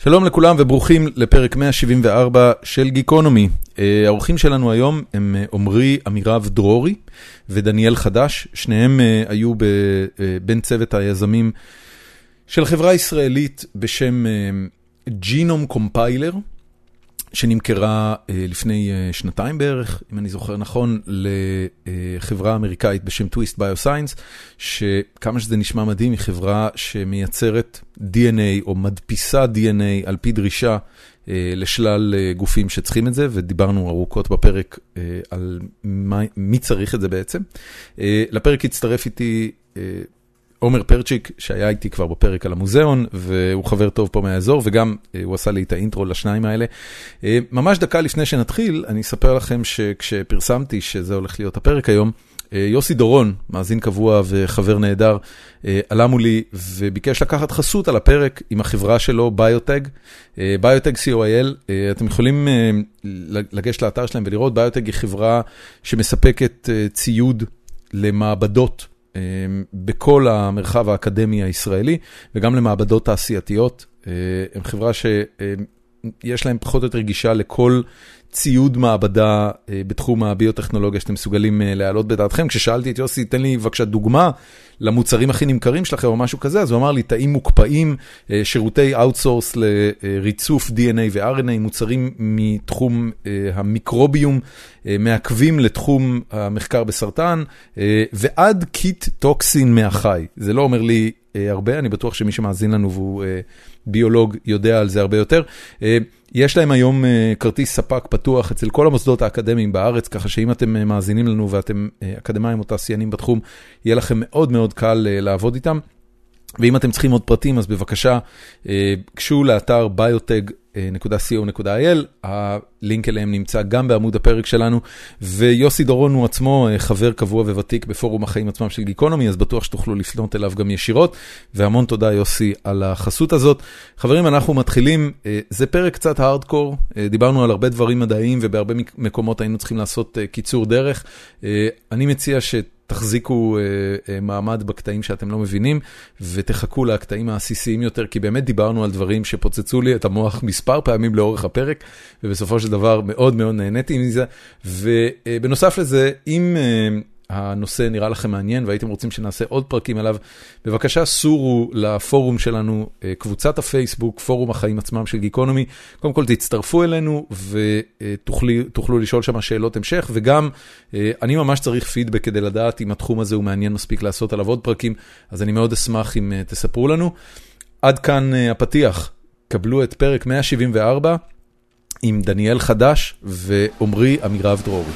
שלום לכולם וברוכים לפרק 174 של גיקונומי. האורחים שלנו היום הם עומרי אמירב דרורי ודניאל חדש. שניהם היו בין צוות היזמים של חברה ישראלית בשם ג'ינום קומפיילר, שנמכרה לפני שנתיים בערך, אם אני זוכר נכון, לחברה אמריקאית בשם טוויסט ביוסיינס, שכמה שזה נשמע מדהים, היא חברה שמייצרת DNA או מדפיסה DNA על פי דרישה לשלל גופים שצריכים את זה, ודיברנו ארוכות בפרק על מי צריך את זה בעצם. לפרק הצטרף איתי עומר פרצ'יק, שהיה איתי כבר בפרק על המוזיאון, והוא חבר טוב פה מהאזור, וגם הוא עשה לי את האינטרו לשניים האלה. ממש דקה לפני שנתחיל, אני אספר לכם שכשפרסמתי שזה הולך להיות הפרק היום, יוסי דורון, מאזין קבוע וחבר נהדר, עלה מולי וביקש לקחת חסות על הפרק עם החברה שלו, ביוטג, ביוטג co.il. אתם יכולים לגשת לאתר שלהם ולראות, ביוטג היא חברה שמספקת ציוד למעבדות, בכל המרחב האקדמי הישראלי, וגם למעבדות תעשייתיות. הם חברה שיש להם פחות או יותר גישה לכל ציוד מעבדה בתחום הביוטכנולוגיה שאתם מסוגלים להעלות בדעתכם. כששאלתי את יוסי, תן לי בבקשה דוגמה למוצרים הכי נמכרים שלכם או משהו כזה, אז הוא אמר לי, תאים מוקפאים, שירותי אאוטסורס לריצוף DNA ו-RNA, מוצרים מתחום המיקרוביום, מעכבים לתחום המחקר בסרטן, ועד קיט טוקסין מהחי. זה לא אומר לי הרבה, אני בטוח שמי שמאזין לנו והוא ביולוג יודע על זה הרבה יותר. יש להם היום כרטיס ספק פתוח אצל כל המוסדות האקדמיים בארץ, ככה שאם אתם מאזינים לנו ואתם אקדמיים או תעשיינים בתחום, יהיה לכם מאוד מאוד קל לעבוד איתם. ואם אתם צריכים עוד פרטים, אז בבקשה, קשו לאתר biotech.co.il, הלינק אליהם נמצא גם בעמוד הפרק שלנו, ויוסי דורון הוא עצמו חבר קבוע וותיק בפורום החיים עצמם של גיקונומי, אז בטוח שתוכלו לפנות אליו גם ישירות, והמון תודה יוסי על החסות הזאת. חברים, אנחנו מתחילים, זה פרק קצת הארדקור, דיברנו על הרבה דברים מדעיים, ובהרבה מקומות היינו צריכים לעשות קיצור דרך. אני מציע תחזיקו מעמד בקטעים שאתם לא מבינים, ותחכו לקטעים העסיסיים יותר, כי באמת דיברנו על דברים שפוצצו לי את המוח מספר פעמים לאורך הפרק, ובסופו של דבר מאוד מאוד נהניתי מזה. ובנוסף לזה, אם הנושא נראה לכם מעניין, והייתם רוצים שנעשה עוד פרקים עליו, בבקשה סורו לפורום שלנו, קבוצת הפייסבוק, פורום החיים עצמם של גיקונומי. קודם כל תצטרפו אלינו, ותוכלו לשאול שם שאלות המשך, וגם אני ממש צריך פידבק כדי לדעת אם התחום הזה הוא מעניין מספיק לעשות עליו עוד פרקים, אז אני מאוד אשמח אם תספרו לנו. עד כאן הפתיח, קבלו את פרק 174, עם דניאל חדש ועומרי אמירב דרורי.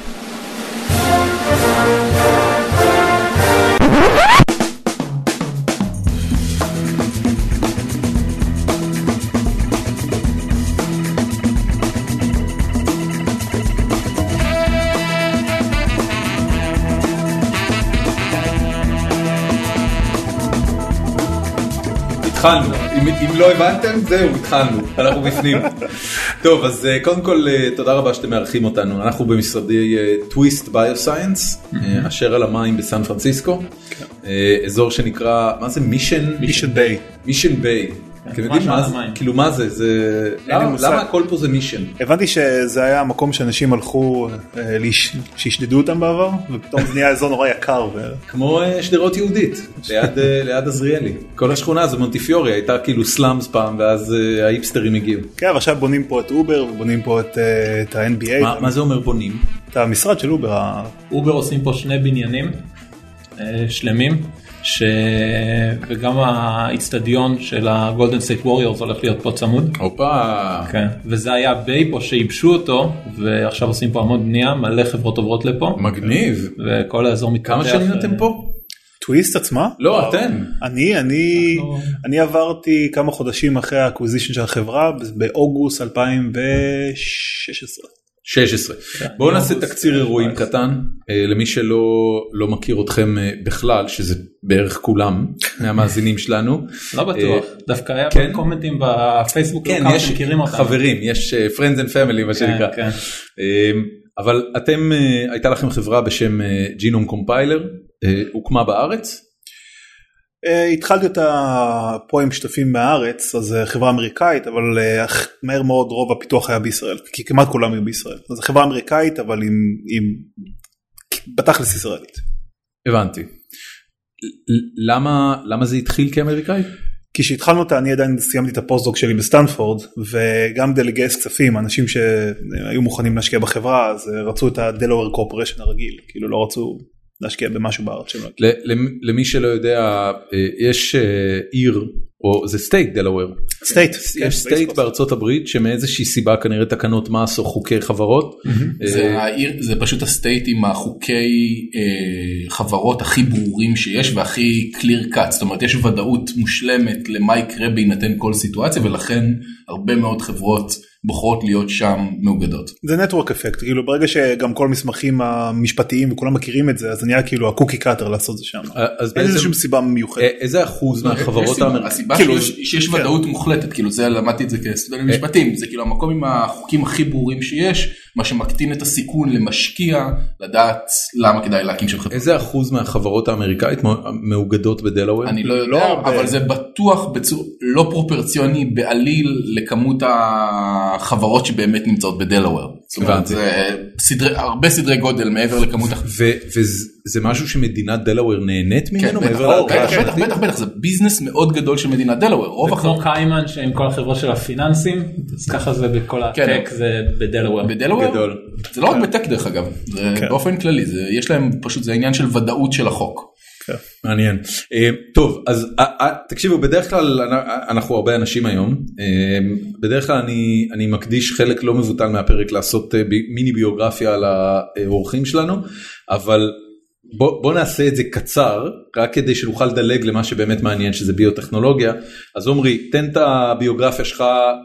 התחלנו, אם לא הבנתם, זהו, התחלנו, אנחנו בפנים. טוב, אז קודם כל, תודה רבה שאתם מארחים אותנו. אנחנו במשרדי טוויסט ביוסיינס, אשר על המים בסן פרנסיסקו, אזור שנקרא, מה זה? מישן ביי. מישן ביי. אתם יודעים מה זה? כאילו מה זה? למה הכל פה זה מישן? הבנתי שזה היה המקום שאנשים הלכו שישדדו אותם בעבר, ופתאום זה נהיה אזור נורא יקר. כמו שדרות יהודית, ליד עזריאלי. כל השכונה הזו, מונטיפיורי, הייתה כאילו סלאמס פעם, ואז האיפסטרים הגיעו. כן, ועכשיו בונים פה את אובר, ובונים פה את ה-NBA. מה זה אומר בונים? את המשרד של אובר. אובר עושים פה שני בניינים שלמים, וגם האצטדיון של הגולדן סטייט ווריורס הולך להיות פה צמוד. אופה. כן. וזה היה ביי פה שייבשו אותו, ועכשיו עושים פה המון בנייה, מלא חברות עוברות לפה. מגניב. וכל האזור מתפתח. כמה שנים אתם פה? טוויסט עצמה? לא, אתם. אני עברתי כמה חודשים אחרי האקוויזישן של החברה, באוגוסט 2016. 16. בואו נעשה תקציר אירועים קטן, למי שלא מכיר אתכם בכלל, שזה בערך כולם מהמאזינים שלנו. לא בטוח, דווקא היה קומנטים בפייסבוק, כן, יש חברים, יש friends and family, מה שנקרא. אבל הייתה לכם חברה בשם ג'ינום קומפיילר, הוקמה בארץ? התחלתי אותה פה עם שותפים מהארץ, אז חברה אמריקאית, אבל מהר מאוד רוב הפיתוח היה בישראל, כי כמעט כולם היו בישראל. אז חברה אמריקאית, אבל עם בתכלס ישראלית. הבנתי. למה זה התחיל כאמריקאי? כי שהתחלנו אותה, אני עדיין סיימתי את הפוסט-דוק שלי בסטנפורד, וגם כדי לגייס כספים, אנשים שהיו מוכנים להשקיע בחברה, אז רצו את ה-Delaware Corporation הרגיל, כאילו לא רצו להשקיע במשהו בארץ שלנו. למי שלא יודע, יש עיר, או זה סטייט דלוור. סטייט. יש סטייט בארצות הברית, שמאיזושהי סיבה כנראה תקנות מס או חוקי חברות. זה פשוט הסטייט עם החוקי חברות הכי ברורים שיש, והכי clear cut, זאת אומרת יש ודאות מושלמת למה יקרה בהינתן כל סיטואציה, ולכן הרבה מאוד חברות בוחרות להיות שם מאוגדות. זה נטוורק אפקט, כאילו ברגע שגם כל מסמכים המשפטיים וכולם מכירים את זה, אז נהיה כאילו הקוקי קאטר לעשות זה שם. אין איזה שום סיבה מיוחדת. איזה אחוז מהחברות האמריקאיות? הסיבה שיש ודאות מוחלטת, כאילו זה למדתי את זה כסטודנט משפטים, זה כאילו המקום עם החוקים הכי ברורים שיש, מה שמקטין את הסיכון למשקיע, לדעת למה כדאי להקים שם חברות. איזה אחוז מהחברות האמריקאית מאוגדות בדלוור? אני לא יודע, אבל זה בטוח לא פרופורציוני בעליל לכמות החברות שבאמת נמצאות בדלוור. זאת אומרת, זה הרבה סדרי גודל מעבר לכמות. וזה משהו שמדינת דלוור נהנית ממנו? בטח, זה ביזנס מאוד גדול של מדינת דלוור. זה כמו קיימן שעם כל החברות של הפיננסים, אז ככה זה בכל הטק, זה בדלוור. בדלוור? זה לא רק בטק דרך אגב, זה באופן כללי, יש להם פשוט, זה העניין של ודאות של החוק. מעניין. טוב, אז תקשיבו, בדרך כלל אנחנו הרבה אנשים היום, בדרך כלל אני מקדיש חלק לא מבוטל מהפרק לעשות מיני ביוגרפיה על האורחים שלנו, אבל בוא נעשה את זה קצר, רק כדי שנוכל לדלג למה שבאמת מעניין, שזה ביוטכנולוגיה. אז עומרי, תן את הביוגרפיה שלך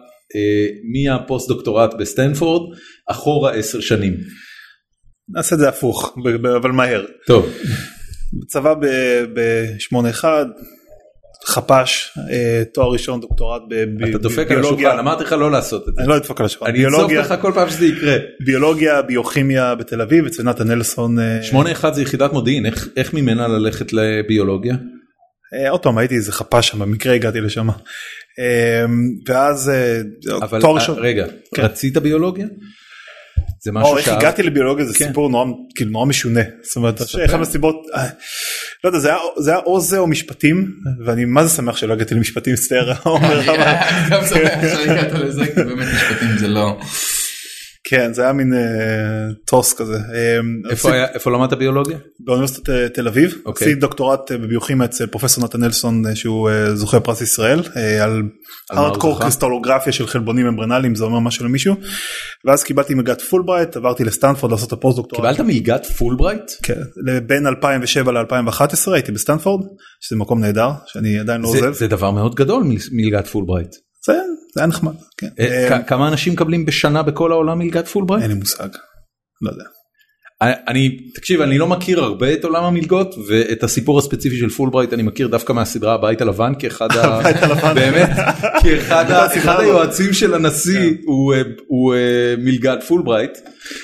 מהפוסט דוקטורט בסטנפורד, אחורה 10 שנים. נעשה את זה הפוך, אבל מהר. טוב. בצבא ב-81, חפש, תואר ראשון, דוקטורט בביולוגיה. אתה דופק על השולחן, אמרתי לך לא לעשות את זה. אני לא אדפוק על השולחן. אני אצוף לך כל פעם שזה יקרה. ביולוגיה, ביוכימיה בתל אביב, אצל נתן נלסון. 81 זה יחידת מודיעין, איך ממנה ללכת לביולוגיה? עוד פעם, הייתי איזה חפש שם, במקרה הגעתי לשם. ואז תואר ראשון. רגע, רצית ביולוגיה? זה משהו איך הגעתי לביולוגיה זה סיפור נורא משונה, זאת אומרת, אחד מהסיבות, לא יודע, זה היה או זה או משפטים, ואני מה זה שמח שלא הגעתי למשפטים, סטר, אני גם שמח שהגעת לזה, כי באמת משפטים זה לא. כן, זה היה מין טוס כזה. איפה למדת ביולוגיה? באוניברסיטת תל אביב, עשיתי דוקטורט בביוכימיה אצל פרופסור נתן נלסון, שהוא זוכה פרס ישראל, על הארדקור קריסטלוגרפיה של חלבונים ממברנליים, זה אומר משהו למישהו, ואז קיבלתי מלגת פולברייט, עברתי לסטנפורד לעשות את הפוסט דוקטורט. קיבלת מלגת פולברייט? כן, בין 2007 ל-2011 הייתי בסטנפורד, שזה מקום נהדר, שאני עדיין לא עוזב. זה דבר מאוד גדול, מלגת פולברייט. זה היה נחמד, כן. כמה אנשים מקבלים בשנה בכל העולם מלגת פולברייט? אין לי מושג, לא יודע. תקשיב, אני לא מכיר הרבה את עולם המלגות, ואת הסיפור הספציפי של פולברייט אני מכיר דווקא מהסדרה הבית הלבן, כאחד היועצים של הנשיא הוא מלגת פולברייט.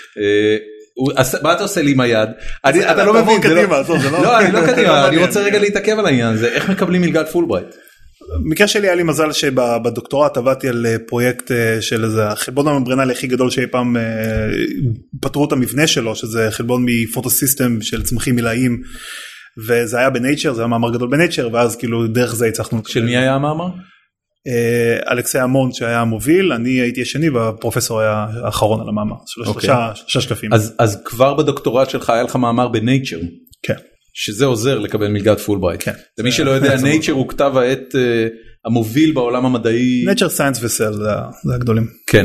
מה אתה עושה לי עם היד? אתה לא מבין, לא, אני לא קדימה, אני רוצה רגע להתעכב על העניין הזה, איך מקבלים מלגת פולברייט? במקרה שלי היה לי מזל שבדוקטורט עבדתי על פרויקט של איזה חלבון הממברנלי הכי גדול שאי פעם פתרו את המבנה שלו, שזה חלבון מפוטוסיסטם של צמחים מילאיים, וזה היה בנייצ'ר, זה היה מאמר גדול בנייצ'ר, ואז כאילו דרך זה הצלחנו. של מי היה המאמר? אלכסי אמון שהיה המוביל, אני הייתי השני והפרופסור היה האחרון על המאמר, שלושה שקפים. אז כבר בדוקטורט שלך היה לך מאמר בנייצ'ר? כן. שזה עוזר לקבל מלגת פולברייט. כן. למי שלא יודע, Nature הוא כתב העת המוביל בעולם המדעי. Nature, Science ו-Cell, זה הגדולים. כן.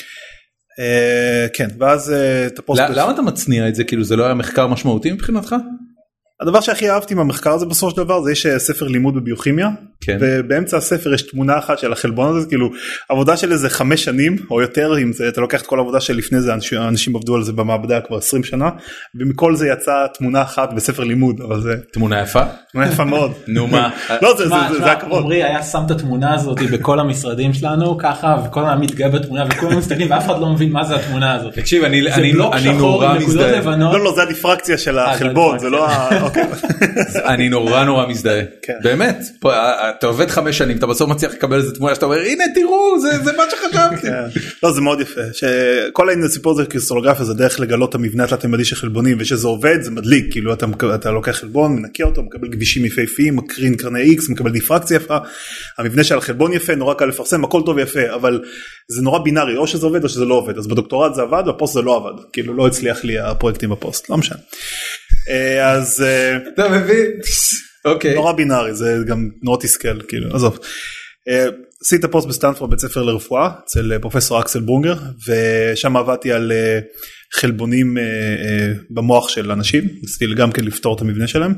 כן, ואז... למה אתה מצניע את זה? כאילו זה לא היה מחקר משמעותי מבחינתך? הדבר שהכי אהבתי מהמחקר הזה בסופו של דבר, זה יש ספר לימוד בביוכימיה, ובאמצע הספר יש תמונה אחת של החלבון הזה, כאילו עבודה של איזה 5 שנים או יותר, אם אתה לוקח את כל העבודה שלפני זה, אנשים עבדו על זה במעבדה כבר 20 שנה, ומכל זה יצאה תמונה אחת בספר לימוד, אבל זה... תמונה יפה? תמונה יפה מאוד. נו מה? לא, זה הכבוד. עמרי היה שם את התמונה הזאת בכל המשרדים שלנו, ככה, וכל הזמן מתגאה בתמונה, וכולם מסתכלים, ואף אחד לא מבין מה זה התמונה הזאת. תקשיב, אני נורא מזדהה. לא, זה הדיפרקציה של החלבון, זה לא אני נורא מזדהה, באמת, אתה עובד 5 שנים, אתה בסוף מצליח לקבל איזה תמונה שאתה אומר, הנה תראו, זה מה שחשבתי. לא, זה מאוד יפה, שכל הסיפור הזה קריסטלוגרפיה זה דרך לגלות את המבנה התלת-ממדי של חלבונים, ושזה עובד זה מדליק, כאילו אתה לוקח חלבון, מנקה אותו, מקבל גבישים יפהפיים, מקרין קרני X, מקבל דיפרקציה יפה, המבנה של החלבון יפה, נורא קל לפרסם, הכל טוב ויפה, אבל זה נורא בינארי, או שזה עובד או שזה לא עובד, אז בדוקטורט זה עבד, בפוסט זה לא עבד, כאילו לא הצליח לי הפרויקטים בפוסט, לא משנה. אז אתה מבין? אוקיי. נורא בינארי, זה גם נורא תסכל, כאילו, עזוב. עשית פוסט בסטנפורד בית ספר לרפואה, אצל פרופסור אקסל ברונגר, ושם עבדתי על חלבונים במוח של אנשים, ניסיתי גם כן לפתור את המבנה שלהם.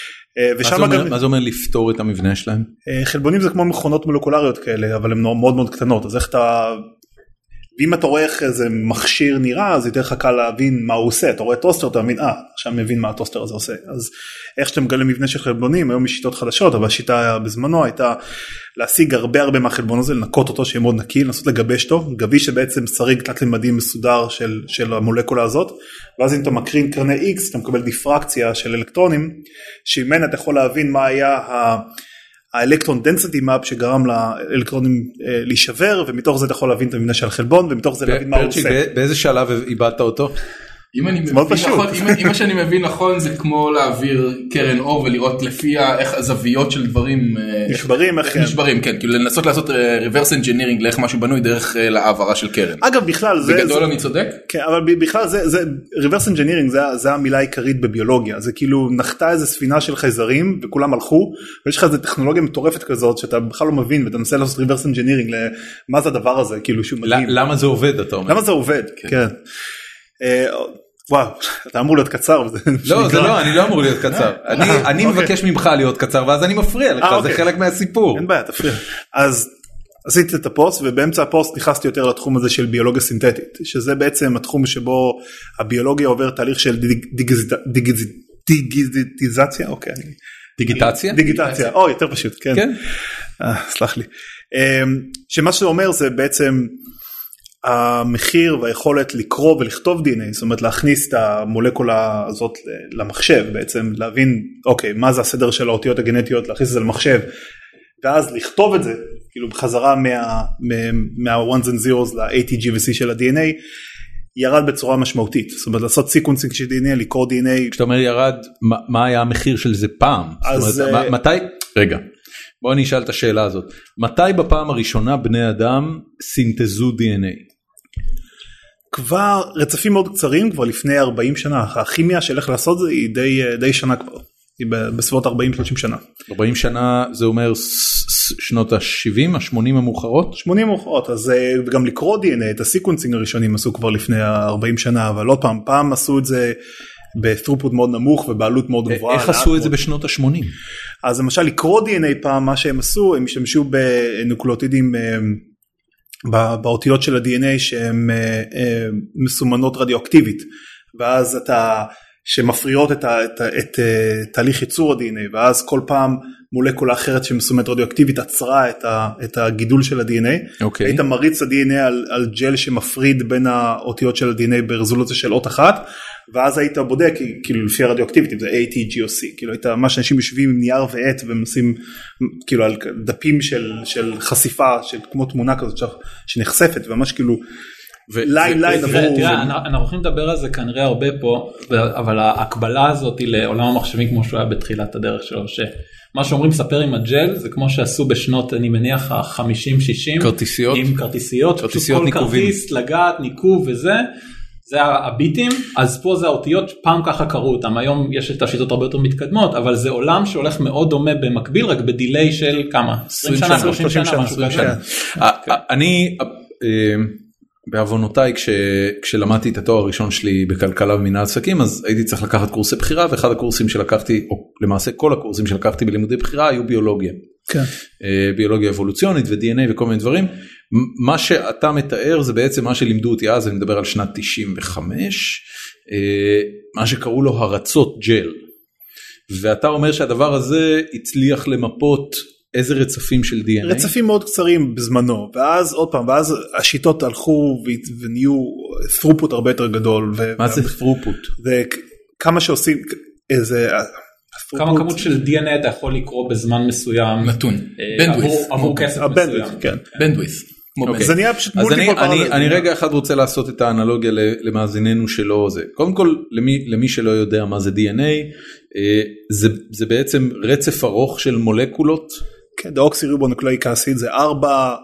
מה זה אומר לפתור את המבנה שלהם? חלבונים זה כמו מכונות מולקולריות כאלה, אבל הן מאוד מאוד קטנות, אז איך אתה... ואם אתה רואה איך איזה מכשיר נראה, אז יותר קל להבין מה הוא עושה. אתה רואה טוסטר, אתה מבין, עכשיו מבין מה הטוסטר הזה עושה. אז איך שאתה מגלה מבנה של חלבונים, היום יש שיטות חדשות, אבל השיטה בזמנו הייתה להשיג הרבה מהחלבון הזה, לנקות אותו שיהיה מאוד נקי, לנסות לגבש אותו, גביש שבעצם שריג תלת-ממדי מסודר של המולקולה הזאת, ואז אם אתה מקרין קרני X, אתה מקבל דיפרקציה של אלקטרונים, שממנה אתה יכול להבין מה היה האלקטרון דנסיטי מאפ שגרם לאלקטרונים להישבר, ומתוך זה אתה יכול להבין את המבנה של החלבון, ומתוך זה להבין מה הוא עושה. באיזה שלב איבדת אותו? אם מה שאני מבין נכון זה כמו להעביר קרן אור ולראות לפי איך הזוויות של דברים נשברים, כן, כאילו לנסות לעשות reverse engineering לאיך משהו בנוי דרך להעברה של קרן. אגב בכלל זה... בגדול אני צודק? כן, אבל בכלל זה reverse engineering זה המילה העיקרית בביולוגיה, זה כאילו נחתה איזה ספינה של חייזרים וכולם הלכו, ויש לך איזה טכנולוגיה מטורפת כזאת שאתה בכלל לא מבין ואתה מנסה לעשות reverse engineering למה זה הדבר הזה, כאילו שהוא מדהים. למה זה עובד אתה אומר? למה זה עובד, כן. וואו, אתה אמור להיות קצר. לא, זה לא, אני לא אמור להיות קצר. אני מבקש ממך להיות קצר, ואז אני מפריע לך, זה חלק מהסיפור. אין בעיה, תפריע. אז עשיתי את הפוסט, ובאמצע הפוסט נכנסתי יותר לתחום הזה של ביולוגיה סינתטית, שזה בעצם התחום שבו הביולוגיה עובר תהליך של דיגיטיזציה, אוקיי. דיגיטציה? דיגיטציה, או, יותר פשוט, כן. סלח לי. שמה שזה אומר זה בעצם... המחיר והיכולת לקרוא ולכתוב DNA, זאת אומרת להכניס את המולקולה הזאת למחשב, בעצם להבין, אוקיי, מה זה הסדר של האותיות הגנטיות, להכניס את זה למחשב, ואז לכתוב את זה, כאילו בחזרה מה-ones and zeros ל-ATG ו-C של ה-DNA, ירד בצורה משמעותית, זאת אומרת לעשות סיקוונסינג של DNA, לקרוא DNA. כשאתה אומר ירד, מה היה המחיר של זה פעם? זאת אומרת, מתי? רגע. בואו אני אשאל את השאלה הזאת. מתי בפעם הראשונה בני אדם סינתזו DNA? כבר רצפים מאוד קצרים, כבר לפני 40 שנה. הכימיה שהלך לעשות זה היא די שנה כבר. היא בסביבות 40-30 שנה. 40 שנה זה אומר שנות ה-70, ה-80 המאוחרות? 80 המאוחרות, אז גם לקרוא DNA, את הסיקוונסינג הראשונים עשו כבר לפני 40 שנה, אבל עוד פעם עשו את זה בת'רופוט מאוד נמוך ובעלות מאוד גבוהה. איך עשו את זה בשנות ה-80? אז למשל לקרוא DNA פעם, מה שהם עשו, הם השתמשו בנוקלאוטידים באותיות של ה-DNA שהן מסומנות רדיואקטיבית, ואז שמפריעות את תהליך ייצור ה-DNA, ואז כל פעם מולקולה אחרת שמסומנת רדיואקטיבית עצרה את הגידול של ה-DNA, היית מריץ ה-DNA על ג'ל שמפריד בין האותיות של ה-DNA ברזולוציה של אות אחת, ואז היית בודק, כאילו לפי הרדיואקטיבית, אם זה A, T, G או C, כאילו היית ממש אנשים יושבים עם נייר ועט, ומנסים כאילו על דפים של חשיפה, של כמו תמונה כזאת שנחשפת, וממש כאילו ליין עברו. תראה, אנחנו הולכים לדבר על זה כנראה הרבה פה, אבל ההקבלה הזאת היא לעולם המחשבים כמו שהוא היה בתחילת הדרך שלו, שמה שאומרים ספר עם הג'ל, זה כמו שעשו בשנות, אני מניח, ה-50-60, כרטיסיות, עם כרטיסיות, כל כרטיס, לגעת, ניקוב וזה, זה הביטים, אז פה זה האותיות, פעם ככה קראו אותם, היום יש את השיטות הרבה יותר מתקדמות, אבל זה עולם שהולך מאוד דומה במקביל, רק בדילי של כמה? 20 שנה, 30 שנה, משהו כזה. אני, בעוונותיי, כשלמדתי את התואר הראשון שלי בכלכלה ומנהל עסקים, אז הייתי צריך לקחת קורסי בחירה, ואחד הקורסים שלקחתי, או למעשה כל הקורסים שלקחתי בלימודי בחירה, היו ביולוגיה. ביולוגיה אבולוציונית ו-DNA וכל מיני דברים. מה שאתה מתאר זה בעצם מה שלימדו אותי אז, אני מדבר על שנת 95, מה שקראו לו הרצות ג'ל. ואתה אומר שהדבר הזה הצליח למפות איזה רצפים של DNA? רצפים מאוד קצרים בזמנו, ואז עוד פעם, ואז השיטות הלכו ונהיו throughput הרבה יותר גדול. מה זה throughput? זה כמה שעושים, איזה... כמה כמות של DNA אתה יכול לקרוא בזמן מסוים. נתון. עבור כסף מסוים. bandwidth. זה נהיה פשוט מולטיפל פרמטרים. אני רגע אחד רוצה לעשות את האנלוגיה למאזיננו שלו זה. קודם כל, למי שלא יודע מה זה DNA, זה בעצם רצף ארוך של מולקולות. כן, דאוקסיריבונוקלאיק אסיד זה 4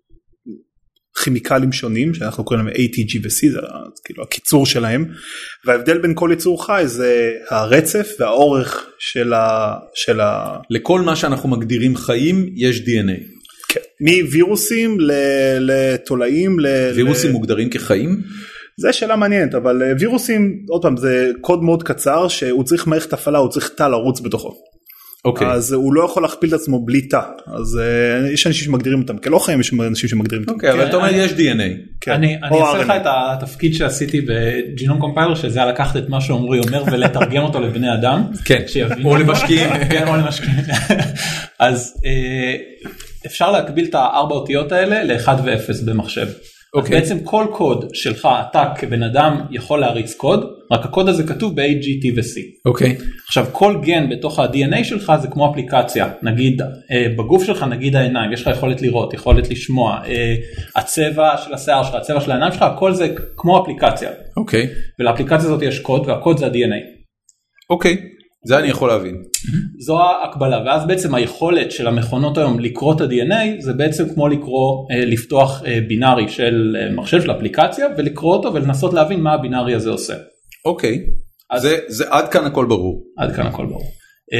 כימיקלים שונים, שאנחנו קוראים להם A, T, G ו-C, זה כאילו הקיצור שלהם, וההבדל בין כל יצור חי זה הרצף והאורך של לכל מה שאנחנו מגדירים חיים, יש DNA. כן, מווירוסים לתולעים. וירוסים מוגדרים כחיים? זה שאלה מעניינת, אבל וירוסים, עוד פעם, זה קוד מאוד קצר, שהוא צריך מערכת הפעלה, הוא צריך תא לרוץ בתוכו. אוקיי. אז הוא לא יכול להכפיל את עצמו בלי תא, אז יש אנשים שמגדירים אותם כלא חיים, יש אנשים שמגדירים אותם. אוקיי, אבל אתה אומר יש DNA. אני אעשה לך את התפקיד שעשיתי בג'ינום קומפיילר, שזה היה לקחת את מה שעומרי אומר ולתרגם אותו לבני אדם. כן, או למשקיעים. כן, או למשקיעים. אז אפשר להקביל את 4 אותיות האלה ל-1 ו-0 במחשב. בעצם כל קוד שלך, אתה כבן אדם יכול להריץ קוד, רק הקוד הזה כתוב ב-A, G, T ו-C. אוקיי. עכשיו כל גן בתוך ה-DNA שלך זה כמו אפליקציה, נגיד בגוף שלך נגיד העיניים, יש לך יכולת לראות, יכולת לשמוע, הצבע של השיער שלך, הצבע של העיניים שלך, הכל זה כמו אפליקציה. אוקיי. ולאפליקציה הזאת יש קוד והקוד זה ה-DNA. אוקיי. זה אני יכול להבין. זו ההקבלה, ואז בעצם היכולת של המכונות היום לקרוא את ה-DNA, זה בעצם כמו לפתוח בינארי של מחשב של אפליקציה, ולקרוא אותו ולנסות להבין מה הבינארי הזה עושה. אוקיי, זה עד כאן הכל ברור. עד כאן הכל ברור.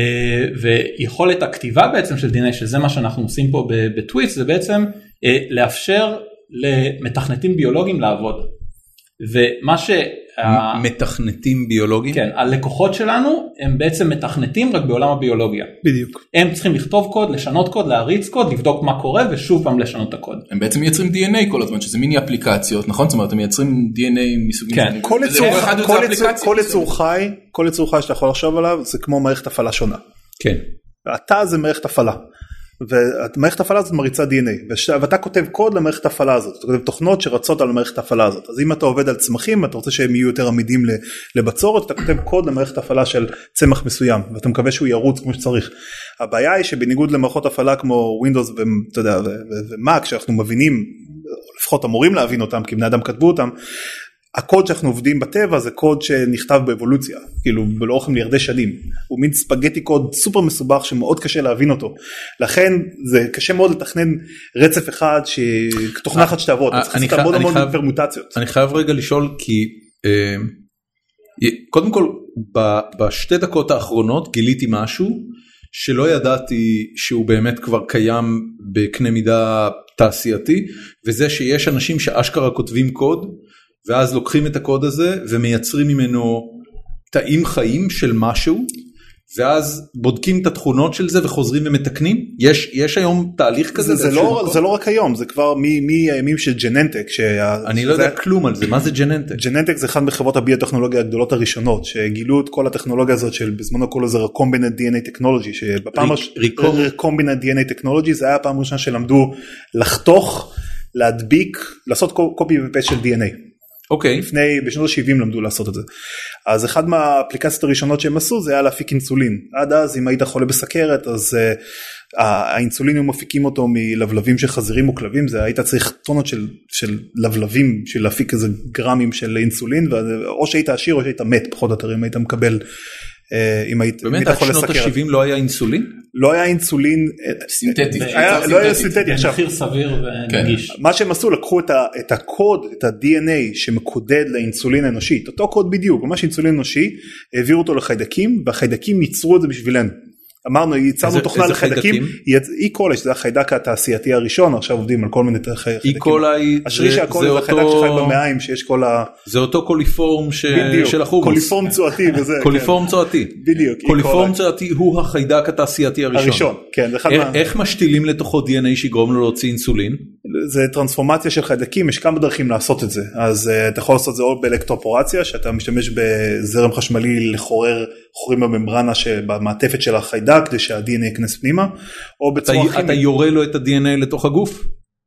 ויכולת הכתיבה בעצם של DNA, שזה מה שאנחנו עושים פה בטוויץ, זה בעצם לאפשר למתכנתים ביולוגיים לעבוד. ומה מתכנתים ביולוגיים? כן, הלקוחות שלנו הם בעצם מתכנתים רק בעולם הביולוגיה. בדיוק. הם צריכים לכתוב קוד, לשנות קוד, להריץ קוד, לבדוק מה קורה ושוב פעם לשנות את הקוד. הם בעצם מייצרים DNA כל הזמן, שזה מיני אפליקציות, נכון? זאת אומרת, הם מייצרים DNA מסוגים. כן. כל יצור חי שאתה יכול לחשוב עליו, זה כמו מערכת הפעלה שונה. כן. ואתה זה מערכת הפעלה. ומערכת הפעלה הזאת מריצה DNA, ואתה כותב קוד למערכת הפעלה הזאת, אתה כותב תוכנות שרצות על מערכת הפעלה הזאת, אז אם אתה עובד על צמחים, אתה רוצה שהם יהיו יותר עמידים לבצורת, אתה כותב קוד למערכת הפעלה של צמח מסוים, ואתה מקווה שהוא ירוץ כמו שצריך. הבעיה היא שבניגוד למערכות הפעלה כמו Windows ומאק, שאנחנו מבינים, לפחות אמורים להבין אותם, כי בני אדם כתבו אותם, הקוד שאנחנו עובדים בטבע זה קוד שנכתב באבולוציה, כאילו לאורך מיליארדי שנים, הוא מין ספגטי קוד סופר מסובך שמאוד קשה להבין אותו, לכן זה קשה מאוד לתכנן רצף אחד, תוכנה אחת שתעבוד, צריך לעבוד המון פרמוטציות. אני חייב רגע לשאול, כי קודם כל בשתי דקות האחרונות גיליתי משהו, שלא ידעתי שהוא באמת כבר קיים בקנה מידה תעשייתי, וזה שיש אנשים שאשכרה כותבים קוד, ואז לוקחים את הקוד הזה ומייצרים ממנו תאים חיים של משהו, ואז בודקים את התכונות של זה וחוזרים ומתקנים? יש היום תהליך כזה? זה לא רק היום, זה כבר מימים של ג'ננטק. אני לא יודע כלום על זה, מה זה ג'ננטק? ג'ננטק זה אחד מחברות הביוטכנולוגיה הגדולות הראשונות, שגילו את כל הטכנולוגיה הזאת של בזמנו קוראים לזה Recombinant DNA Technology, שבפעם Recombinant DNA Technology זה היה הפעם הראשונה שלמדו לחתוך, להדביק, לעשות קופי ופייסט של DNA. אוקיי. בשנות ה-70 למדו לעשות את זה. אז אחד מהאפליקציות הראשונות שהם עשו זה היה להפיק אינסולין. עד אז אם היית חולה בסכרת, אז האינסולין הם מפיקים אותו מלבלבים של חזירים או כלבים, זה היית צריך טונות של לבלבים של להפיק איזה גרמים של אינסולין, או שהיית עשיר או שהיית מת פחות או יותר אם היית מקבל, אם היית באמת עד שנות ה-70 לא היה אינסולין? לא היה אינסולין סינתטי. לא היה סינתטי. מחיר סביר ונגיש. מה שהם עשו, לקחו את הקוד, את ה-DNA שמקודד לאינסולין האנושית, אותו קוד בדיוק, ממש אינסולין אנושי, העבירו אותו לחיידקים, והחיידקים ייצרו את זה בשבילנו. אמרנו, ייצרנו תוכנה לחיידקים, E-קולי, שזה החיידק התעשייתי הראשון, עכשיו עובדים על כל מיני חיידקים. E-קולי, השרישה הקולי זה החיידק שחי במעיים, שיש כל ה... זה אותו קוליפורם של החומוס. קוליפורם צואתי וזה. קוליפורם צואתי. בדיוק. קוליפורם צואתי הוא החיידק התעשייתי הראשון. הראשון, כן. איך משתילים לתוכו DNA שיגרום לו להוציא אינסולין? זה טרנספורמציה של חיידקים, יש כמה דרכים לעשות את זה. אז אתה יכול לעשות את זה או באלקטרופורציה, שאתה משתמש בזרם חשמלי לחורר חורים בממברנה שבמעטפת של החיידק, כדי שה-DNA יכנס פנימה, או בצורה כימית. אתה יורה לו את ה-DNA לתוך הגוף?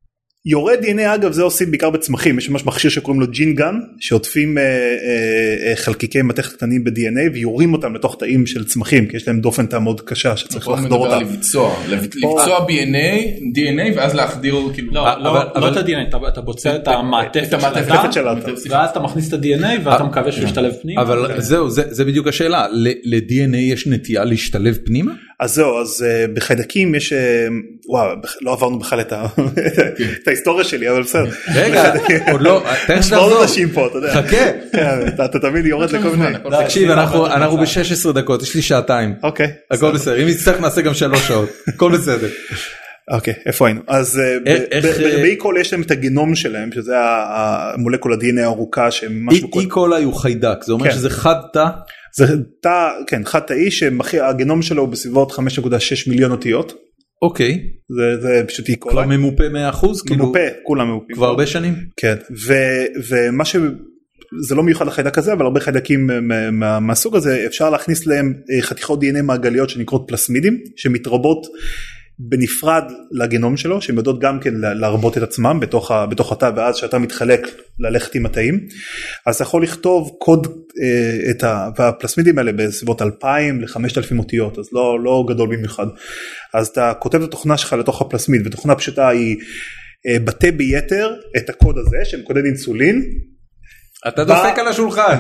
יורד DNA אגב זה עושים בעיקר בצמחים, יש ממש מכשיר שקוראים לו ג'ין גן, שעוטפים חלקיקי מתכת קטנים ב-DNA ויורים אותם לתוך תאים של צמחים, כי יש להם דופן תא מאוד קשה שצריך לחדור אותם. לבצוע DNA ואז להחדיר, לא את ה-DNA, אתה בוצע את המעטפת של התא, ואז אתה מכניס את ה-DNA ואתה מקווה שהוא ישתלב פנימה. אבל זהו, זה בדיוק השאלה, ל-DNA יש נטייה להשתלב פנימה? אז זהו, אז בחיידקים יש, וואו, לא עברנו בכלל את ההיסטוריה שלי, אבל בסדר. רגע, עוד לא, תן שתחזור. פה, אתה יודע. חכה. אתה תמיד יורד לכל מיני. תקשיב, אנחנו ב-16 דקות, יש לי שעתיים. אוקיי. הכל בסדר, אם נצטרך נעשה גם 3 שעות, הכל בסדר. אוקיי, איפה היינו? אז באי-קול יש להם את הגנום שלהם, שזה המולקולה DNA הארוכה, אי-קולי הוא חיידק, זה אומר שזה חד תא? זה תא, כן, חד תאי, שהגנום שלו הוא בסביבות 5.6 מיליון אותיות. אוקיי. זה פשוט אי-קולי. כבר ממופה 100%? ממופה, כולם ממופים. כבר הרבה שנים? כן, ומה זה לא מיוחד לחיידק הזה, אבל הרבה חיידקים מהסוג הזה, אפשר להכניס להם חתיכות DNA מעגליות שנקראות פלסמידים, שמתרבות בנפרד לגנום שלו, שהן יודעות גם כן להרבות את עצמם בתוך התא, ואז שאתה מתחלק ללכת עם התאים, אז אתה יכול לכתוב קוד והפלסמידים האלה בסביבות 2,000 ל-5,000 אותיות, אז לא גדול במיוחד. אז אתה כותב את התוכנה שלך לתוך הפלסמיד, ותוכנה פשוטה היא בטא ביתר את הקוד הזה, שמקודד אינסולין, אתה דופק על השולחן.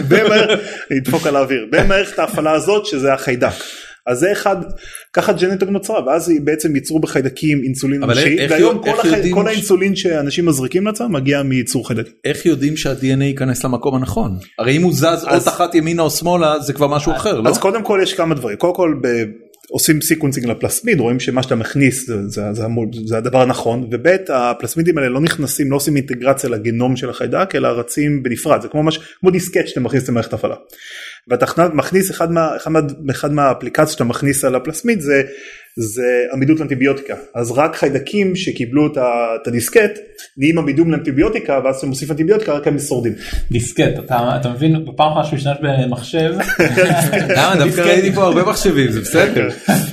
ידפוק על האוויר. במערכת ההפעלה הזאת, שזה החיידק. אז זה אחד, ככה ג'נטוק נוצרה, ואז בעצם ייצרו בחיידקים אינסולין נשי, והיום כל האינסולין שאנשים מזריקים לעצמם מגיע מייצור חיידקים. איך יודעים שה-DNA ייכנס למקום הנכון? הרי אם הוא זז עוד אחת ימינה או שמאלה, זה כבר משהו אחר, לא? אז קודם כל יש כמה דברים. קודם כל עושים סיקוונסינג לפלסמיד, רואים שמה שאתה מכניס זה הדבר הנכון, ובית הפלסמידים האלה לא נכנסים, לא עושים אינטגרציה לגנום של החיידק, אלא רצים בנפרד, זה כמו דיסקט שאתה מכניס למערכת הפעלה. ואתה מכניס אחד מהאפליקציות שאתה מכניס על הפלסמיד זה עמידות לאנטיביוטיקה, אז רק חיידקים שקיבלו את הדיסקט נהיים עמידות לאנטיביוטיקה, ואז אתה מוסיף אנטיביוטיקה רק הם שורדים. דיסקט, אתה מבין בפעם אחת שהוא ישתמש במחשב? למה? דווקא ראיתי פה הרבה מחשבים, זה בסדר.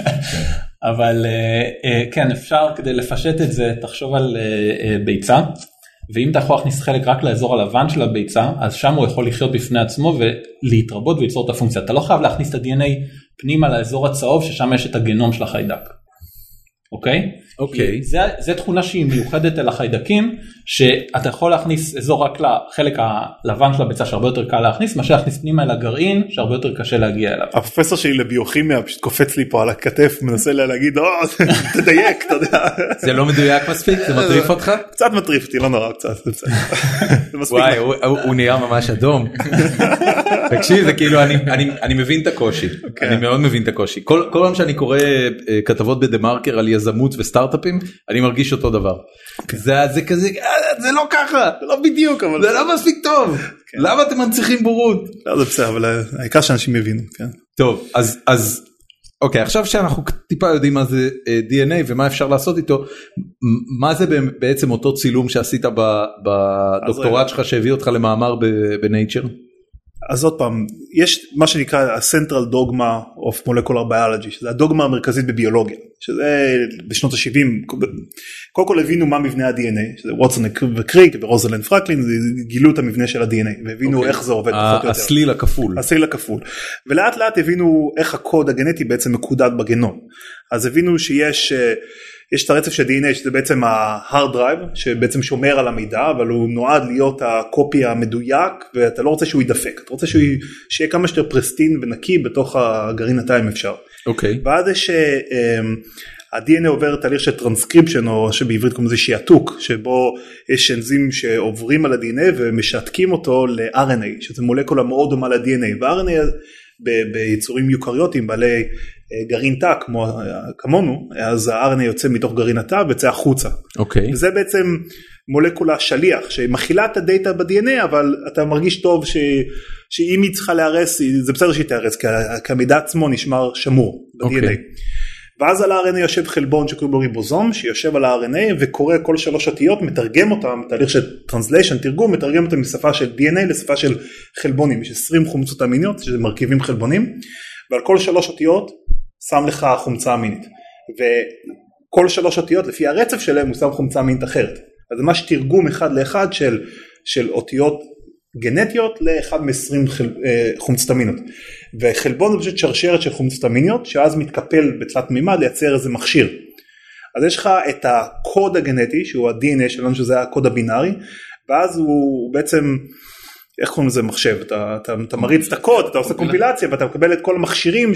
אבל כן, אפשר כדי לפשט את זה, תחשוב על ביצה, ואם אתה יכול להכניס חלק רק לאזור הלבן של הביצה, אז שם הוא יכול לחיות בפני עצמו ולהתרבות וליצור את הפונקציה. אתה לא חייב להכניס את ה-DNA פנימה לאזור הצהוב, ששם יש את הגנום של החיידק. אוקיי? אוקיי. זה תכונה שהיא מיוחדת אל החיידקים, שאתה יכול להכניס אזור רק לחלק הלבן של הביצה, שהרבה יותר קל להכניס, מה להכניס פנימה אל הגרעין, שהרבה יותר קשה להגיע אליו. הפרופסור שלי לביוכימיה פשוט קופץ לי פה על הכתף, מנסה להגיד, תדייק, אתה יודע. זה לא מדויק מספיק? זה מטריף אותך? קצת מטריף אותי, לא נורא, קצת. וואי, הוא נראה ממש אדום. תקשיב, זה כאילו, אני מבין את הקושי. אני מאוד מבין את הקושי. כל פעם שאני קורא כתבות בדה-מרקר על יזמות וסטארט-אפים, אני מרגיש אותו דבר. זה כזה, זה לא ככה, זה לא בדיוק, אבל זה לא מספיק טוב. למה אתם מנציחים בורות? לא, זה בסדר, אבל העיקר שאנשים יבינו. טוב, אז אוקיי, עכשיו שאנחנו טיפה יודעים מה זה DNA ומה אפשר לעשות איתו, מה זה בעצם אותו צילום שעשית בדוקטורט שלך שהביא אותך למאמר בנייצ'ר? אז עוד פעם, יש מה שנקרא ה-Central Dogma of Molecular Biology, שזה הדוגמה המרכזית בביולוגיה, שזה בשנות ה-70, קודם כל הבינו מה מבנה ה-DNA, שזה ווטסון וקריק ורוזלנד פרקלין, גילו את המבנה של ה-DNA, והבינו איך זה עובד פחות או יותר. הסליל הכפול. הסליל הכפול. ולאט לאט הבינו איך הקוד הגנטי בעצם מקודד בגנום. אז הבינו שיש את הרצף של DNA, שזה בעצם ה-hard drive, שבעצם שומר על המידע, אבל הוא נועד להיות הקופי המדויק, ואתה לא רוצה שהוא ידפק, אתה רוצה שיהיה כמה שיותר פרסטין ונקי בתוך הגרעין התא אם אפשר. אוקיי. ואז יש, ה-DNA עובר תהליך של טרנסקריפשן, או שבעברית קוראים לזה שיעתוק, שבו יש אנזים שעוברים על ה-DNA ומשעתקים אותו ל-RNA, שזה מולקולה מאוד דומה ל-DNA, ו-RNA ביצורים יוקריוטיים בעלי גרעין תא כמונו, אז ה-RNA יוצא מתוך גרעין התא ויוצא החוצה. אוקיי. וזה בעצם מולקולה שליח שמכילה את הדאטה ב-DNA, אבל אתה מרגיש טוב שאם היא צריכה להרס, זה בסדר שהיא תהרס, כי המידע עצמו נשמר שמור ב-DNA. ואז על ה-RNA יושב חלבון שקוראים לו ריבוזום, שיושב על ה-RNA וקורא כל 3 אותיות, מתרגם אותם, תהליך של טרנסליישן, תרגום, מתרגם אותם משפה של DNA לשפה של חלבונים, יש 20 חומצות אמיניות, שזה מרכיבים חלבונים, ועל כל 3 אותיות שם לך חומצה אמינית, וכל 3 אותיות לפי הרצף שלהם הוא שם חומצה אמינית אחרת, אז זה ממש תרגום אחד לאחד של אותיות גנטיות לאחד מ-20 חומצת-אמינות. וחלבון זה פשוט שרשרת של חומצת-אמיניות, שאז מתקפל בתלת מימד לייצר איזה מכשיר. אז יש לך את הקוד הגנטי, שהוא ה-DNA שלנו, שזה הקוד הבינארי, ואז הוא בעצם, איך קוראים לזה מחשב? אתה מריץ את הקוד, אתה עושה קומפילציה, ואתה מקבל את כל המכשירים,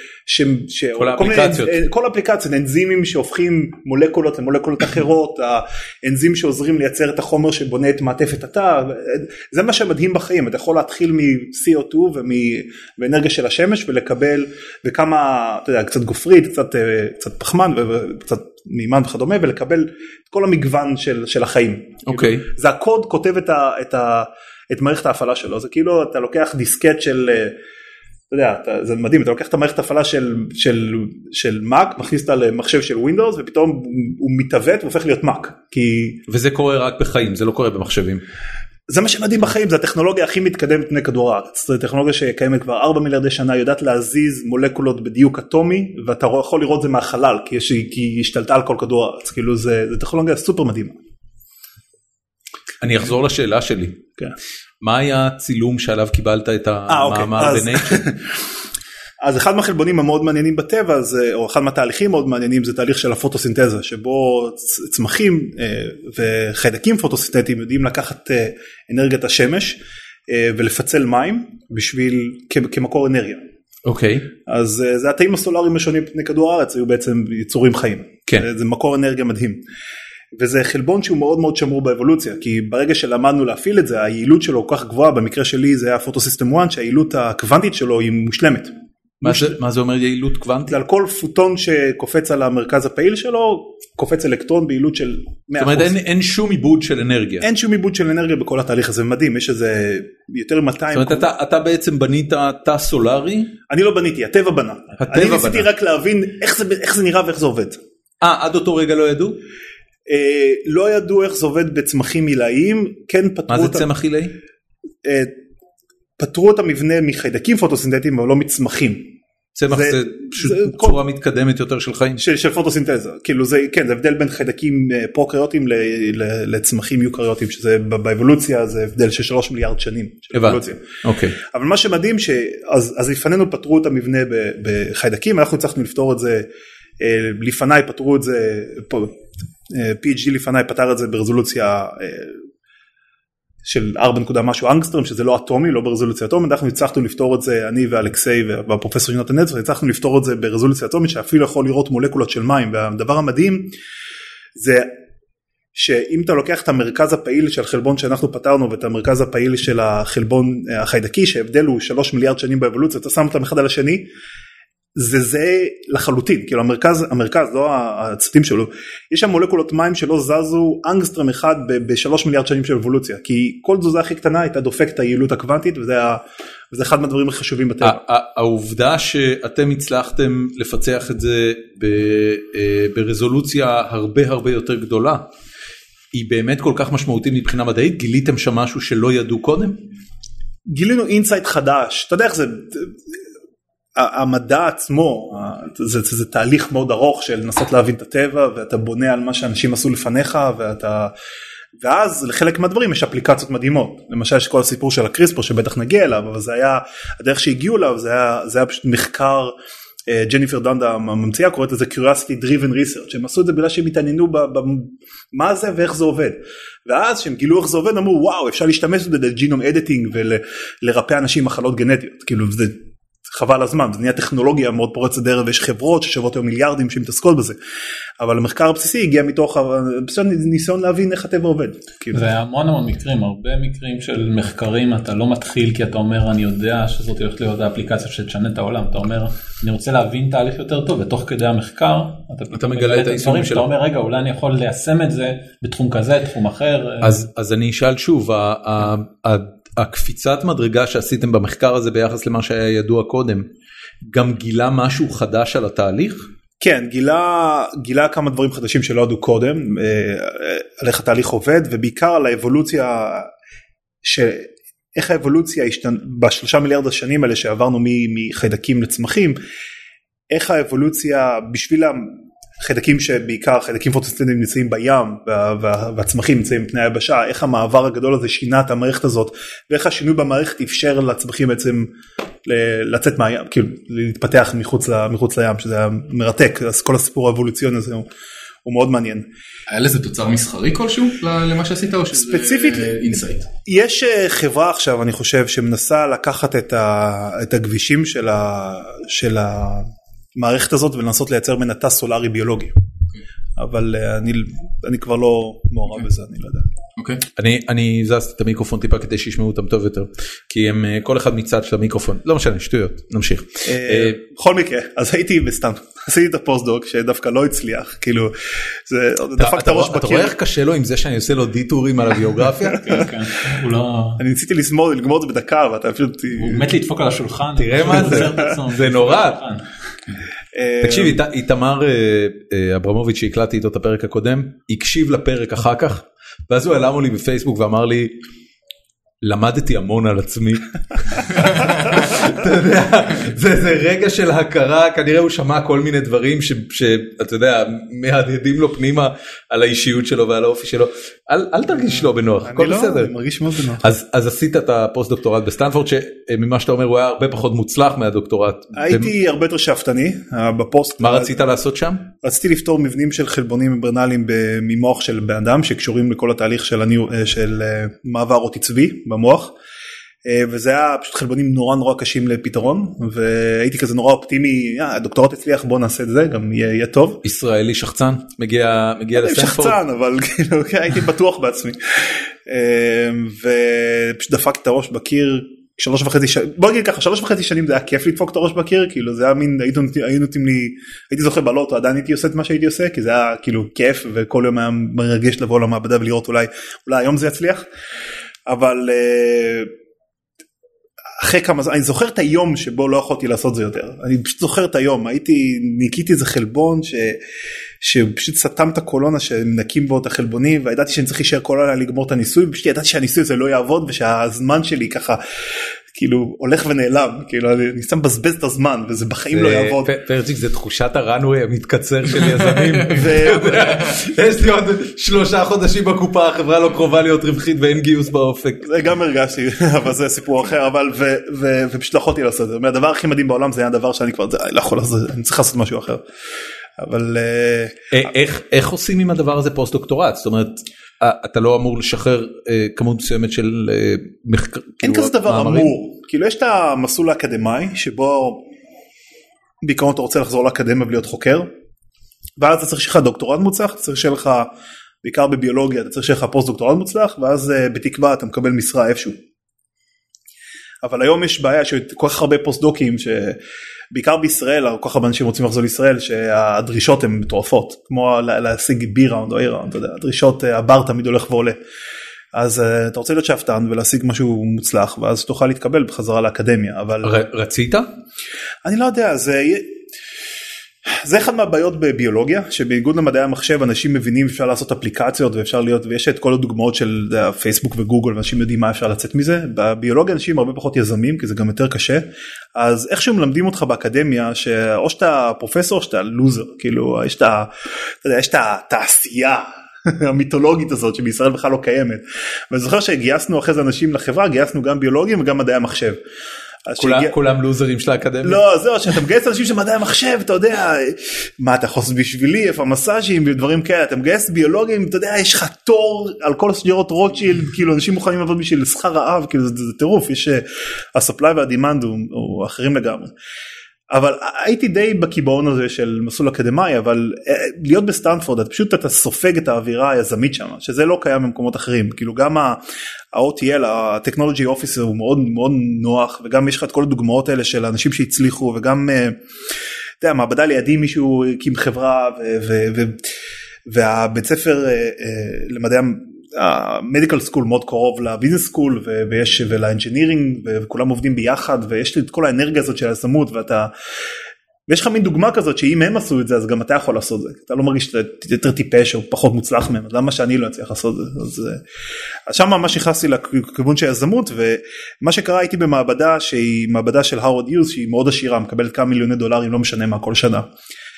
כל האפליקציות, אנזימים שהופכים מולקולות למולקולות אחרות, האנזים שעוזרים לייצר את החומר שבונה את מעטפת התא, זה מה שמדהים בחיים, אתה יכול להתחיל מ-CO2 ומאנרגיה של השמש, ולקבל, וכמה, אתה יודע, קצת גופרית, קצת פחמן, וקצת מימן וכדומה, ולקבל את כל המגוון של החיים. אוקיי. זה הקוד כותב את מערכת ההפעלה שלו, זה כאילו אתה לוקח דיסקט של, אתה יודע, זה מדהים, אתה לוקח את המערכת ההפעלה של Mac, מכניס אותה למחשב של Windows, ופתאום הוא מתעוות והופך להיות Mac. וזה קורה רק בחיים, זה לא קורה במחשבים. זה מה שמדהים בחיים, זה הטכנולוגיה הכי מתקדמת פני כדור הארץ, זה טכנולוגיה שקיימת כבר 4 מיליארדי שנה, יודעת להזיז מולקולות בדיוק אטומי, ואתה יכול לראות זה מהחלל, כי היא השתלטה על כל כדור הארץ, כאילו זה טכנולוגיה סופר מדהימה. אני אחזור לשאלה שלי. כן. מה היה הצילום שעליו קיבלת את המאמר בנייצ'ר? אז אחד מהחלבונים המאוד מעניינים בטבע, או אחד מהתהליכים מאוד מעניינים, זה תהליך של הפוטוסינתזה, שבו צמחים וחיידקים פוטוסינתטיים יודעים לקחת אנרגיית השמש, ולפצל מים כמקור אנרגיה. אוקיי. אז זה התאים הסולריים השונים פני כדור הארץ, היו בעצם יצורים חיים. כן. זה מקור אנרגיה מדהים. וזה חלבון שהוא מאוד מאוד שמור באבולוציה, כי ברגע שלמדנו להפעיל את זה, היעילות שלו כל כך גבוהה, במקרה שלי זה היה פוטוסיסטם 1, שהיעילות הקוונטית שלו היא מושלמת. מה זה אומר יעילות קוונטית? על כל פוטון שקופץ על המרכז הפעיל שלו, קופץ אלקטרון ביעילות של 100%. זאת אומרת אין שום עיבוד של אנרגיה. אין שום עיבוד של אנרגיה בכל התהליך הזה, מדהים, יש איזה יותר מ-200. זאת אומרת אתה בעצם בנית תא סולרי? אני לא בניתי, הטבע בנה. אני ניסיתי רק להבין איך זה נראה ואיך זה עובד. עד אותו רגע לא ידעו? לא ידעו איך זה עובד בצמחים עילאיים, כן פתרו מה זה צמח עילאי? פתרו את המבנה מחיידקים פוטוסינתטיים, אבל לא מצמחים. צמח זה פשוט צורה מתקדמת יותר של חיים? של פוטוסינתזה, כאילו זה, כן, זה הבדל בין חיידקים פרוקריוטיים לצמחים יוקריוטיים, שזה באבולוציה, זה הבדל של 3 מיליארד שנים של אבולוציה. אוקיי. אבל מה שמדהים, אז לפנינו פתרו את המבנה בחיידקים, אנחנו הצלחנו לפתור את זה, לפניי פתרו את זה, PhD לפניי פתר את זה ברזולוציה של 4 משהו אנגסטרם, שזה לא אטומי, לא ברזולוציה אטומית, אנחנו הצלחנו לפתור את זה, אני ואלכסיי והפרופסור יונתן נצר, הצלחנו לפתור את זה ברזולוציה אטומית, שאפילו יכול לראות מולקולות של מים, והדבר המדהים זה שאם אתה לוקח את המרכז הפעיל של חלבון שאנחנו פתרנו, ואת המרכז הפעיל של החלבון החיידקי, שהבדל הוא 3 מיליארד שנים באבולוציה, אתה שם אותם אחד על השני, זה לחלוטין, כאילו המרכז, לא הצטים שלו, יש שם מולקולות מים שלא זזו אנגסטרם אחד ב3 מיליארד שנים של אבולוציה, כי כל תזוזה הכי קטנה הייתה דופקת את היעילות הקוונטית, וזה אחד מהדברים החשובים בטבע. העובדה שאתם הצלחתם לפצח את זה ברזולוציה הרבה יותר גדולה, היא באמת כל כך משמעותית מבחינה מדעית? גיליתם שם משהו שלא ידעו קודם? גילינו אינסייט חדש, אתה יודע איך זה... המדע עצמו, זה תהליך מאוד ארוך של לנסות להבין את הטבע, ואתה בונה על מה שאנשים עשו לפניך, ואז לחלק מהדברים יש אפליקציות מדהימות, למשל יש כל הסיפור של הקריספר שבטח נגיע אליו, אבל זה היה, הדרך שהגיעו אליו, זה היה פשוט מחקר, ג'ניפר דנדה הממציאה קוראת לזה curiosity driven research, הם עשו את זה בגלל שהם התעניינו במה זה ואיך זה עובד, ואז שהם גילו איך זה עובד, אמרו וואו אפשר להשתמש בזה לג'ינום אדיטינג ולרפא אנשים מחלות גנטיות, כאילו זה חבל הזמן, זה נהיה טכנולוגיה מאוד פורצת דרך, ויש חברות ששוות היום מיליארדים שמתעסקות בזה, אבל המחקר הבסיסי הגיע מתוך ניסיון להבין איך הטבע עובד. זה המון מקרים, הרבה מקרים של מחקרים, אתה לא מתחיל כי אתה אומר, אני יודע שזאת הולכת להיות האפליקציה שתשנה את העולם, אתה אומר, אני רוצה להבין תהליך יותר טוב, ותוך כדי המחקר, אתה מגלה את היישום שלו. אתה אומר, רגע, אולי אני יכול ליישם את זה בתחום כזה, תחום אחר. אז אני אשאל שוב, הקפיצת מדרגה שעשיתם במחקר הזה ביחס למה שהיה ידוע קודם, גם גילה משהו חדש על התהליך? כן, גילה כמה דברים חדשים שלא ידעו קודם, על איך התהליך עובד, ובעיקר על האבולוציה, איך האבולוציה ב3 מיליארד השנים האלה שעברנו מחיידקים לצמחים, איך האבולוציה בשביל חיידקים שבעיקר חיידקים פוטוסינתטיים נמצאים בים והצמחים נמצאים בפני היבשה, איך המעבר הגדול הזה שינה את המערכת הזאת ואיך השינוי במערכת אפשר לצמחים בעצם לצאת מהים, כאילו להתפתח מחוץ לים, שזה היה מרתק. אז כל הסיפור האבולוציוני הזה הוא מאוד מעניין. היה לזה תוצר מסחרי כלשהו למה שעשית או ספציפית אינסייט? יש חברה עכשיו אני חושב שמנסה לקחת את הכבישים של המערכת הזאת ולנסות לייצר מנטע סולארי ביולוגי. אבל אני כבר לא מעורב בזה, אני לא יודע. אני זזתי את המיקרופון טיפה כדי שישמעו אותם טוב יותר, כי הם כל אחד מצד של המיקרופון, לא משנה, שטויות, נמשיך. בכל מקרה, אז הייתי בסטנפורד, עשיתי את הפוסט-דוק שדווקא לא הצליח, כאילו, זה דפק את הראש בקיר. אתה רואה איך קשה לו עם זה שאני עושה לו דיטורים על הביוגרפיה? אני ניסיתי לגמור את זה בדקה, ואתה פשוט... הוא מת לדפוק על השולחן. תראה מה זה, זה נורא. תקשיב, איתמר אברמוביץ' שהקלטתי איתו את הפרק הקודם, הקשיב לפרק אחר כך, ואז הוא העלה לי בפייסבוק ואמר לי, למדתי המון על עצמי. אתה יודע, זה רגע של הכרה, כנראה הוא שמע כל מיני דברים שאתה יודע, מהדהדים לו פנימה על האישיות שלו ועל האופי שלו. אל תרגיש לו בנוח, הכל בסדר. אני מרגיש מאוד בנוח. אז עשית את הפוסט דוקטורט בסטנפורד, שממה שאתה אומר הוא היה הרבה פחות מוצלח מהדוקטורט. הייתי הרבה יותר שאפתני בפוסט. מה רצית לעשות שם? רציתי לפתור מבנים של חלבונים מברנליים ממוח של בן אדם, שקשורים לכל התהליך של מעבר אותי צבי במוח. וזה היה פשוט חלבונים נורא קשים לפתרון, והייתי כזה נורא אופטימי, הדוקטורט הצליח, בוא נעשה את זה, גם יהיה טוב. ישראלי שחצן, מגיע לסטנפורד. שחצן, אבל כאילו, הייתי בטוח בעצמי. ופשוט דפקתי את הראש בקיר, 3.5 שנים, בוא נגיד ככה, 3.5 שנים זה היה כיף לדפוק את הראש בקיר, כאילו זה היה מין, הייתי זוכה בלוטו, עדיין הייתי עושה את מה שהייתי עושה, כי זה היה כאילו כיף, וכל יום היה מרגש לבוא למעבדה ולראות אולי היום זה יצליח, אבל אחרי כמה זמן, אני זוכר את היום שבו לא יכולתי לעשות זה יותר, אני פשוט זוכר את היום, ניקיתי איזה חלבון שפשוט סתם את הקולונה שנקים בו את החלבונים, וידעתי שאני צריך להישאר כל הלילה לגמור את הניסוי, ופשוט ידעתי שהניסוי הזה לא יעבוד, ושהזמן שלי ככה כאילו הולך ונעלם, כאילו אני סתם מבזבז את הזמן, וזה בחיים לא יעבוד. פרצ'יק, זה תחושת הרנווי המתקצר של יזמים. יש לי עוד 3 חודשים בקופה, החברה לא קרובה להיות רווחית ואין גיוס באופק. זה גם הרגשתי, אבל זה סיפור אחר, אבל ופשוט לא יכולתי לעשות את זה. הדבר הכי מדהים בעולם זה היה הדבר שאני כבר לא יכול לעשות, אני צריך לעשות משהו אחר. אבל... איך עושים עם הדבר הזה פוסט דוקטורט? זאת אומרת, אתה לא אמור לשחרר כמות מסוימת של מחקר? אין כזה דבר אמור. כאילו יש את המסלול האקדמי, שבו בעיקרון אתה רוצה לחזור לאקדמיה ולהיות חוקר, ואז אתה צריך שיהיה לך דוקטורט מוצלח, אתה צריך שיהיה לך, בעיקר בביולוגיה, אתה צריך שיהיה לך פוסט דוקטורט מוצלח, ואז בתקווה אתה מקבל משרה איפשהו. אבל היום יש בעיה שכל כך הרבה פוסט דוקים, בעיקר בישראל, כל כך הרבה אנשים רוצים לחזור לישראל, שהדרישות הן מטורפות, כמו להשיג B-ראונד או A-ראונד, הדרישות, הבר תמיד הולך ועולה. אז אתה רוצה להיות שאפתן ולהשיג משהו מוצלח, ואז תוכל להתקבל בחזרה לאקדמיה, אבל... רצית? אני לא יודע, זה אחד מהבעיות בביולוגיה, שבניגוד למדעי המחשב, אנשים מבינים אפשר לעשות אפליקציות, ואפשר להיות, ויש את כל הדוגמאות של פייסבוק וגוגל, ואנשים יודעים מה אפשר לצאת מזה. בביולוגיה אנשים הרבה פחות יזמים, כי זה גם יותר קשה. אז איכשהו מלמדים אותך באקדמיה, שאו שאתה פרופסור, או שאתה לוזר, כאילו, יש את התעשייה המיתולוגית הזאת, שבישראל בכלל לא קיימת. ואני זוכר שגייסנו אחרי זה אנשים לחברה, גייסנו גם ביולוגים וגם מדעי המחשב. כולם לוזרים של האקדמיה? לא, זהו, שאתה מגייס אנשים של מדעי המחשב, אתה יודע, מה אתה חושב בשבילי, איפה המסאז'ים ודברים כאלה, אתה מגייס ביולוגים, אתה יודע, יש לך תור על כל הסגרות רוטשילד, כאילו אנשים מוכנים לעבוד בשביל שכר רעב, כאילו זה טירוף, יש הספליי והדימנד הוא אחרים לגמרי. אבל הייתי די בקיבעון הזה של מסלול אקדמי, אבל להיות בסטנפורד, אתה סופג את האווירה היזמית שם, שזה לא קיים במקומות אחרים, כאילו גם ה-OTL, ה-Technology Officer הוא מאוד מאוד נוח, וגם יש לך את כל הדוגמאות האלה של אנשים שהצליחו, וגם, אתה יודע, מעבדה לידי מישהו הקים חברה, והבית ספר למדעי המדיקל סקול מאוד קרוב לביזנס סקול ולאנג'ינירינג וכולם עובדים ביחד ויש לי את כל האנרגיה הזאת של היזמות ויש לך מין דוגמה כזאת שאם הם עשו את זה אז גם אתה יכול לעשות את זה, אתה לא מרגיש שאתה יותר טיפש או פחות מוצלח מהם, אז למה שאני לא אצליח לעשות את זה. אז שם ממש נכנסתי לכיוון של היזמות, ומה שקרה הייתי במעבדה שהיא מעבדה של הרווארד יוז שהיא מאוד עשירה, מקבלת כמה $1,000,000 לא משנה מה כל שנה,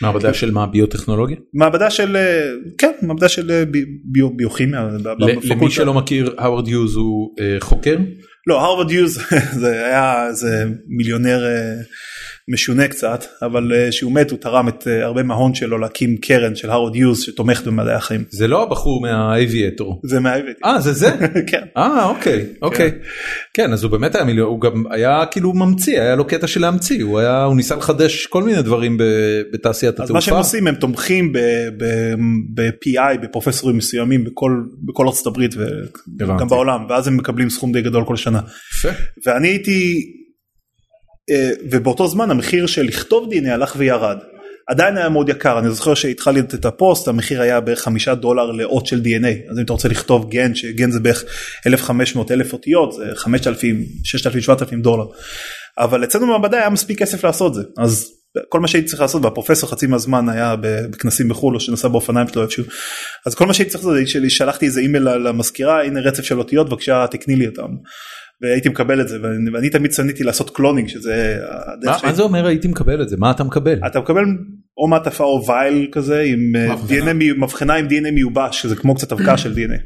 מעבדה של מה? ביוטכנולוגיה? מעבדה של, כן, מעבדה של ביוכימיה. למי שלא מכיר, הרווארד יוז הוא חוקר? לא, הרווארד יוז זה היה איזה מיליונר משונה קצת, אבל שהוא מת הוא תרם את הרבה מההון שלו להקים קרן של הרווארד יוז שתומכת במדעי החיים. זה לא הבחור מהאביאטור. זה מהאביאטור. זה? כן. אוקיי. כן, אז הוא באמת היה מיליון, הוא גם היה כאילו ממציא, היה לו קטע של להמציא, הוא ניסה לחדש כל מיני דברים בתעשיית התעופה. אז מה שהם עושים, הם תומכים ב-PI, בפרופסורים מסוימים בכל ארצות הברית וגם בעולם, ואז הם מקבלים סכום די גדול כל שנה. ואני הייתי, ובאותו זמן המחיר של לכתוב DNA הלך וירד. עדיין היה מאוד יקר, אני זוכר שהתחלתי את הפוסט, המחיר היה בערך $5 לאות של DNA, אז אם אתה רוצה לכתוב גן, שגן זה בערך 1,500 אותיות, זה 5,000, 6,000, 7,000 דולר. אבל אצלנו במעבדה היה מספיק כסף לעשות זה, אז כל מה שהייתי צריך לעשות, והפרופסור חצי מהזמן היה בכנסים בחול, או שנסע באופניים שלו איפשהו, אז כל מה שהייתי צריך לעשות, שלחתי איזה אימייל למזכירה, הנה רצף של אותיות, בבקשה תקני לי אותם. והייתי מקבל את זה, ואני תמיד צניתי לעשות קלונינג, שזה... מה זה אומר הייתי מקבל את זה? מה אתה מקבל? אתה מקבל או מעטפה או וייל כזה, עם מבחנה עם DNA מיובש, שזה כמו קצת אבקה של DNA.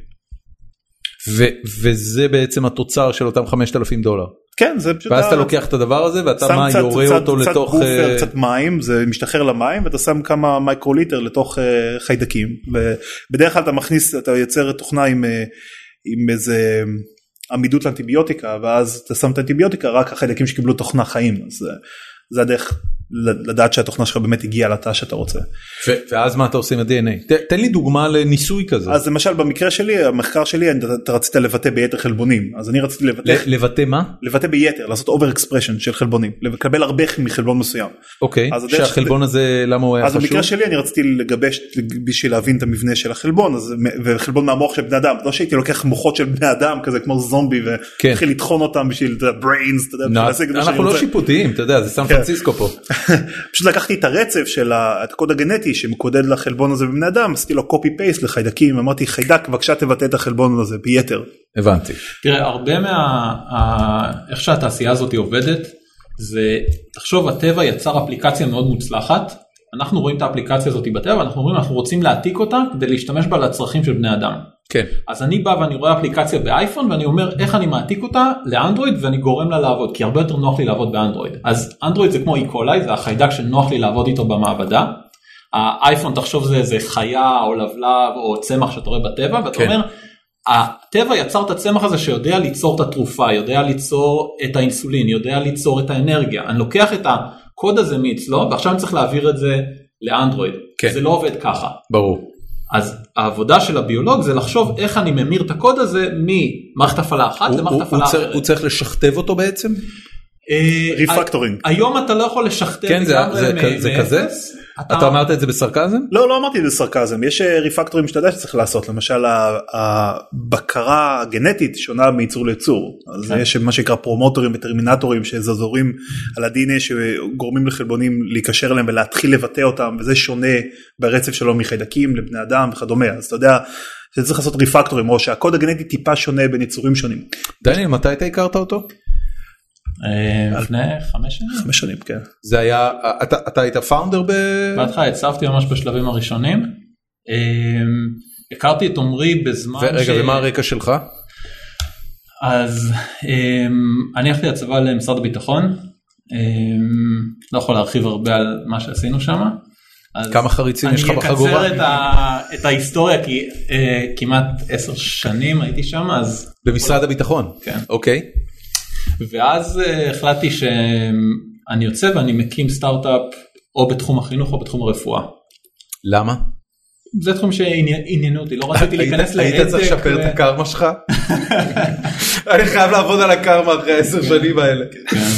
וזה בעצם התוצר של אותם $5,000. כן, זה פשוט... ואז אתה לוקח את הדבר הזה, ואתה מה, יורה אותו לתוך... קצת גופר, קצת מים, זה משתחרר למים, ואתה שם כמה מייקרוליטר לתוך חיידקים. בדרך כלל אתה מכניס, אתה יוצר תוכנה עם איזה... עמידות לאנטיביוטיקה, ואז אתה שם את האנטיביוטיקה, רק החיידקים שקיבלו תוכנה חיים, אז זה הדרך לדעת שהתוכנה שלך באמת הגיעה לתא שאתה רוצה. ואז מה אתה עושה עם ה-DNA? תן לי דוגמה לניסוי כזה. אז למשל במקרה שלי, המחקר שלי, אתה רצית לבטא ביתר חלבונים, אז אני רציתי לבטא מה? לבטא ביתר, לעשות over expression של חלבונים, לקבל הרבה מחלבון מסוים. אוקיי, שהחלבון הזה, למה הוא היה חשוב? אז במקרה שלי אני רציתי לגבש בשביל להבין את המבנה של החלבון, וחלבון מהמוח של בני אדם, לא שהייתי לוקח מוחות של בני אדם, כזה כמו זומבי, והתחיל לטחון אותם בשביל brains, אנחנו לא שיפוטיים, אתה יודע, זה סן פרנסיסקו פה. פשוט לקחתי את הרצף של הקוד הגנטי שמקודד לחלבון הזה בבני אדם, עשיתי לו קופי פייסט לחיידקים, אמרתי חיידק בבקשה תבטא את החלבון הזה ביתר. הבנתי. תראה, הרבה איך שהתעשייה הזאת עובדת, זה, תחשוב, הטבע יצר אפליקציה מאוד מוצלחת, אנחנו רואים את האפליקציה הזאת בטבע, אנחנו אומרים, אנחנו רוצים להעתיק אותה כדי להשתמש בה לצרכים של בני אדם. כן. אז אני בא ואני רואה אפליקציה באייפון ואני אומר איך אני מעתיק אותה לאנדרואיד ואני גורם לה לעבוד, כי הרבה יותר נוח לי לעבוד באנדרואיד. אז אנדרואיד זה כמו איקולאי, זה החיידק שנוח לי לעבוד איתו במעבדה. האייפון תחשוב זה איזה חיה או לבלב או צמח שאתה רואה בטבע, ואתה אומר, הטבע יצר את הצמח הזה שיודע ליצור את התרופה, יודע ליצור את האינסולין, יודע ליצור את האנרגיה. אני לוקח את הקוד הזה מאצלו ועכשיו אני צריך להעביר את זה לאנדרואיד. כן. זה לא עובד ככה. ברור. אז העבודה של הביולוג זה לחשוב איך אני ממיר את הקוד הזה ממערכת הפעלה אחת למערכת הפעלה אחרת. הוא צריך לשכתב אותו בעצם? ריפקטורינג. היום אתה לא יכול לשכתב. כן, זה כזה? אתה אמרת את זה בסרקזם? לא אמרתי את זה בסרקזם. יש ריפקטורים שאתה יודע שצריך לעשות. למשל הבקרה הגנטית שונה מייצור לייצור. אז יש מה שנקרא פרומוטורים וטרמינטורים שזזורים על ה-DNA שגורמים לחלבונים להיקשר להם ולהתחיל לבטא אותם, וזה שונה ברצף שלו מחיידקים לבני אדם וכדומה. אז אתה יודע שזה צריך לעשות ריפקטורים, או שהקוד הגנטי טיפה שונה בין יצורים שונים. דניאל, מתי אתה הכרת אותו? לפני 5 שנים. 5 שנים, כן. זה היה, אתה היית פאונדר בהתחלה, הצפתי ממש בשלבים הראשונים. הכרתי את עומרי בזמן רגע, ומה הרקע שלך? אז אני הלכתי לצבא למשרד הביטחון, לא יכול להרחיב הרבה על מה שעשינו שם. כמה חריצים יש לך בחגורה? אני אקצר את ההיסטוריה, כי כמעט 10 שנים הייתי שם, אז... במשרד הביטחון? כן. אוקיי. ואז החלטתי שאני יוצא ואני מקים סטארט-אפ או בתחום החינוך או בתחום הרפואה. למה? זה תחום שעניינו אותי, לא רציתי להיכנס להדק. היית צריך לשפר את הקרמה שלך? אני חייב לעבוד על הקרמה אחרי 10 שנים האלה.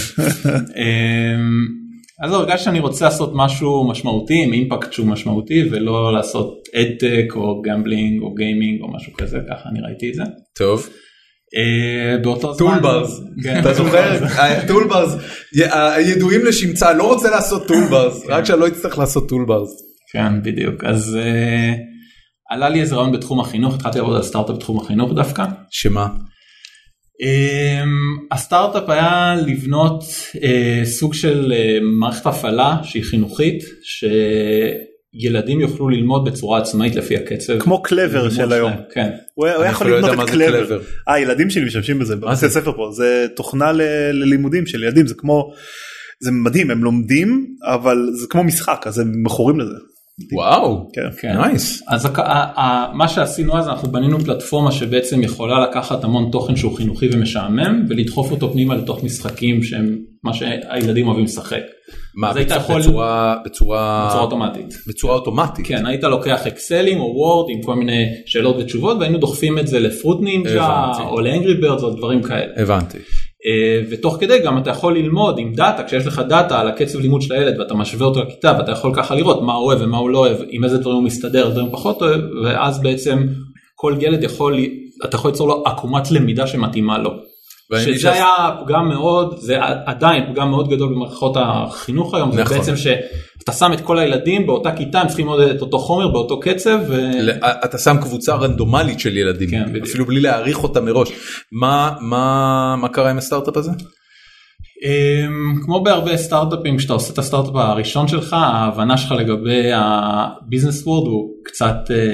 אז הרגשתי שאני רוצה לעשות משהו משמעותי, עם אימפקט שהוא משמעותי, ולא לעשות אדטק או גמבלינג או גיימינג או משהו כזה, ככה אני ראיתי את זה. טוב. באותו זמן... טולברס, אתה זוכר? טולברס, הידועים לשמצה, לא רוצה לעשות טולברס, רק שאני לא אצטרך לעשות טולברס. כן, בדיוק. אז עלה לי איזה רעיון בתחום החינוך, התחלתי לעבוד על סטארט-אפ בתחום החינוך דווקא. שמה? הסטארט-אפ היה לבנות סוג של מערכת הפעלה שהיא חינוכית, שילדים יוכלו ללמוד בצורה עצמאית לפי הקצב. כמו קלבר של היום. כן. הוא יכול לבנות את קלבר. ילדים שלי משתמשים בזה, בבתי ספר פה, זה תוכנה ללימודים של ילדים, זה כמו, זה מדהים, הם לומדים, אבל זה כמו משחק, אז הם מכורים לזה. וואו, נייס. אז מה שעשינו אז, אנחנו בנינו פלטפורמה שבעצם יכולה לקחת המון תוכן שהוא חינוכי ומשעמם, ולדחוף אותו פנימה לתוך משחקים שהם מה שהילדים אוהבים לשחק. מה, בצורה אוטומטית. בצורה אוטומטית? כן, היית לוקח אקסלים או וורד עם כל מיני שאלות ותשובות, והיינו דוחפים את זה לפרוט נינג'ה, או לאנגרי בירדס, או דברים כאלה. הבנתי. ותוך כדי גם אתה יכול ללמוד עם דאטה, כשיש לך דאטה על הקצב לימוד של הילד ואתה משווה אותו לכיתה ואתה יכול ככה לראות מה הוא אוהב ומה הוא לא אוהב, עם איזה דברים הוא מסתדר, דברים פחות אוהב, ואז כל ילד אתה יכול ליצור לו עקומת למידה שמתאימה לו. שזה היה פגם מאוד, זה עדיין פגם מאוד גדול במערכות החינוך היום, זה בעצם שאתה שם את כל הילדים באותה כיתה, הם צריכים ללמוד את אותו חומר באותו קצב. אתה שם קבוצה רנדומלית של ילדים, אפילו בלי להעריך אותה מראש. מה קרה עם הסטארט-אפ הזה? כמו בהרבה סטארט-אפים, כשאתה עושה את הסטארט-אפ הראשון שלך, ההבנה שלך לגבי הביזנס וורד הוא קצת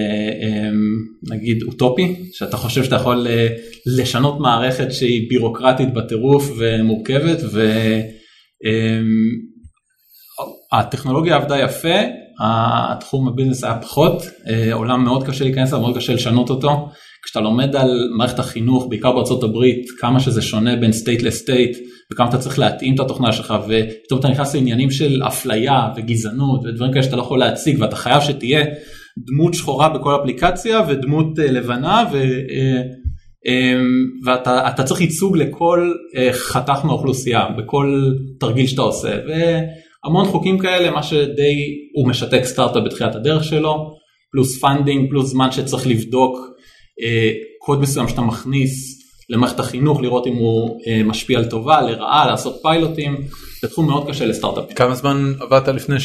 נגיד אוטופי, שאתה חושב שאתה יכול לשנות מערכת שהיא בירוקרטית בטירוף ומורכבת, והטכנולוגיה עבדה יפה, התחום הביזנס היה פחות, עולם מאוד קשה להיכנס, מאוד קשה לשנות אותו, כשאתה לומד על מערכת החינוך, בעיקר בארצות הברית, כמה שזה שונה בין סטייט לסטייט, וכמה אתה צריך להתאים את התוכנה שלך, ופתאום אתה נכנס לעניינים של אפליה וגזענות, ודברים כאלה שאתה לא יכול להציג, ואתה חייב שתהיה דמות שחורה בכל אפליקציה, ודמות לבנה, ואתה צריך ייצוג לכל חתך מהאוכלוסייה, בכל תרגיל שאתה עושה, והמון חוקים כאלה, מה שדי הוא משתק סטארט-אפ בתחילת הדרך שלו, פלוס פנדינג, פלוס זמן שצריך לבדוק, קוד מסוים שאתה מכניס למערכת החינוך, לראות אם הוא משפיע על טובה, לרעה, לעשות פיילוטים, זה תחום מאוד קשה לסטארט-אפים. כמה זמן עבדת לפני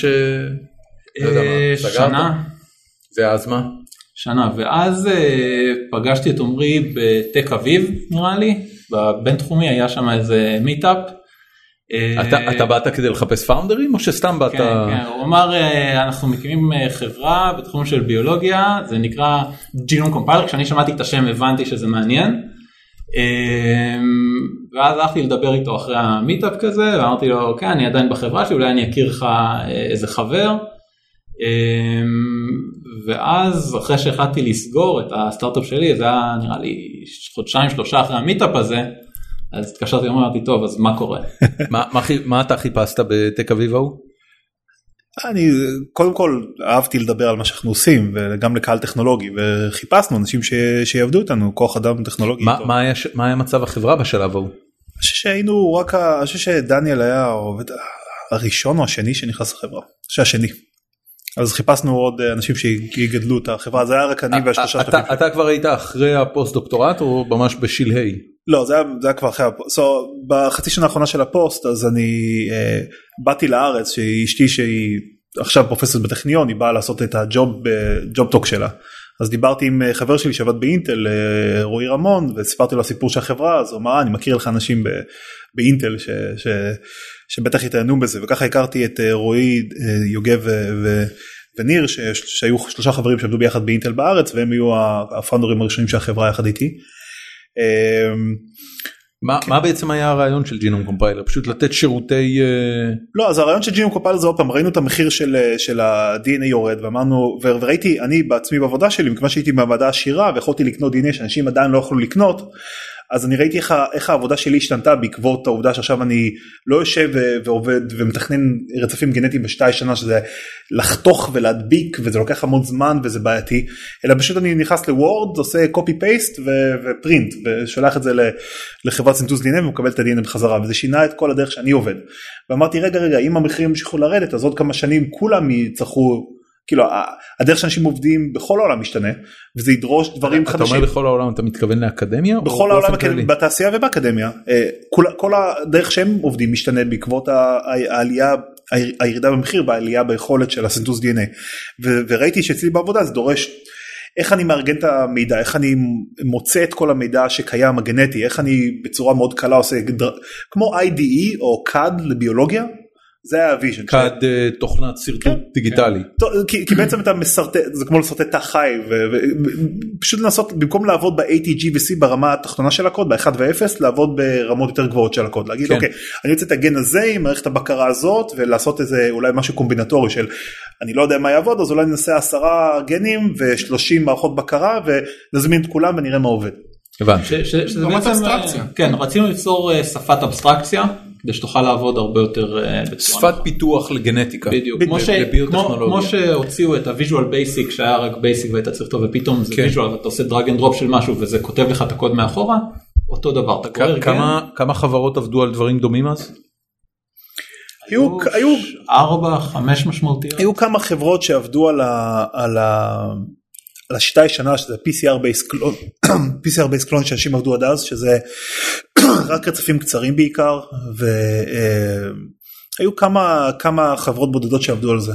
שנה. ואז מה? שנה, ואז פגשתי את עומרי בטק אביב, נראה לי, בבינתחומי היה שם איזה מיטאפ. אתה באת כדי לחפש פאונדרים או שסתם באת? כן, הוא אמר אנחנו מקימים חברה בתחום של ביולוגיה, זה נקרא ג'ינום קומפיילר, כשאני שמעתי את השם הבנתי שזה מעניין, ואז הלכתי לדבר איתו אחרי המיטאפ כזה, ואמרתי לו כן אני עדיין בחברה שלי, אולי אני אכיר לך איזה חבר, ואז אחרי שהחלטתי לסגור את הסטארט-אפ שלי, זה היה נראה לי 2-3 אחרי המיטאפ הזה, אז התקשרתי ואמרתי, טוב, אז מה קורה? מה אתה חיפשת בטק אביב ההוא? אני קודם כל אהבתי לדבר על מה שאנחנו עושים, וגם לקהל טכנולוגי, וחיפשנו אנשים שיעבדו איתנו, כוח אדם טכנולוגי. מה היה מצב החברה בשלב ההוא? אני חושב שהיינו רק, אני חושב שדניאל היה העובד הראשון או השני שנכנס לחברה, השני. אז חיפשנו עוד אנשים שיגדלו את החברה, זה היה רק אני והשלושה שותפים. אתה כבר היית אחרי הפוסט דוקטורט או ממש בשלהי? לא, זה היה כבר אחרי הפוסט. בחצי שנה האחרונה של הפוסט, אז אני באתי לארץ, שאשתי שהיא עכשיו פרופסורית בטכניון, היא באה לעשות את הג'וב טוק שלה. אז דיברתי עם חבר שלי שעבד באינטל, רועי רמון, וסיפרתי לו הסיפור של החברה, אז הוא אמר, אני מכיר לך אנשים באינטל שבטח יתעניינו בזה, וככה הכרתי את רועי, יוגב וניר, שהיו 3 חברים שעבדו ביחד באינטל בארץ, והם היו הפאונדרים הראשונים של החברה יחד איתי. מה בעצם היה הרעיון של ג'ינום קומפיילר? פשוט לתת שירותי... לא, אז הרעיון של ג'ינום קומפיילר זה עוד פעם, ראינו את המחיר של ה-DNA יורד, ואמרנו, וראיתי, אני בעצמי בעבודה שלי, מכיוון שהייתי במעבדה עשירה, ויכולתי לקנות DNA שאנשים עדיין לא יכולו לקנות, אז אני ראיתי איך העבודה שלי השתנתה בעקבות העובדה שעכשיו אני לא יושב ועובד ומתכנן רצפים גנטיים בשתי שנה, שזה לחתוך ולהדביק, וזה לוקח המון זמן וזה בעייתי, אלא פשוט אני נכנס לוורד, עושה copy paste ופרינט, ושולח את זה לחברת סינתוז DNA ומקבל את ה-DNA בחזרה, וזה שינה את כל הדרך שאני עובד. ואמרתי רגע, אם המחירים המשיכו לרדת, אז עוד כמה שנים כולם יצטרכו, כאילו הדרך שאנשים עובדים בכל העולם משתנה, וזה ידרוש דברים חדשים. אתה אומר בכל העולם, אתה מתכוון לאקדמיה? בכל העולם, בתעשייה ובאקדמיה. כל הדרך שהם עובדים משתנה בעקבות הירידה במחיר, בעלייה ביכולת של הסינתוז DNA. וראיתי שאצלי בעבודה זה דורש איך אני מארגן את המידע, איך אני מוצא את כל המידע שקיים הגנטי, איך אני בצורה מאוד קלה עושה, כמו IDE או CAD לביולוגיה, זה היה הוויז'ן. CAD תוכנת סרטוט דיגיטלי. כי בעצם אתה מסרטט, זה כמו לסרטט תא חי, ופשוט לנסות, במקום לעבוד ב-ATG ו-C ברמה התחתונה של הקוד, ב-1 ו-0, לעבוד ברמות יותר גבוהות של הקוד, להגיד אוקיי, אני רוצה את הגן הזה עם מערכת הבקרה הזאת, ולעשות איזה אולי משהו קומבינטורי של, אני לא יודע מה יעבוד, אז אולי ננסה 10 גנים ו30 מערכות בקרה, ונזמין את כולם ונראה מה עובד. הבנתי. שזה בעצם אבסטרקציה. כן, רצינו ליצור שפת אבסטרקציה, כדי שתוכל לעבוד הרבה יותר בצורה. שפת פיתוח לגנטיקה. בדיוק. כמו שהוציאו את ה-Visual Basic, שהיה רק Basic והיית צריך טוב, ופתאום זה Visual, ואתה עושה drag and drop של משהו, וזה כותב לך את הקוד מאחורה, אותו דבר. כמה חברות עבדו על דברים דומים אז? היו 4-5 משמעותיות. היו כמה חברות שעבדו על השיטה הישנה, שזה PCR-based clone שאנשים עבדו עד אז, שזה רק רצפים קצרים בעיקר, והיו כמה חברות בודדות שעבדו על זה.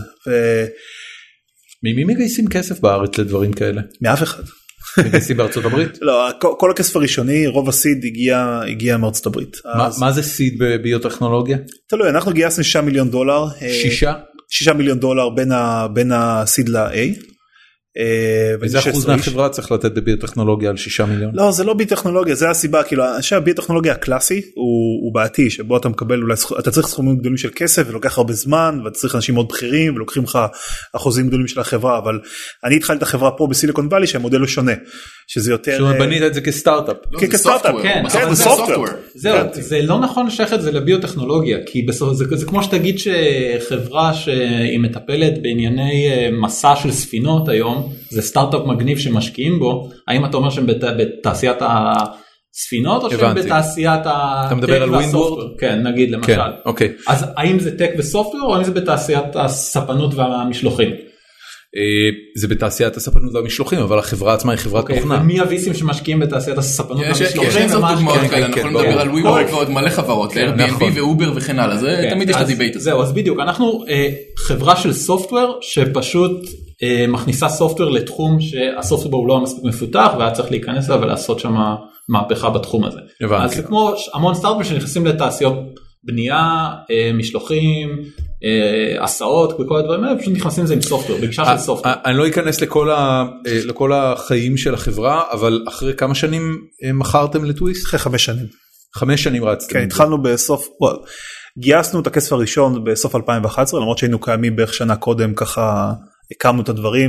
ממי מגייסים כסף בארץ לדברים כאלה? מאף אחד. מגייסים בארצות הברית? לא, כל הכסף הראשוני, רוב הסיד הגיע מארצות הברית. מה זה סיד בביוטכנולוגיה? תלוי, אנחנו גייסנו $6 מיליון. 6 מיליון דולר בין הסיד ל-A. איזה אחוז מהחברה צריך לתת בביוטכנולוגיה על 6 מיליון? לא, זה לא ביוטכנולוגיה, זה הסיבה, כאילו, הביוטכנולוגיה הקלאסי הוא בעייתי, שבו אתה מקבל, אתה צריך סכומים גדולים של כסף, ולוקח הרבה זמן, ואתה צריך אנשים מאוד בכירים, ולוקחים לך אחוזים גדולים של החברה, אבל אני התחלתי את החברה פה בסיליקון ואלי, שהמודל הוא שונה, שזה יותר... שבנית את זה כסטארט-אפ. כסטארט-אפ, כן, זה סופטוור. זהו, זה לא נכון לשייך את זה לביוטכנולוגיה, כי זה כמו שתגיד שחברה שהיא מטפלת בענייני מסע של ספינות היום, זה סטארט-אפ מגניב שמשקיעים בו, האם אתה אומר שהם בתעשיית הספינות או שהם בתעשיית הטק והסופטוור? כן, נגיד למשל. אוקיי. אז האם זה טק וסופטוור או האם זה בתעשיית הספנות והמשלוחים? זה בתעשיית הספנות והמשלוחים, אבל החברה עצמה היא חברת תוכנה. ומי הוויסים שמשקיעים בתעשיית הספנות והמשלוחים? יש אינסוף דוגמאות כאלה, אנחנו יכולים לדבר על WeWork ועוד מלא חברות, Airbnb ואובר וכן הלאה, זה תמיד יש את הדיבייט הזה. זהו, אז בדיוק, אנחנו חברה של סופטוור שפשוט מכניסה סופטוור לתחום שהסופטוור הוא לא מספיק מפותח, והיה צריך להיכנס לה ולעשות שם מהפכה בתחום הזה. אז זה כמו המון סטארט-אפים שנכנסים לתעשיות בנייה, משלוחים, הסעות, וכל הדברים האלה, פשוט נכנסים לזה עם סופטוור, בגישה של סופטוור. אני לא אכנס לכל החיים של החברה, אבל אחרי כמה שנים מכרתם לטוויסט? אחרי 5 שנים. 5 שנים רצתם. כן, התחלנו בסוף, גייסנו את הכסף הראשון בסוף 2011, למרות שהיינו קיימים בערך שנה קודם, ככה הקמנו את הדברים,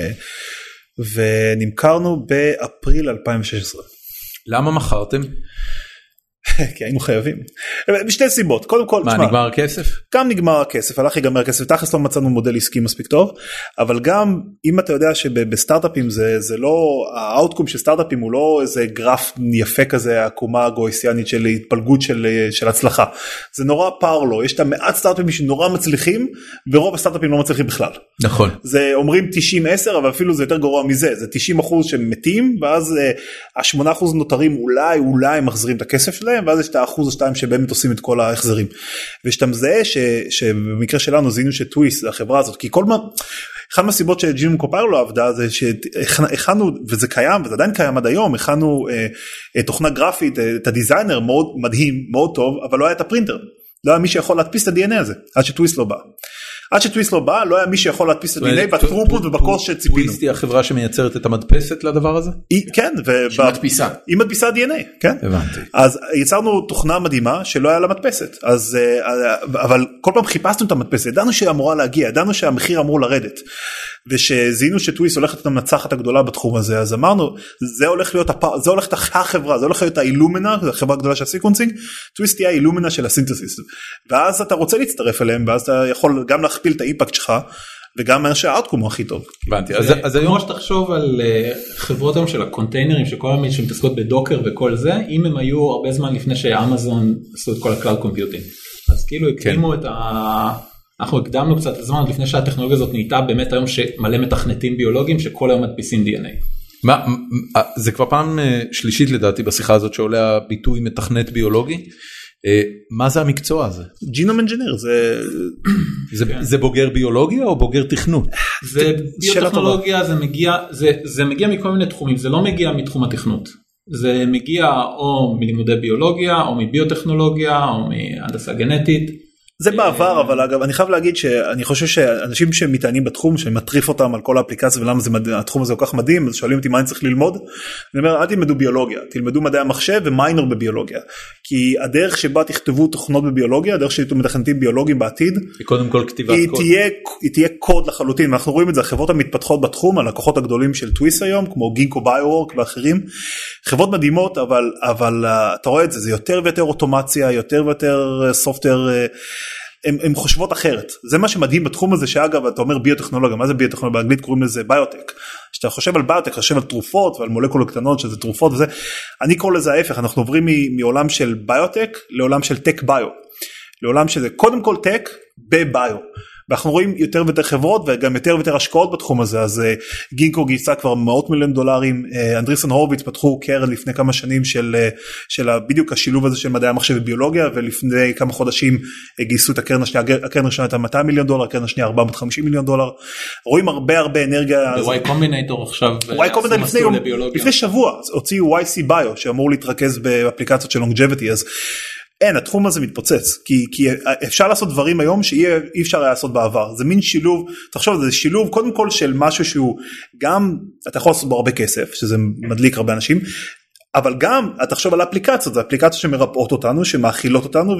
ונמכרנו באפריל 2016. למה מכרתם? כי היינו חייבים. בשתי סיבות. קודם כל, מה, נגמר הכסף? גם נגמר הכסף, הלך להיגמר הכסף, תכלס לא מצאנו מודל עסקי מספיק טוב, אבל גם אם אתה יודע שבסטארט-אפים זה לא, האוטקום של סטארט-אפים הוא לא איזה גרף יפה כזה, עקומה גויסיאנית של התפלגות של הצלחה. זה נורא פארלו, יש את המעט סטארט-אפים שנורא מצליחים, ורוב הסטארט-אפים לא מצליחים בכלל. נכון. זה אומרים 90-10, אבל אפילו זה יותר גרוע מזה, זה 90% שמתים, ואז 8% נותרים אולי מחזירים את הכסף שלהם, ואז יש את האחוז או 2 שבאמת עושים את כל ההחזרים. ושאתה מזהה שבמקרה שלנו זיהינו שטוויסט, החברה הזאת, כי אחד מהסיבות שג'ינום קופר לא עבדה, זה שהכנו, וזה קיים, וזה עדיין קיים עד היום, הכנו תוכנה גרפית, את הדיזיינר מאוד מדהים, מאוד טוב, אבל לא היה את הפרינטר. לא היה מי שיכול להדפיס את ה-DNA הזה, עד שטוויסט לא בא. עד שטוויסט לא בא, לא היה מי שיכול להדפיס את ה-DNA בטרופות ובקורס שציפינו. טוויסט היא החברה שמייצרת את המדפסת לדבר הזה? כן. היא מדפיסה DNA, כן. הבנתי. אז יצרנו תוכנה מדהימה שלא היה לה מדפסת. אבל כל פעם חיפשנו את המדפסת, ידענו שהיא אמורה להגיע, ידענו שהמחיר אמור לרדת. ושזיהינו שטוויסט הולכת את המנצחת הגדולה בתחום הזה, אז אמרנו, זה הולך להיות החברה, זה הולך להיות האילומנה, זו החברה הגדולה של הסיקוונסינג, טוויסט תהיה האילומנה של הסינתסיס. ואז אתה רוצה להצטרף אליהם, ואז אתה יכול גם להכפיל את האימפקט שלך, וגם שהאוטקום הוא הכי טוב. הבנתי. אז היום שתחשוב על חברות היום של הקונטיינרים, שכל המיד שמתעסקות בדוקר וכל זה, אם הם היו הרבה זמן לפני שאמזון עשו את כל הקלאוד קומפיוטינג. אז כאילו הקדימו את אנחנו הקדמנו קצת הזמן לפני שהטכנולוגיה הזאת נהייתה באמת היום שמלא מתכנתים ביולוגיים שכל היום מדפיסים DNA. זה כבר פעם שלישית לדעתי בשיחה הזאת שעולה הביטוי מתכנת ביולוגי. מה זה המקצוע הזה? ג'ינום אנג'יניר, זה בוגר ביולוגיה או בוגר תכנות? זה ביוטכנולוגיה, זה מגיע מכל מיני תחומים, זה לא מגיע מתחום התכנות. זה מגיע או מלימודי ביולוגיה, או מביוטכנולוגיה, או מהנדסה גנטית. זה בעבר, אבל אגב, אני חייב להגיד שאני חושב שאנשים שמתעניינים בתחום, שמטריף אותם על כל האפליקציה ולמה התחום הזה כל כך מדהים, אז שואלים אותי מה אני צריך ללמוד, אני אומר, אל תלמדו ביולוגיה, תלמדו מדעי המחשב ומיינור בביולוגיה, כי הדרך שבה תכתבו תוכנות בביולוגיה, הדרך שתהיו מתכנתים ביולוגיים בעתיד, קודם כל כתיבת קוד. היא תהיה קוד לחלוטין, ואנחנו רואים את זה, החברות המתפתחות בתחום, הלקוחות הגדולים של טוויס היום, כמו גינקו ביו-וורק ואחרים, חברות מדהימות, אבל אתה רואה את זה, זה יותר ויותר אוטומציה, יותר ויותר סופטוור, הם חושבות אחרת. זה מה שמדהים בתחום הזה, שאגב, אתה אומר ביוטכנולוגיה, מה זה ביוטכנולוגיה? באנגלית קוראים לזה ביוטק. כשאתה חושב על ביוטק, חושב על תרופות ועל מולקולות קטנות, שזה תרופות וזה, אני קורא לזה ההפך, אנחנו עוברים מעולם של ביוטק לעולם של טק ביו. לעולם שזה קודם כל טק בביו. ואנחנו רואים יותר ויותר חברות וגם יותר ויותר השקעות בתחום הזה, אז גינקו גייסה כבר $100 מיליון, אנדריסן הורוביץ פתחו קרן לפני כמה שנים של בדיוק השילוב הזה של מדעי המחשב וביולוגיה, ולפני כמה חודשים גייסו את הקרן השנייה, הקרן הראשונה הייתה $200 מיליון, הקרן השנייה $450 מיליון, רואים הרבה אנרגיה. ו-Y Combinator עכשיו, Y Combinator לפני שבוע, הוציאו YC Bio שאמור להתרכז באפליקציות של longevity, אז אין, התחום הזה מתפוצץ, כי אפשר לעשות דברים היום שאי אפשר לעשות בעבר, זה מין שילוב, תחשוב, זה שילוב קודם כל של משהו שהוא גם, אתה יכול לעשות בו הרבה כסף, שזה מדליק הרבה אנשים, אבל גם, אתה תחשוב על האפליקציות, זה אפליקציות שמרפאות אותנו, שמאכילות אותנו,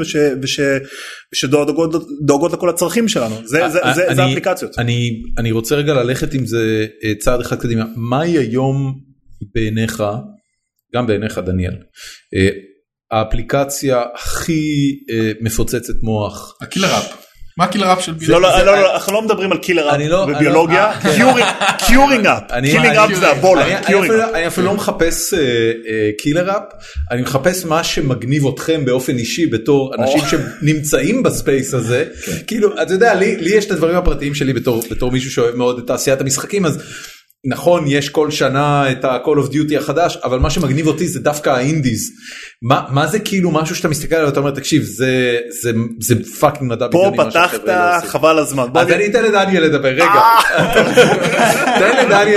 ושדואגות לכל הצרכים שלנו, זה האפליקציות. אני רוצה רגע ללכת עם זה צעד אחד קדימה, מהי היום בעיניך, גם בעיניך דניאל, האפליקציה הכי מפוצצת מוח? הקילר אפ. מה הקילר אפ של ביולוגיה? לא, אנחנו לא מדברים על קילר אפ בביולוגיה, קיורינג אפ, קילינג אפ זה הבולה. אני אפילו לא מחפש קילר אפ, אני מחפש מה שמגניב אתכם באופן אישי בתור אנשים שנמצאים בספייס הזה, כאילו, אתה יודע, לי יש את הדברים הפרטיים שלי בתור מישהו שאוהב מאוד את תעשיית המשחקים, אז נכון, יש כל שנה את ה-Call of Duty החדש, אבל מה שמגניב אותי זה דווקא האינדיז. מה זה כאילו משהו שאתה מסתכל עליו, אתה אומר, תקשיב, זה פאקינג מדע בדיוני. פה פתחת חבל הזמן. אז אני אתן לדניאל לדבר, רגע. תן לדניאל.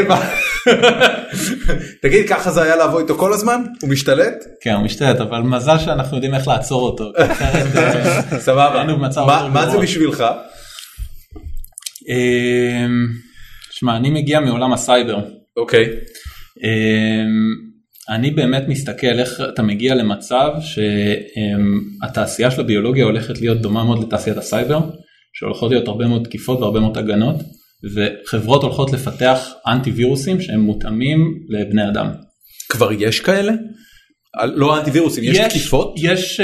תגיד, ככה זה היה לעבוד איתו כל הזמן? הוא משתלט? כן, הוא משתלט, אבל מזל שאנחנו יודעים איך לעצור אותו. סבבה. מה זה בשבילך? שמע, אני מגיע מעולם הסייבר. אוקיי. אני באמת מסתכל איך אתה מגיע למצב שהתעשייה של הביולוגיה הולכת להיות דומה מאוד לתעשיית הסייבר, שהולכות להיות הרבה מאוד תקיפות והרבה מאוד הגנות, וחברות הולכות לפתח אנטי וירוסים שהם מותאמים לבני אדם. כבר יש כאלה? לא אנטי וירוסים, יש תקיפות? יש,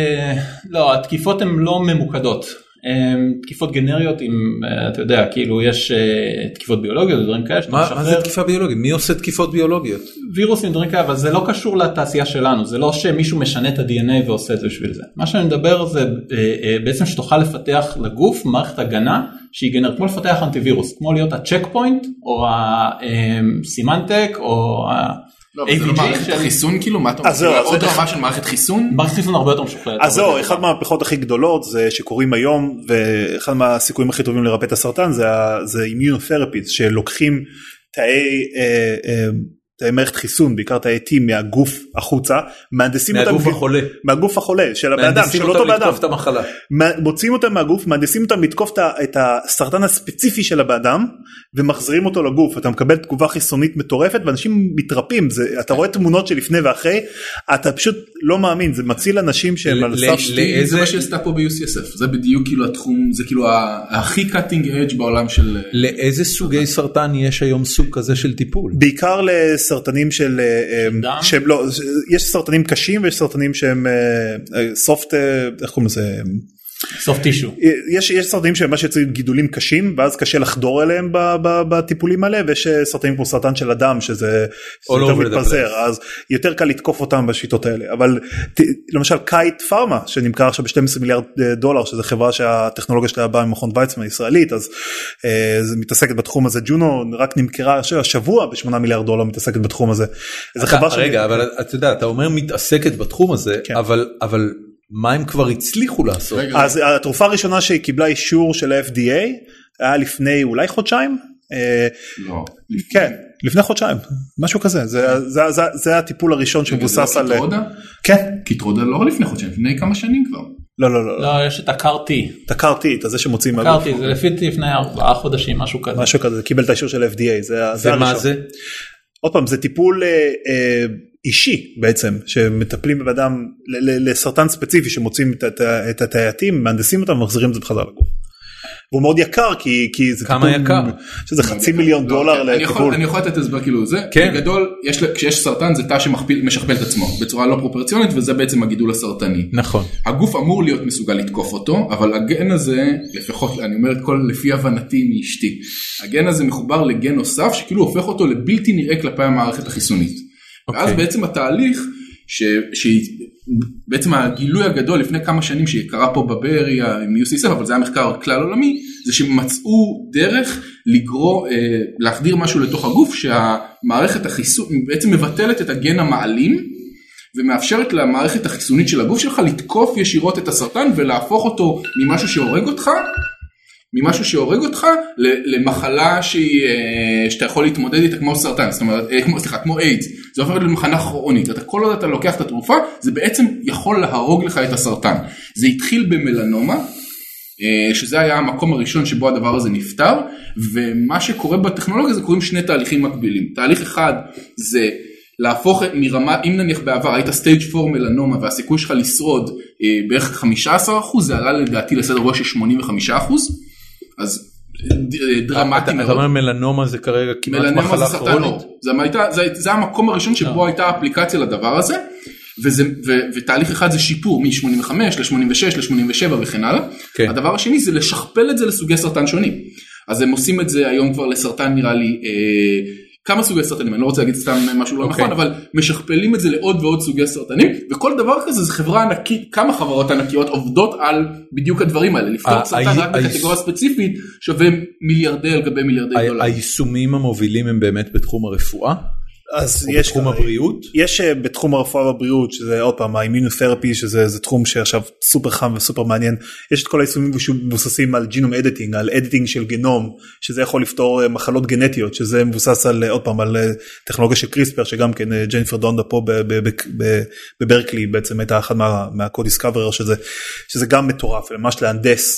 לא, התקיפות הן לא ממוקדות. תקיפות גנריות, אם אתה יודע, כאילו יש תקיפות ביולוגיות ודברים כאלה. מה זה תקיפה ביולוגית? מי עושה תקיפות ביולוגיות? וירוסים ודברים כאלה, אבל זה לא קשור לתעשייה שלנו, זה לא שמישהו משנה את ה-DNA ועושה את זה בשביל זה. מה שאני מדבר זה בעצם שתוכל לפתח לגוף מערכת הגנה, שהיא גנרית, כמו לפתח אנטיווירוס, כמו להיות הצ'ק פוינט, או הסימנטק, או לא, זה לא מערכת חיסון כאילו, מה אתה אומר? עוד רמה של מערכת חיסון? מערכת חיסון הרבה יותר משוכללת. אז זהו, אחד מהמהפכות הכי גדולות זה שקורים היום, ואחד מהסיכויים הכי טובים לרפא את הסרטן זה אימיונותרפיס, שלוקחים תאי מערכת חיסון, בעיקר תאי T מהגוף החוצה, מהנדסים אותם מהגוף החולה של הבאדם, של אותו באדם, מוציאים אותם מהגוף, מהנדסים אותם לתקוף את הסרטן הספציפי של הבאדם, ומחזירים אותו לגוף, אתה מקבל תגובה חיסונית מטורפת, ואנשים מתרפים, אתה רואה תמונות שלפני ואחרי, אתה פשוט לא מאמין, זה מציל אנשים שהם על סף שתי. זה מה שעשתה פה ב-UCSF, זה בדיוק כאילו התחום, זה כאילו הכי cutting edge בעולם של. לאיזה סוגי סרטן יש היום סוג כזה של טיפול? בעיקר סרטנים של, לא, יש סרטנים קשים ויש סרטנים שהם soft, איך קוראים לזה? soft tissue. יש סרטנים שמה שיוצאים גידולים קשים ואז קשה לחדור אליהם בטיפולים האלה, ויש סרטנים כמו סרטן של הדם שזה יותר מתפזר, אז יותר קל לתקוף אותם בשיטות האלה. אבל למשל קייט פארמה שנמכר עכשיו ב$12 מיליארד, שזה חברה שהטכנולוגיה שלה באה ממכון ויצמן ישראלית, אז זה מתעסקת בתחום הזה. ג'ונו רק נמכרה השבוע ב$8 מיליארד מתעסקת בתחום הזה. רגע, אבל אתה יודע, אתה אומר מתעסקת בתחום הזה, אבל מה הם כבר הצליחו לעשות? אז התרופה הראשונה שהיא קיבלה אישור של ה-FDA, היה לפני אולי חודשיים? לא. כן, לפני חודשיים, משהו כזה, זה הטיפול הראשון שמבוסס על... קיטרודה? כן. קיטרודה לא לפני חודשיים, לפני כמה שנים כבר. לא, יש את הקארטי. את הקארטי, את זה שמוצאים... הקארטי, זה לפני 4 חודשים, משהו כזה. משהו כזה, קיבל את האישור של ה-FDA, זה הראשון. ומה זה? עוד פעם, זה טיפול אישי בעצם, שמטפלים בבדם לסרטן ספציפי, שמוצאים את התאייתים, מהנדסים אותם ומחזירים את זה בחזרה לגוף. והוא מאוד יקר, כי זה כמה יקר? שזה $500,000 לטיפול. אני יכול לתת הסבר כאילו זה, בגדול, כשיש סרטן זה תא שמשכפל את עצמו, בצורה לא פרופורציונית, וזה בעצם הגידול הסרטני. נכון. הגוף אמור להיות מסוגל לתקוף אותו, אבל הגן הזה, לפחות, אני אומר את כל לפי הבנתי מאשתי, הגן הזה מחובר לגן נוסף, שכאילו הופך אותו לבלתי נראה כלפי המערכת החיסונית. ואז בעצם התהליך, בעצם הגילוי הגדול לפני כמה שנים שקרה פה בבאריה עם UCSF, אבל זה היה מחקר כלל עולמי, זה שמצאו דרך להחדיר משהו לתוך הגוף, שהמערכת החיסון בעצם מבטלת את הגן המעלים, ומאפשרת למערכת החיסונית של הגוף שלך לתקוף ישירות את הסרטן, ולהפוך אותו ממשהו שהורג אותך למחלה שאתה יכול להתמודד איתה כמו סרטן, זאת אומרת, כמו איידס, זה הופך למחלה כרונית, כל עוד אתה לוקח את התרופה, זה בעצם יכול להרוג לך את הסרטן. זה התחיל במלנומה, שזה היה המקום הראשון שבו הדבר הזה נפטר, ומה שקורה בטכנולוגיה זה קוראים שני תהליכים מקבילים. תהליך אחד זה להפוך מרמה, אם נניח בעבר היית סטייג' 4 מלנומה והסיכוי שלך לשרוד בערך 15%, זה עלה לדעתי לסדר גודל של 85%, אז דרמטי מאוד. אתה אומר מלנומה זה כרגע כמעט מחלה כרונית? זה המקום הראשון שבו הייתה אפליקציה לדבר הזה, ותהליך אחד זה שיפור מ-85 ל-86 ל-87 וכן הלאה. הדבר השני זה לשכפל את זה לסוגי סרטן שונים. אז הם עושים את זה היום כבר לסרטן נראה לי כמה סוגי סרטנים, אני לא רוצה להגיד סתם משהו לא נכון, אבל משכפלים את זה לעוד ועוד סוגי סרטנים, וכל דבר כזה זה חברה ענקית, כמה חברות ענקיות עובדות על בדיוק הדברים האלה, לפתור סרטן רק בקטגוריה ספציפית, שווה מיליארדי על גבי מיליארדי דולר. היישומים המובילים הם באמת בתחום הרפואה? אז יש בתחום הבריאות? יש בתחום הרפואה והבריאות, שזה עוד פעם, האימונותרפי, שזה תחום שעכשיו סופר חם וסופר מעניין, יש את כל היישומים מבוססים על ג'ינום אדיטינג, על אדיטינג של גנום, שזה יכול לפתור מחלות גנטיות, שזה מבוסס על, עוד פעם, על טכנולוגיה של קריספר, שגם כן ג'ניפר דונדה פה בברקלי, בעצם הייתה אחד מהקוד דיסקאברר, שזה גם מטורף, ממש להנדס,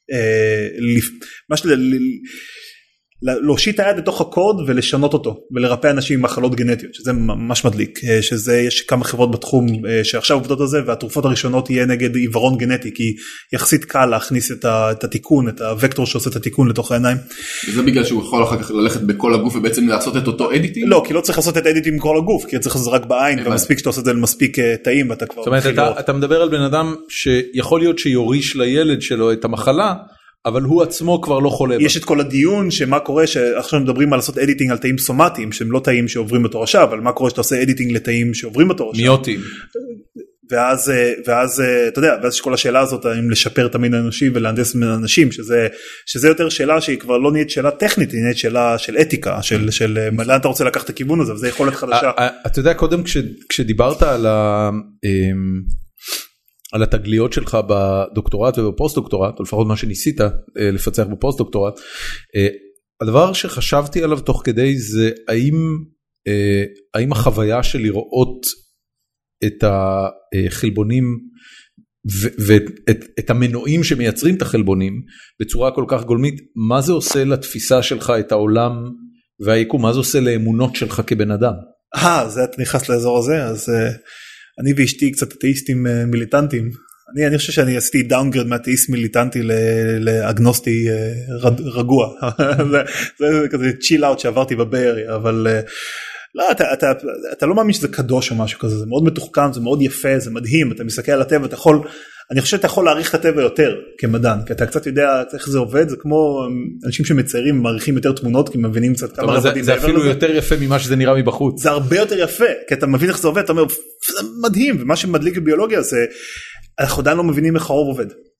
ממש להושיט היד לתוך הקוד ולשנות אותו ולרפא אנשים עם מחלות גנטיות, שזה ממש מדליק, יש כמה חברות בתחום שעכשיו עובדות על זה, והתרופות הראשונות יהיה נגד עיוורון גנטי, כי יחסית קל להכניס את התיקון, את הוקטור שעושה את התיקון לתוך העיניים. וזה בגלל שהוא יכול אחר כך ללכת בכל הגוף ובעצם לעשות את אותו אדיטינג? לא, כי לא צריך לעשות את אדיטינג בכל הגוף, כי צריך לעשות את זה רק בעין, ומספיק שאתה עושה את זה למספיק טעים, ואתה כבר... זאת אומרת, אתה מדבר על בן אדם שיכול להיות שיוריש לילד שלו את המחלה, אבל הוא עצמו כבר לא חולה. יש את כל הדיון שמה קורה שעכשיו מדברים על לעשות אדיטינג על תאים סומטיים, שהם לא תאים שעוברים בתורשה, אבל מה קורה שאתה עושה אדיטינג לתאים שעוברים בתורשה? מיוטים. ואז אתה יודע, ואז יש כל השאלה הזאת, האם לשפר את המין האנושי ולהנדס מן האנשים, שזה יותר שאלה שהיא כבר לא נהיית שאלה טכנית, היא נהיית שאלה של אתיקה, של לאן אתה רוצה לקחת את הכיוון הזה, וזה יכולת חדשה. אתה יודע, קודם כשדיברת על התגליות שלך בדוקטורט ובפוסט-דוקטורט, או לפחות מה שניסית לפצח בפוסט-דוקטורט, הדבר שחשבתי עליו תוך כדי זה האם החוויה של לראות את החלבונים ואת המנועים שמייצרים את החלבונים בצורה כל כך גולמית, מה זה עושה לתפיסה שלך את העולם והיקום, מה זה עושה לאמונות שלך כבן אדם? זה את נכנס לאזור הזה, אז... אני ואשתי קצת אתאיסטים מיליטנטים, אני חושב שאני עשיתי דאונגרד מאתאיסט מיליטנטי לאגנוסטי רגוע, זה כזה צ'יל אאוט שעברתי בבאריה, אבל לא, אתה לא מאמין שזה קדוש או משהו כזה, זה מאוד מתוחכם, זה מאוד יפה, זה מדהים, אתה מסתכל על הטבע, אני חושב שאתה יכול להעריך את הטבע יותר כמדען, כי אתה קצת יודע איך זה עובד, זה כמו אנשים שמציירים, מעריכים יותר תמונות, כי מבינים קצת כמה רבדים. זה אפילו יותר יפה ממה שזה נראה מבחוץ. זה הרבה יותר יפה, כי אתה מבין איך זה עובד, אתה אומר, זה מדהים, ומה שמדליק בביולוגיה זה, אנחנו עדיין לא מבינים איך הרוב עובד.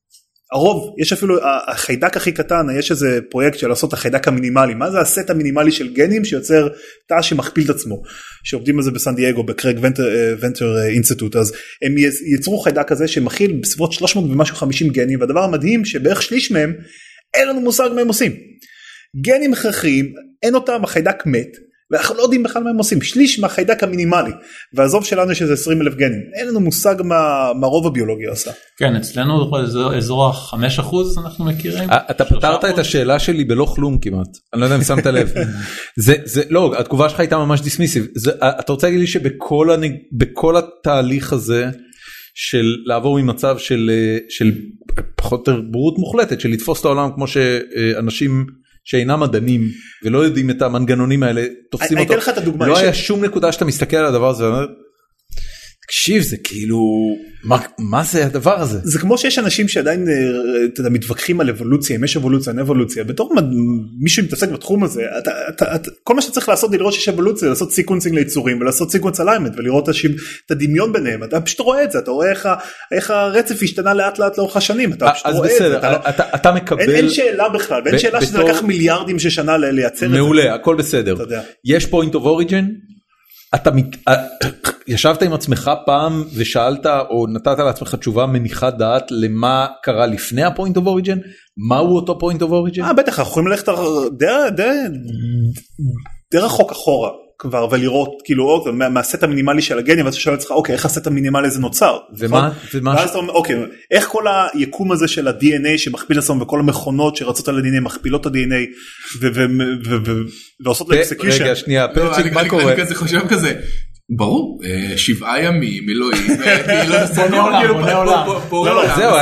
הרוב, יש אפילו החיידק הכי קטן, יש איזה פרויקט של לעשות החיידק המינימלי, מה זה הסט המינימלי של גנים שיוצר תא שמכפיל את עצמו, שעובדים על זה בסן דייגו, בקרייג ונטר אינסטיטוט, אז הם יצרו חיידק כזה שמכיל בסביבות 300 ומשהו 50 גנים, והדבר המדהים שבערך שליש מהם, אין לנו מושג מה הם עושים. גנים הכרחיים, אין אותם, החיידק מת, ואנחנו לא יודעים בכלל מה הם עושים, שליש מהחיידק המינימלי, והעזוב שלנו יש איזה 20,000 גנים, אין לנו מושג מה רוב הביולוגיה עושה. כן, אצלנו אזור ה5% אנחנו מכירים. אתה פתרת את השאלה שלי בלא כלום כמעט, אני לא יודע אם שמת לב. לא, התגובה שלך הייתה ממש דיסמיסיב, אתה רוצה להגיד לי שבכל התהליך הזה, של לעבור ממצב של פחות בורות מוחלטת, של לתפוס את העולם כמו שאנשים שאינם מדענים ולא יודעים את המנגנונים האלה, תופסים אותו. לא היה שום נקודה שאתה מסתכל על הדבר הזה ואומר, תקשיב, זה כאילו, מה זה הדבר הזה? זה כמו שיש אנשים שעדיין מתווכחים על אבולוציה, אם יש אבולוציה, אין אבולוציה. בתור מישהו מתעסק בתחום הזה, כל מה שצריך לעשות היא לראות שיש אבולוציה, לעשות סיקוונסינג ליצורים, ולעשות סיקוונס אליימנט, ולראות את הדמיון ביניהם. אתה פשוט רואה את זה, אתה רואה איך הרצף השתנה לאט לאט לאורך השנים. אז בסדר, אתה מקבל... אין שאלה בכלל, ואין שאלה שזה לקח מיליארדים של שנה לייצר את זה. מעולה, הכל בסדר. יש point of origin? אתה ישבת עם עצמך פעם ושאלת או נתת לעצמך תשובה מניחת דעת למה קרה לפני הפוינט אוף אוריג'ן? מהו אותו פוינט אוף אוריג'ן? בטח, אנחנו יכולים ללכת די רחוק אחורה כבר ולראות כאילו מהסט המינימלי של הגנים, ואז שואל אצלך אוקיי, איך הסט המינימלי הזה נוצר? ומה? אוקיי, איך כל היקום הזה של ה-DNA שמכפיל עצמו וכל המכונות שרצות על ה-DNA מכפילות את ה-DNA ועושות לאקסקיושן. רגע, שנייה, פרצ'יק, מה קורה? אני כזה חושב כזה, ברור, 7 ימים, אלוהים, בונה עולם. זהו,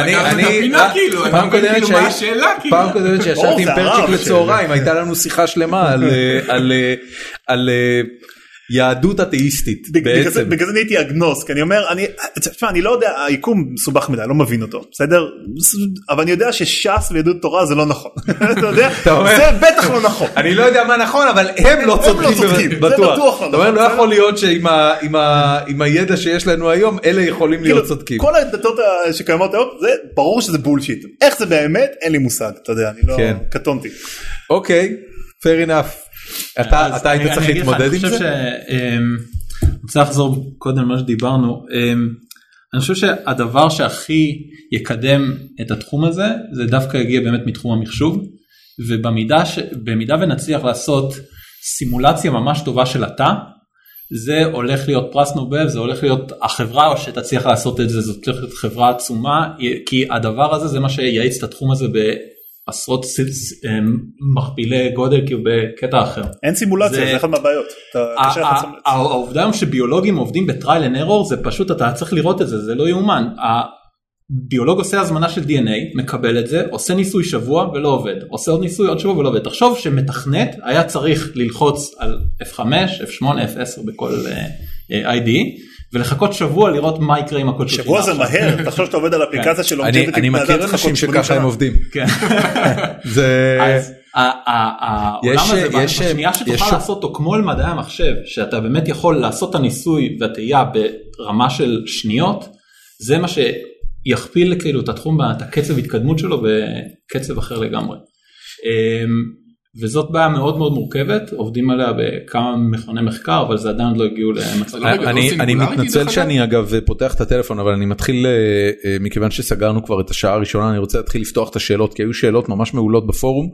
פעם קודמת שישבתי עם פרצ'יק לצהריים, הייתה לנו שיחה שלמה על יהדות אתאיסטית בעצם. בגלל זה נהייתי אגנוס, כי אני אומר, אני לא יודע, היקום מסובך מדי, לא מבין אותו, בסדר? אבל אני יודע שש"ס ויהדות תורה זה לא נכון. אתה יודע? זה בטח לא נכון. אני לא יודע מה נכון, אבל הם לא צודקים, בטוח. זאת אומרת, לא יכול להיות שעם הידע שיש לנו היום, אלה יכולים להיות צודקים. כל הדתות שקיימות היום, זה ברור שזה בולשיט. איך זה באמת? אין לי מושג, אתה יודע, אני לא קטונתי. אוקיי, fair enough. אתה היית צריך להתמודד עם זה? אני רוצה לחזור קודם מה שדיברנו, אני חושב שהדבר שהכי יקדם את התחום הזה, זה דווקא יגיע באמת מתחום המחשוב, ובמידה ונצליח לעשות סימולציה ממש טובה של התא, זה הולך להיות פרס נובל, זה הולך להיות החברה שתצליח לעשות את זה, זאת הולכת להיות חברה עצומה, כי הדבר הזה זה מה שיעיץ את התחום הזה עשרות מכפילי גודל כאילו בקטע אחר. אין סימולציה, זה אחד מהבעיות. העובדה היא שביולוגים עובדים בטרייל אנד ארור, זה פשוט, אתה צריך לראות את זה, זה לא יאומן. הביולוג עושה הזמנה של DNA, מקבל את זה, עושה ניסוי שבוע ולא עובד, עושה עוד ניסוי עוד שבוע ולא עובד. תחשוב שמתכנת היה צריך ללחוץ על F5, F8, F10 בכל IDE, ולחכות שבוע לראות מה יקרה עם הקוד שבוע זה מהר, תחשוב שאתה עובד על אפליקציה של לונג'ביטי. אני מכיר אנשים שככה הם עובדים. אז העולם הזה, בשנייה שתוכל לעשות אותו כמו למדעי המחשב, שאתה באמת יכול לעשות את הניסוי והתאייה ברמה של שניות, זה מה שיכפיל כאילו את התחום, את הקצב התקדמות שלו בקצב אחר לגמרי. וזאת בעיה מאוד מאוד מורכבת, עובדים עליה בכמה מכוני מחקר, אבל זה עדיין לא הגיעו למצב. אני מתנצל שאני אגב פותח את הטלפון, אבל אני מתחיל, מכיוון שסגרנו כבר את השעה הראשונה, אני רוצה להתחיל לפתוח את השאלות, כי היו שאלות ממש מעולות בפורום,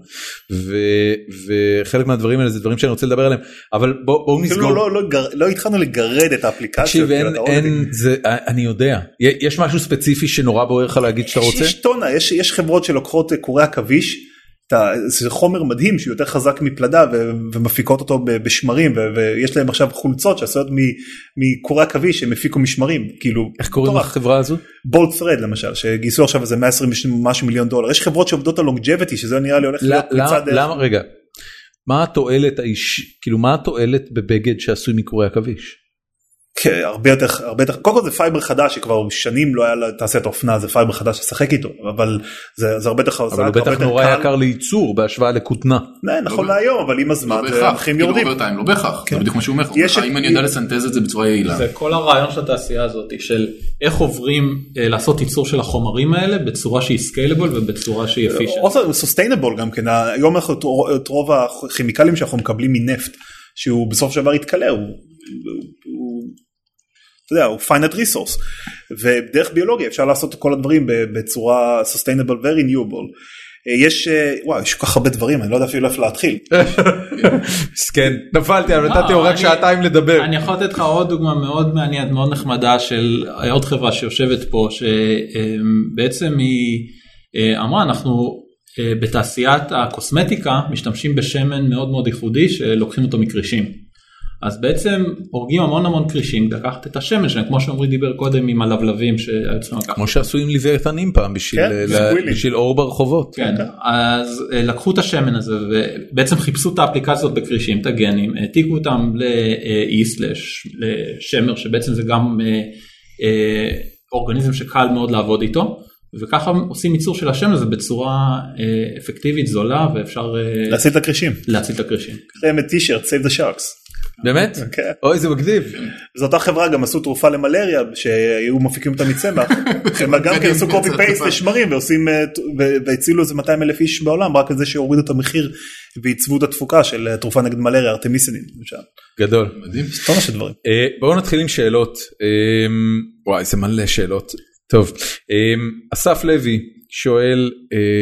וחלק מהדברים האלה זה דברים שאני רוצה לדבר עליהם, אבל בואו נסגור. לא התחלנו לגרד את האפליקציה. אני יודע, יש משהו ספציפי שנורא בוער לך להגיד שאתה רוצה? יש טונה, יש חברות שלוקחות קורי עכביש, זה חומר מדהים שהוא יותר חזק מפלדה ומפיקות אותו בשמרים, ויש להם עכשיו חולצות שעשויות מקורי עכביש שהם הפיקו משמרים. איך קוראים לחברה הזו? בולט פרד למשל, שגייסו עכשיו איזה 120 משהו מיליון דולר. יש חברות שעובדות על לונג'ביטי, שזה נראה לי הולך להיות פריצה דרך. למה? רגע, מה התועלת בבגד שעשוי מקורי עכביש? כן, הרבה יותר, קודם כל זה פייבר חדש שכבר שנים לא היה לתעשיית האופנה, זה פייבר חדש לשחק איתו, אבל זה הרבה יותר חזק, אבל הוא בטח נורא יקר לייצור בהשוואה לכותנה. נכון להיום, אבל עם הזמן המחירים יורדים. לא בהכרח, זה בדיוק מה שהוא אומר, אם אני יודע לסנטז את זה בצורה יעילה. זה כל הרעיון של התעשייה הזאת, של איך עוברים לעשות ייצור של החומרים האלה, בצורה שהיא סקיילבל ובצורה שהיא efficient. also sustainable גם כן, היום אנחנו את רוב הכימיקלים שאנחנו מקבלים מנפט, שהוא בסוף של דבר יתקלה, אתה יודע, הוא finite resource, ודרך ביולוגיה אפשר לעשות כל הדברים בצורה sustainable ו-renewable. יש כל כך הרבה דברים, אני לא יודע אפילו איפה להתחיל. כן, נפלתי, אבל נתתי רק שעתיים לדבר. אני יכול לתת לך עוד דוגמה מאוד מעניינת, מאוד נחמדה של עוד חברה שיושבת פה, שבעצם היא אמרה, אנחנו בתעשיית הקוסמטיקה משתמשים בשמן מאוד מאוד ייחודי, שלוקחים אותו מקרישים. אז בעצם הורגים המון קרישים, לקחת את השמן שלהם, כמו שעמרי דיבר קודם עם הלבלבים שהיו צריכים לקחת. כמו שעשו עם לוויתנים פעם, בשביל אור ברחובות. כן, אז לקחו את השמן הזה, ובעצם חיפשו את האפליקציות בקרישים, את הגנים, העתיקו אותם לאיסט, לשמר, שבעצם זה גם אורגניזם שקל מאוד לעבוד איתו, וככה עושים ייצור של השמן הזה בצורה אפקטיבית, זולה, ואפשר להציל את הקרישים. להציל את הקרישים. זה טישרט, save the sharks. באמת? אוי, זה מגניב. זו אותה חברה גם עשו תרופה למלריה שהיו מפיקים אותה מצמח, הם גם כן עשו קופי פייסט לשמרים והצילו איזה 200,000 איש בעולם רק על זה שהורידו את המחיר ועיצבו את התפוקה של תרופה נגד מלריה, ארטמיסינין. גדול. מדהים. סתונה של דברים. בואו נתחיל עם שאלות. וואי, זה מלא שאלות. טוב. אסף לוי שואל,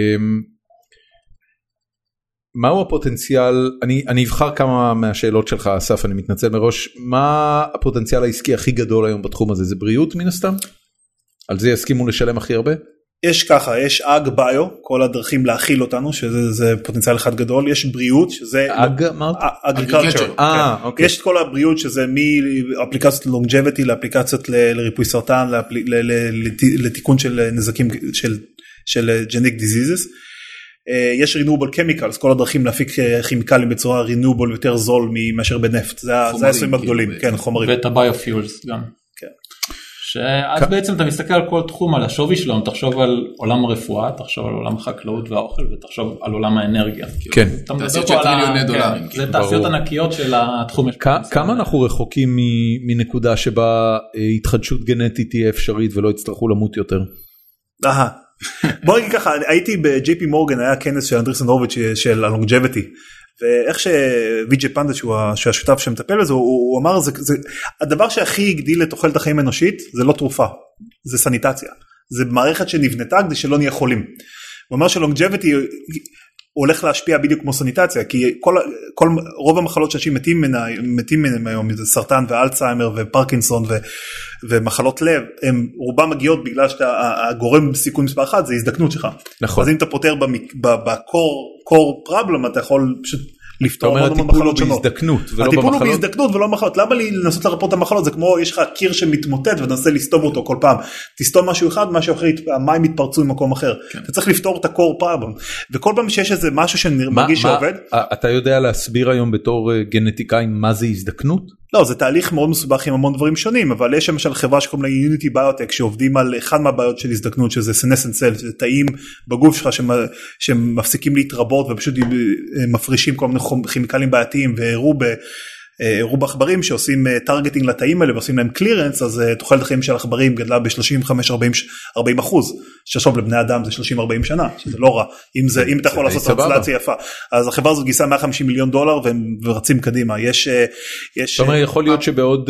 מהו הפוטנציאל, אני אבחר כמה מהשאלות שלך אסף, אני מתנצל מראש, מה הפוטנציאל העסקי הכי גדול היום בתחום הזה? זה בריאות מן הסתם? על זה יסכימו לשלם הכי הרבה? יש ככה, יש אג ביו, כל הדרכים להכיל אותנו, שזה פוטנציאל אחד גדול, יש בריאות, שזה אג אמרת? אגריקלצ'ר, יש את כל הבריאות שזה מאפליקציות לונג'ביטי, לאפליקציות לריפוי סרטן, לתיקון של נזקים של genetic diseases, יש renewable chemicals, כל הדרכים להפיק כימיקלים בצורה renewable יותר זול מאשר בנפט, זה העשויים הגדולים, כן, חומרים. ואת הביופיולס גם. כן. אז בעצם אתה מסתכל על כל תחום, על השווי שלו, תחשוב על עולם הרפואה, תחשוב על עולם החקלאות והאוכל, ותחשוב על עולם האנרגיה. כן. תעשיות של טריליוני דולרים. זה תעשיות ענקיות של התחום. כמה אנחנו רחוקים מנקודה שבה התחדשות גנטית תהיה אפשרית ולא יצטרכו למות יותר? בוא נגיד ככה, הייתי ב-JP מורגן, היה כנס של אנדריסן הורוביץ של הלונג'ביטי, ואיך שוויג'י פנדה שהוא השותף שמטפל בזה, הוא אמר, הדבר שהכי הגדיל את תוחלת החיים האנושית, זה לא תרופה, זה סניטציה, זה מערכת שנבנתה כדי שלא נהיה חולים. הוא אומר שלונג'ביטי הולך להשפיע בדיוק כמו סניטציה, כי רוב המחלות שאנשים מתים מהם היום, זה סרטן ואלצהיימר ופרקינסון ומחלות לב, הם רובם מגיעות בגלל שהגורם סיכון מספר 1 זה הזדקנות שלך. נכון. אז אם אתה פותר בקור פרובלם, אתה יכול פשוט לפתור המון מחלות שונות. בהזדקנות ולא במחלות. הטיפול הוא בהזדקנות ולא במחלות. למה לי לנסות לרפות את המחלות? זה כמו יש לך קיר שמתמוטט וננסה לסתום אותו כל פעם. תסתום משהו אחד, משהו אחר, המים יתפרצו ממקום אחר. אתה צריך לפתור את הקור פרובלם. וכל פעם שיש איזה משהו שמרגיש שעובד. אתה יודע להסביר היום בתור גנטיקאי מה זה הזדקנות? לא, זה תהליך מאוד מסובך עם המון דברים שונים, אבל יש למשל חברה שקוראים לה יוניטי ביוטק, שעובדים על אחד מהבעיות של הזדקנות, שזה סנסנט סל, זה תאים בגוף שלך שמפסיקים להתרבות, ופשוט מפרישים כל מיני כימיקלים בעייתיים, והראו בעכברים שעושים טרגטינג לתאים האלה, ועושים להם קלירנס, אז תוחלת החיים של העכברים גדלה ב-35-40%, ששוב לבני אדם זה 30-40 שנה, שזה לא רע, אם אתה יכול לעשות טרנסלציה יפה. אז החברה הזאת גייסה $150 מיליון, והם רצים קדימה. זאת אומרת, יכול להיות שבעוד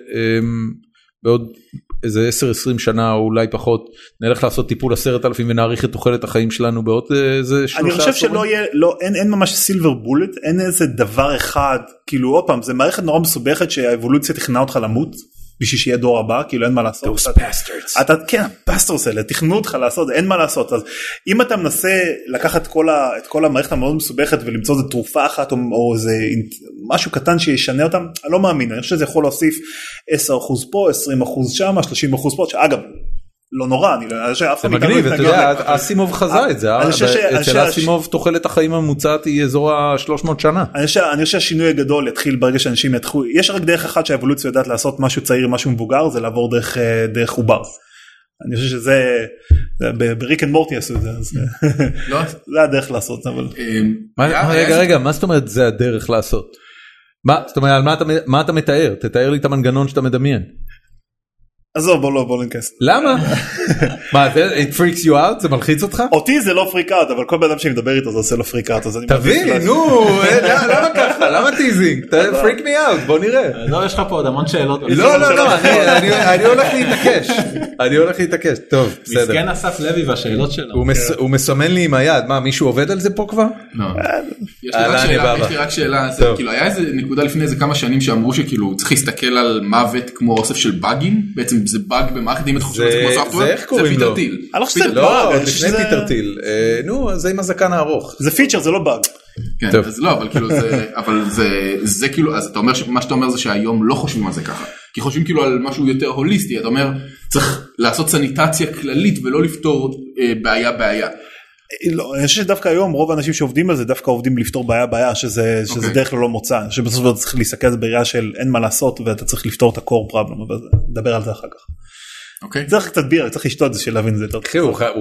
איזה 10-20 שנה, או אולי פחות, נלך לעשות טיפול 10,000 ונעריך את תוחלת החיים שלנו בעוד איזה 3 אני חושב שלא יהיה, אין ממש סילבר בולט, אין איזה דבר אחד, כאילו עוד פעם, זה מערכת נורא מסובכת שהאבולוציה תכננה אותך למות, בשביל שיהיה דור הבא, כאילו אין מה לעשות. אתה, כן, הפסטרס האלה, תכנו אותך לעשות, אין מה לעשות. אז אם אתה מנסה לקחת את כל המערכת המאוד מסובכת ולמצוא איזה תרופה אחת או איזה משהו קטן שישנה אותם, אני לא מאמין. אני חושב שזה יכול להוסיף 10% פה, 20% שם, 30% פה, שאגב, לא נורא, זה מגניב, אתה יודע, אסימוב חזה את זה, אצל אסימוב תוחלת החיים הממוצעת היא אזור ה-300 שנה. אני חושב שהשינוי הגדול יתחיל ברגע שאנשים יתחו, יש רק דרך אחת שהאבולוציה יודעת לעשות משהו צעיר, משהו מבוגר, זה לעבור דרך עובר. אני חושב שזה, בריק אנד מורטי עשו את זה, זה הדרך לעשות. רגע, מה זאת אומרת זה הדרך לעשות? זאת אומרת, מה אתה מתאר? תתאר לי את המנגנון שאתה מדמיין. עזוב, בוא ננכס. למה? מה, it freaks you out? זה מלחיץ אותך? אותי זה לא freak out, אבל כל בן אדם שמדבר איתו זה עושה לו freak out. תבין, נו, למה ככה? למה טיזינג? freak me out, בוא נראה. לא, יש לך פה עוד המון שאלות. לא, אני הולך להתעקש. טוב, בסדר. מסכן אסף לוי והשאלות שלו. הוא מסמן לי עם היד, מה, מישהו עובד על זה פה כבר? לא. יש לי רק שאלה, כאילו היה איזה נקודה לפני איזה כמה שנים שאמרו שכאילו צריך להסתכל על מוות כמו אוסף של באגים, בעצם זה באג במערכת, אם את חושבת זה כמו סופטוור, זה פיטר טיל. לא, לפני פיטר טיל. נו, זה עם הזקן הארוך. זה פיצ'ר, זה לא באג. כן, אז לא, אבל זה כאילו, אז אתה אומר, מה שאתה אומר זה שהיום לא חושבים על זה ככה. כי חושבים כאילו על משהו יותר הוליסטי, אתה אומר, צריך לעשות סניטציה כללית ולא לפתור בעיה. לא, אני חושב שדווקא היום רוב האנשים שעובדים על זה דווקא עובדים לפתור בעיה שזה דרך כלל לא מוצא, שבסוף אתה צריך להסתכל על זה בראייה של אין מה לעשות ואתה צריך לפתור את הקור פרובלם, אבל נדבר על זה אחר כך. צריך קצת בירה, צריך לשתות את זה של להבין את זה יותר.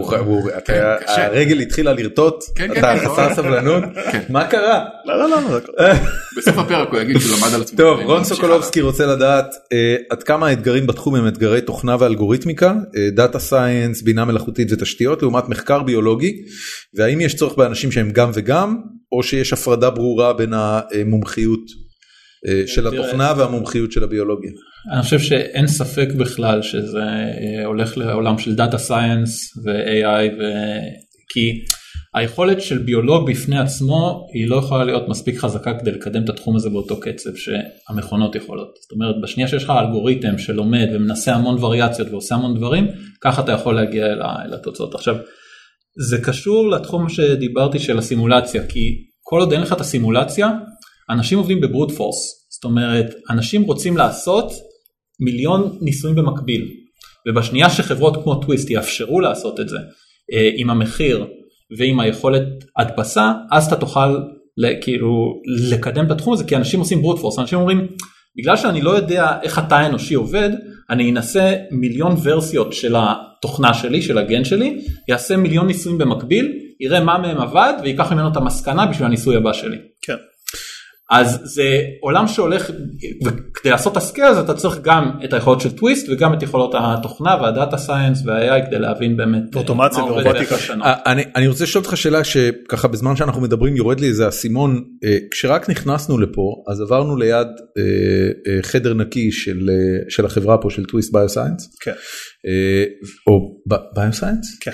הרגל התחילה לרטוט, אתה חסר סבלנות, מה קרה? לא, בסוף הפרק הוא יגיד שהוא למד על עצמו. טוב, רון סוקולובסקי רוצה לדעת עד כמה האתגרים בתחום הם אתגרי תוכנה ואלגוריתמיקה, דאטה סיינס, בינה מלאכותית ותשתיות, לעומת מחקר ביולוגי, והאם יש צורך באנשים שהם גם וגם, או שיש הפרדה ברורה בין המומחיות של התוכנה והמומחיות של הביולוגיה. אני חושב שאין ספק בכלל שזה הולך לעולם של דאטה סיינס ו-AI, כי היכולת של ביולוג בפני עצמו היא לא יכולה להיות מספיק חזקה כדי לקדם את התחום הזה באותו קצב שהמכונות יכולות. זאת אומרת, בשנייה שיש לך אלגוריתם שלומד ומנסה המון וריאציות ועושה המון דברים, ככה אתה יכול להגיע אל התוצאות. עכשיו, זה קשור לתחום שדיברתי של הסימולציה, כי כל עוד אין לך את הסימולציה, אנשים עובדים בברוט פורס. זאת אומרת, אנשים רוצים לעשות מיליון ניסויים במקביל, ובשנייה שחברות כמו טוויסט יאפשרו לעשות את זה, עם המחיר ועם היכולת הדפסה, אז אתה תוכל כאילו לקדם את התחום הזה, כי אנשים עושים ברוט פורס, אנשים אומרים, בגלל שאני לא יודע איך התא האנושי עובד, אני אנסה מיליון ורסיות של התוכנה שלי, של הגן שלי, יעשה מיליון ניסויים במקביל, יראה מה מהם עבד, ויקח ממנו את המסקנה בשביל הניסוי הבא שלי. כן. אז זה עולם שהולך, וכדי לעשות את הסקייל הזה, אתה צריך גם את היכולות של טוויסט, וגם את יכולות התוכנה והדאטה סיינס וה-AI, כדי להבין באמת אוטומציה ורובוטיקה. אני רוצה לשאול אותך שאלה, שככה בזמן שאנחנו מדברים, יורד לי איזה אסימון, כשרק נכנסנו לפה, אז עברנו ליד חדר נקי של החברה פה, של טוויסט ביוסיינס. כן. או ביוסיינס? כן.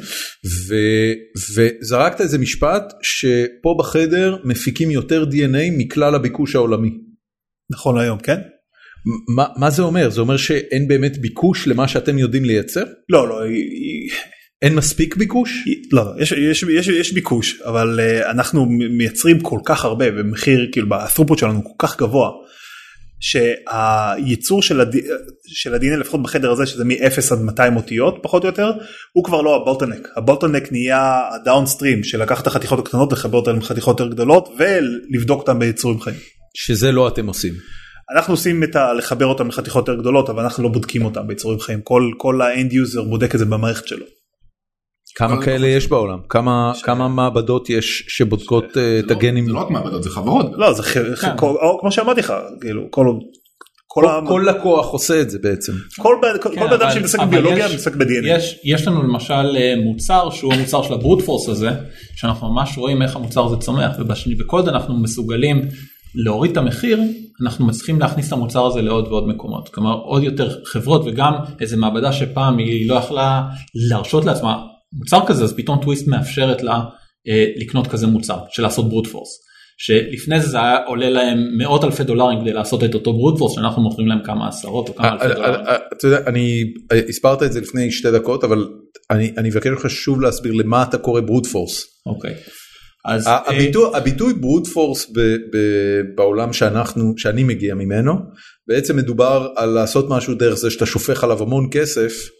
וזרקת איזה משפט, שפה בחדר מפיקים יותר DNA מכלל הביקוש העולמי. נכון היום, כן? מה זה אומר? זה אומר שאין באמת ביקוש למה שאתם יודעים לייצר? לא. אין מספיק ביקוש? לא, יש ביקוש, אבל אנחנו מייצרים כל כך הרבה, במחיר, כאילו, ה-throughput שלנו כל כך גבוה, שהייצור של ה-DNA, לפחות בחדר הזה, שזה מ-0 עד 200 אותיות, פחות או יותר, הוא כבר לא הבולטנק. הבולטנק נהיה הדאונסטרים, של לקחת את החתיכות הקטנות, לחבר אותן עם חתיכות יותר גדולות, ולבדוק אותן בייצורים חיים. שזה לא אתם עושים. אנחנו עושים לחבר אותם לחתיכות יותר גדולות, אבל אנחנו לא בודקים אותם בייצורים חיים. כל ה-end user בודק את זה במערכת שלו. כמה כאלה יש בעולם? כמה מעבדות יש שבודקות את הגנים? זה לא רק מעבדות, זה חברות. לא, זה כמו שאמרתי לך, כאילו, כל לקוח עושה את זה בעצם. כל אדם שמתעסק בביולוגיה מתעסק ב-DNA. יש לנו למשל מוצר שהוא המוצר של הברוט פורס הזה, שאנחנו ממש רואים איך המוצר הזה צומח, וכל עוד אנחנו מסוגלים להוריד את המחיר, אנחנו מצליחים להכניס את המוצר הזה לעוד ועוד מקומות. כלומר, עוד יותר חברות, וגם איזו מעבדה שפעם היא לא יכלה להרשות לעצמה מוצר כזה, אז פתאום טוויסט מאפשרת לה לקנות כזה מוצר, של לעשות ברוט פורס. שלפני זה היה עולה להם מאות אלפי דולרים כדי לעשות את אותו ברוט פורס, שאנחנו מוכרים להם כמה עשרות או כמה אלפי דולרים. אתה יודע, אני הסברת את זה לפני 2 דקות, אבל אני מבקש לך שוב להסביר למה אתה קורא ברוט פורס. אוקיי. הביטוי ברוט פורס בעולם שאני מגיע ממנו, בעצם מדובר על לעשות משהו דרך זה שאתה שופך עליו המון כסף,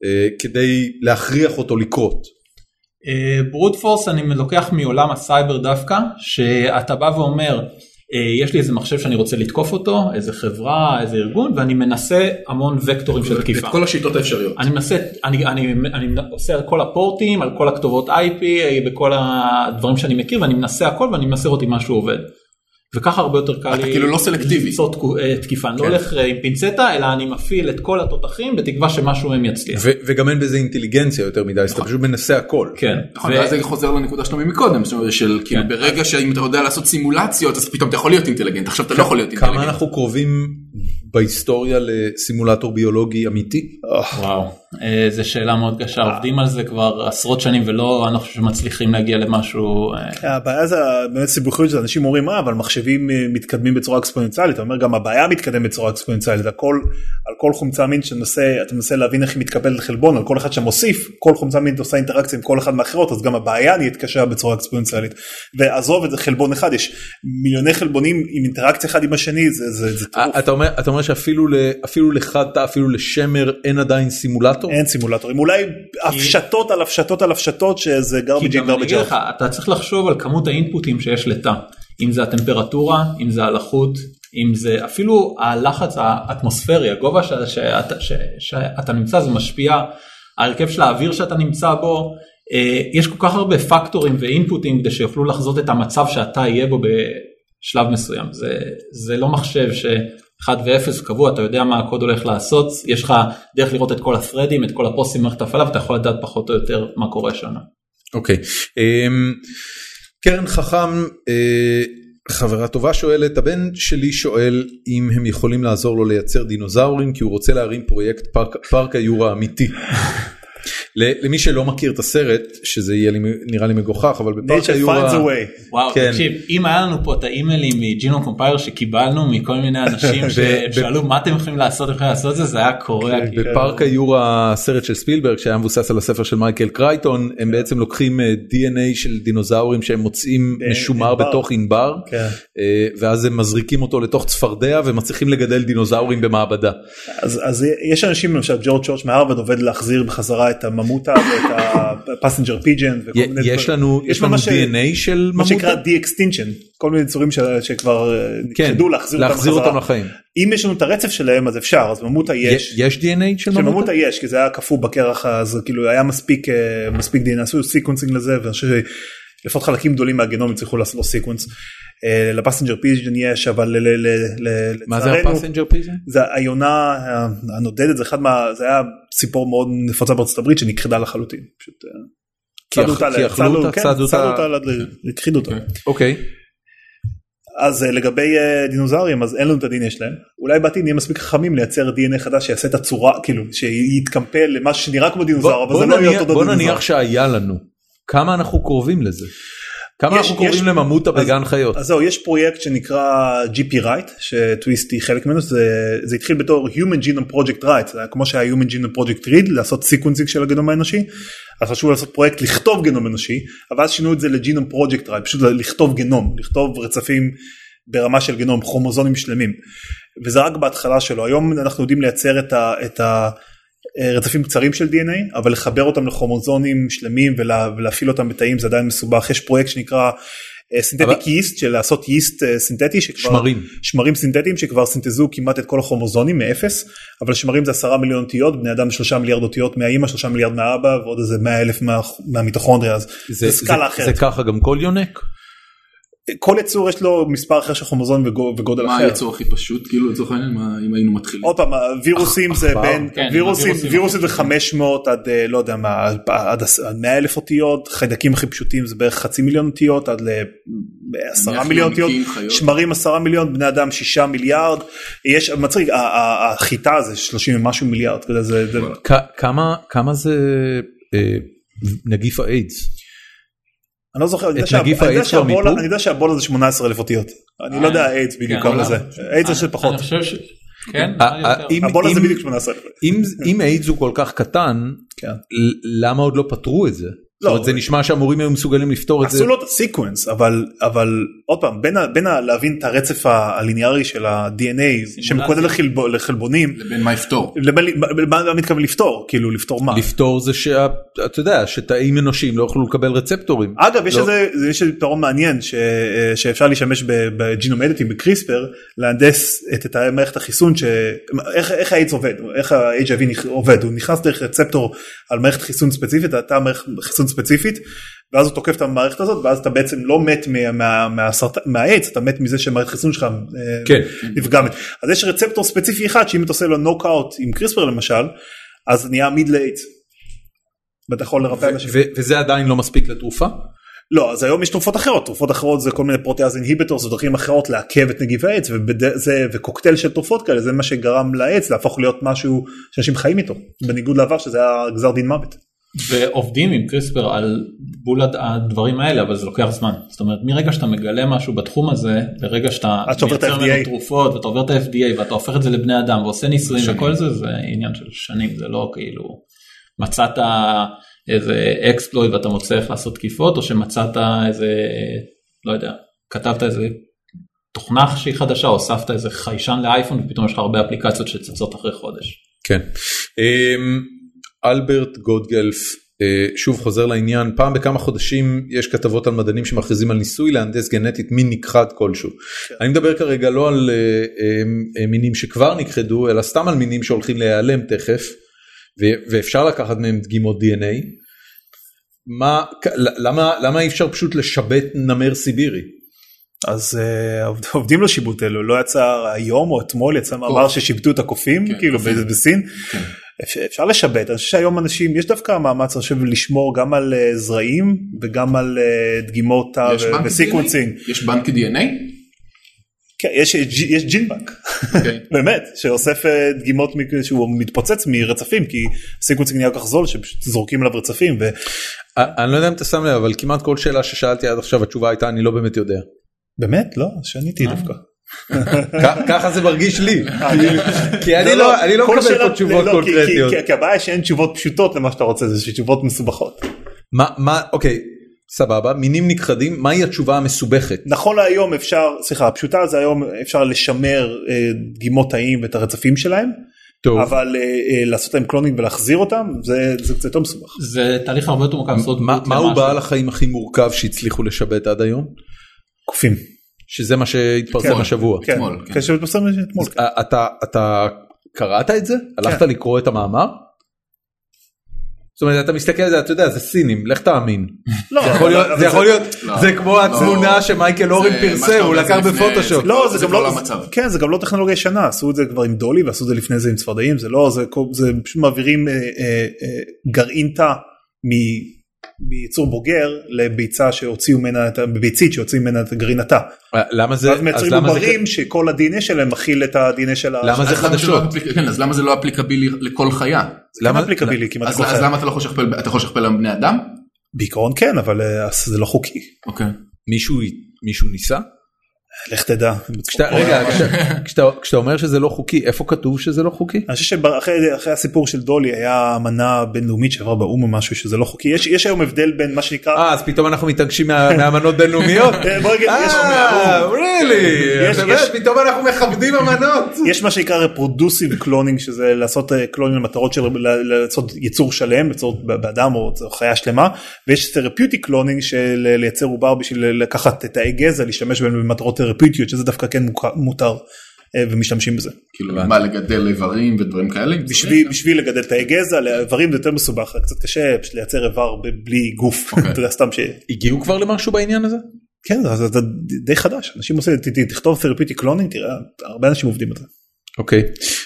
כדי להכריח אותו לקרות? ברוט פורס אני לוקח מעולם הסייבר דווקא, שאתה בא ואומר, יש לי איזה מחשב שאני רוצה לתקוף אותו, איזה חברה, איזה ארגון, ואני מנסה המון וקטורים של תקיפה. את כל השיטות האפשריות. אני עושה על כל הפורטים, על כל הכתובות IP, בכל הדברים שאני מכיר, ואני מנסה הכל, ואני מנסה אותי משהו עובד. וככה הרבה יותר קל לי... אתה כאילו לא סלקטיבי. ליצור תקיפה. אני לא הולך עם פינצטה, אלא אני מפעיל את כל התותחים, בתקווה שמשהו מהם יצליח. וגם אין בזה אינטליגנציה יותר מדי, אז אתה פשוט מנסה הכל. כן. ואז זה חוזר לנקודה שלנו מקודם, של כאילו ברגע שאם אתה יודע לעשות סימולציות, אז פתאום אתה יכול להיות אינטליגנט, עכשיו אתה לא יכול להיות אינטליגנט. כמה אנחנו קרובים בהיסטוריה לסימולטור ביולוגי אמיתי? וואו, זו שאלה מאוד קשה, עובדים על זה כבר עשרות שנים ולא, אני חושב שמצליחים להגיע למשהו. הבעיה זה באמת סיבוכיות שאנשים אומרים, אבל מחשבים מתקדמים בצורה אקספוננציאלית, אתה אומר גם הבעיה מתקדם בצורה אקספוננציאלית, על כל חומצה מין שאתה מנסה להבין איך היא מתקבלת לחלבון, על כל אחד שמוסיף, כל חומצה מין עושה אינטראקציה עם כל אחד מאחרות, אז גם הבעיה נהיית קשה בצורה אקספוננציאלית, ועזוב את זה חלבון אחד, יש מיליוני חלבונים עם אינטראקציה אחד עם השני, זה טירוף. אתה אומר שאפילו לחטא, אפילו לשמר אין עדיין סימולטור? אין סימולטורים, אולי הפשטות על הפשטות על הפשטות שזה garbage in garbage out. אתה צריך לחשוב על כמות האינפוטים שיש לתא, אם זה הטמפרטורה, אם זה הלחות, אם זה אפילו הלחץ האטמוספרי, הגובה שאתה נמצא, זה משפיע, ההרכב של האוויר שאתה נמצא בו, יש כל כך הרבה פקטורים ואינפוטים כדי שיוכלו לחזות את המצב שאתה יהיה בו בשלב מסוים. זה לא מחשב ש... 1 ו-0 קבוע, אתה יודע מה הקוד הולך לעשות, יש לך דרך לראות את כל הפרדים, את כל הפוסטים מערכת הפעלה, ואתה יכול לדעת פחות או יותר מה קורה שם. אוקיי. קרן חכם, חברה טובה שואלת, הבן שלי שואל אם הם יכולים לעזור לו לייצר דינוזאורים, כי הוא רוצה להרים פרויקט פארק היורה אמיתי. למי שלא מכיר את הסרט, שזה יהיה נראה לי מגוחך, אבל בפארק היורה... וואו, תקשיב, אם היה לנו פה את האימיילים מג'ינום קומפיילר שקיבלנו מכל מיני אנשים ששאלו מה אתם יכולים לעשות, זה היה קורה. בפארק היורה, הסרט של ספילברג, שהיה מבוסס על הספר של מייקל קרייטון, הם בעצם לוקחים DNA של דינוזאורים שהם מוצאים משומר בתוך ענבר, ואז הם מזריקים אותו לתוך צפרדע, ומצליחים לגדל דינוזאורים במעבדה. אז יש אנשים, למשל ג'ורג' צ'ורץ' מהרווארד עובד להחזיר בחזרה את הממוטה ואת הפסנג'ר פיג'ן. יש לנו DNA של ממוטה? מה שנקרא de-extinction, כל מיני צורים שכבר נכחדו להחזיר אותם לחיים. אם יש לנו את הרצף שלהם אז אפשר, אז ממוטה יש. יש DNA של ממוטה? ממוטה יש, כי זה היה קפוא בקרח, אז כאילו היה מספיק DNA, עשו סיקוונסינג לזה, ואני חושב שלפחות חלקים גדולים מהגנום צריכו לעשות לו סיקוונס. לפסנג'ר פיג'ן יש, אבל מה זה הפסנג'ר פיג'ן? זה היונה הנודדת, זה היה סיפור מאוד נפוצה בארצות הברית שנכחדה לחלוטין. כי אכלו אותה, צדו אותה, הכחידו אותה. אוקיי. אז לגבי דינוזאורים, אז אין לנו את ה-DNA שלהם. אולי בעתיד נהיה מספיק חכמים לייצר DNA חדש שיעשה את הצורה, כאילו, שיתקמפל למשהו שנראה כמו דינוזאור, אבל זה לא יהיה אותו דינוזאור. בוא נניח שהיה לנו. כמה אנחנו קרובים לזה? כמה אנחנו קוראים לממוטה בגן חיות? אז זהו, יש פרויקט שנקרא GP Right, שטוויסט היא חלק ממנו, זה התחיל בתור Human Genome Project Right, כמו שהיה Human Genome Project Read, לעשות סיקוונסינג של הגנום האנושי, אז חשוב לעשות פרויקט לכתוב גנום אנושי, אבל אז שינו את זה לג'ינום פרויקט Right, פשוט לכתוב גנום, לכתוב רצפים ברמה של גנום, כרומוזומים שלמים, וזה רק בהתחלה שלו. היום אנחנו יודעים לייצר את רצפים קצרים של DNA, אבל לחבר אותם לכרומוזומים שלמים ולהפעיל אותם בתאים זה עדיין מסובך. יש פרויקט שנקרא סינתטיק ייסט, של לעשות ייסט סינתטי, שמרים סינתטיים שכבר סינתזו כמעט את כל הכרומוזומים מאפס, אבל שמרים זה 10 מיליון אותיות, בני אדם 3 מיליארד אותיות מהאמא, 3 מיליארד מהאבא, ועוד איזה 100,000 מהמיטוכונדריה, אז זה סקאלה אחרת. זה ככה גם כל יונק? כל יצור יש לו מספר אחר של כרומוזום וגודל אחר. מה היצור הכי פשוט, כאילו לצורך העניין, אם היינו מתחילים? עוד פעם, וירוסים זה בין, וירוסים זה 500 עד, לא יודע מה, עד 100,000 אותיות, חיידקים הכי פשוטים זה בערך 500,000 אותיות, עד ל10 מיליון אותיות, שמרים 10 מיליון, בני אדם 6 מיליארד, יש, מצחיק, החיטה זה 30 ומשהו מיליארד. כמה זה נגיף האיידס? אני לא זוכר, אני יודע שהבולה זה 18,000 אותיות, אני לא יודע איידס בדיוק כמה זה, איידס זה פחות, הבולה זה בדיוק 18,000. אם איידס הוא כל כך קטן, למה עוד לא פתרו את זה? זאת אומרת, זה נשמע שהמורים היו מסוגלים לפתור את זה. עשו לו את הסיקוונס, אבל עוד פעם, בין להבין את הרצף הליניארי של ה-DNA, שמקודם לחלבונים, לבין מה יפתור. מה מתכוון לפתור? כאילו, לפתור מה? לפתור זה שאתה יודע, שתאים אנושיים לא יוכלו לקבל רצפטורים. אגב, יש פתרון מעניין, שאפשר להשתמש בג'ינום אדיטינג, בקריספר, להנדס את מערכת החיסון, איך האיידס עובד, איך ה-HIV עובד, הוא נכנס דרך רצפטור על מערכת חיסון ספציפית, אתה מערכת חיסון ספציפית, ואז הוא תוקף את המערכת הזאת, ואז אתה בעצם לא מת מהאיידס, אתה מת מזה שמערכת חיסון שלך נפגמת. אז יש רצפטור ספציפי אחד, שאם אתה עושה לו נוקאוט עם קריספר למשל, אז נהיה מיד לאיידס. ואתה יכול לרפא אנשים. וזה עדיין לא מספיק לתרופה? לא, אז היום יש תרופות אחרות זה כל מיני פרוטיאז אינהיביטורס ודרכים אחרות לעכב את נגיף האיידס, וקוקטייל של תרופות כאלה, זה מה שגרם לאיידס להפוך להיות משהו שאנשים חיים איתו, בניגוד לעבר שזה היה גזר דין מוות. ועובדים עם קריספר על בול הדברים האלה, אבל זה לוקח זמן. זאת אומרת, מרגע שאתה מגלה משהו בתחום הזה, לרגע שאתה מייצר ממנו תרופות, ואתה עובר את ה-FDA, ואתה הופך את זה לבני אדם, ועושה ניסויים וכל זה, זה עניין של שנים, זה לא כאילו, מצאת איזה אקספלויט ואתה מוצא איך לעשות תקיפות, או שמצאת איזה, לא יודע, כתבת איזה תוכנה שהיא חדשה, או הוספת איזה חיישן לאייפון, ופתאום יש לך הרבה אפליקציות שצצות אחרי חודש. כן. אלברט גודגלף, שוב חוזר לעניין, פעם בכמה חודשים יש כתבות על מדענים שמכריזים על ניסוי להנדס גנטית מין נכחד כלשהו. אני מדבר כרגע לא על מינים שכבר נכחדו, אלא סתם על מינים שהולכים להיעלם תכף, ואפשר לקחת מהם דגימות DNA. למה אי אפשר פשוט לשבת נמר סיבירי? אז עובדים לשיבוט אלו, לא יצא היום או אתמול, יצא מאמר ששיבטו את הקופים, כאילו בסין. אפשר לשבת, אני חושב שהיום אנשים, יש דווקא מאמץ עכשיו לשמור גם על זרעים, וגם על דגימות וסיקוונסינג. יש בנק DNA? כן, יש ג'ינבנק, באמת, שאוסף דגימות שהוא מתפוצץ מרצפים, כי סיקוונסינג נהיה כך זול, שפשוט זורקים עליו רצפים. אני לא יודע אם אתה שם לב, אבל כמעט כל שאלה ששאלתי עד עכשיו, התשובה הייתה, אני לא באמת יודע. באמת? לא, שעניתי דווקא. ככה זה מרגיש לי, כי אני לא מקבל פה תשובות קונקרטיות. כי הבעיה שאין תשובות פשוטות למה שאתה רוצה, זה תשובות מסובכות. אוקיי, סבבה, מינים נכחדים, מהי התשובה המסובכת? נכון להיום אפשר, הפשוטה זה היום אפשר לשמר דגימות תאים ואת הרצפים שלהם, אבל לעשות להם קלונינג ולהחזיר אותם, זה קצת יותר מסובך. זה תהליך הרבה יותר מורכב. מהו בעל החיים הכי מורכב שהצליחו לשבת עד היום? קופים. שזה מה שהתפרסם השבוע. כן, שהתפרסם אתמול. אתה קראת את זה? הלכת לקרוא את המאמר? זאת אומרת, אתה מסתכל על זה, אתה יודע, זה סינים, לך תאמין. זה יכול להיות, זה כמו התמונה שמייקל אורן פרסם, הוא לקח בפוטושופ. לא, זה גם לא טכנולוגיה ישנה, עשו את זה כבר עם דולי, ועשו את זה לפני זה עם צפרדעים, זה לא, זה פשוט מעבירים גרעין תא מיצור בוגר לביצה שהוציאו ממנה, בביצית שהוציאו ממנה את גרעין התא. למה זה? אז מייצרים עוברים שכל ה-DNA שלהם מכיל את ה-DNA של ה... למה זה חדשות? אז למה זה לא אפליקבילי לכל חיה? זה כן אפליקבילי כמעט לכל חיה. אז למה אתה לא יכול לשכפל על בני אדם? בעיקרון כן, אבל זה לא חוקי. אוקיי. מישהו ניסה? לך תדע. רגע, כשאתה אומר שזה לא חוקי, איפה כתוב שזה לא חוקי? אני חושב שאחרי הסיפור של דולי היה אמנה בינלאומית שעברה באום או משהו שזה לא חוקי. יש היום הבדל בין מה שנקרא... אז פתאום אנחנו מתעקשים מהאמנות בינלאומיות? פתאום אנחנו מכבדים אמנות. יש מה שנקרא reproducive cloning, שזה לעשות קלונינג למטרות של לעשות ייצור שלם, באדם או חיה שלמה, ויש therapeutic cloning של לייצר עובר בשביל לקחת את האי גזע, להשתמש בהם במטרות תרפיוטיות, שזה דווקא כן מותר ומשתמשים בזה. כאילו מה, לגדל איברים ודברים כאלה? בשביל לגדל את הגזע, לאיברים זה יותר מסובך, קצת קשה לייצר איבר בלי גוף, אתה יודע, סתם ש... הגיעו כבר למשהו בעניין הזה? כן, זה די חדש, אנשים עושים, תכתוב תרפיוטיק קלונינג, תראה, הרבה אנשים עובדים על זה. אוקיי,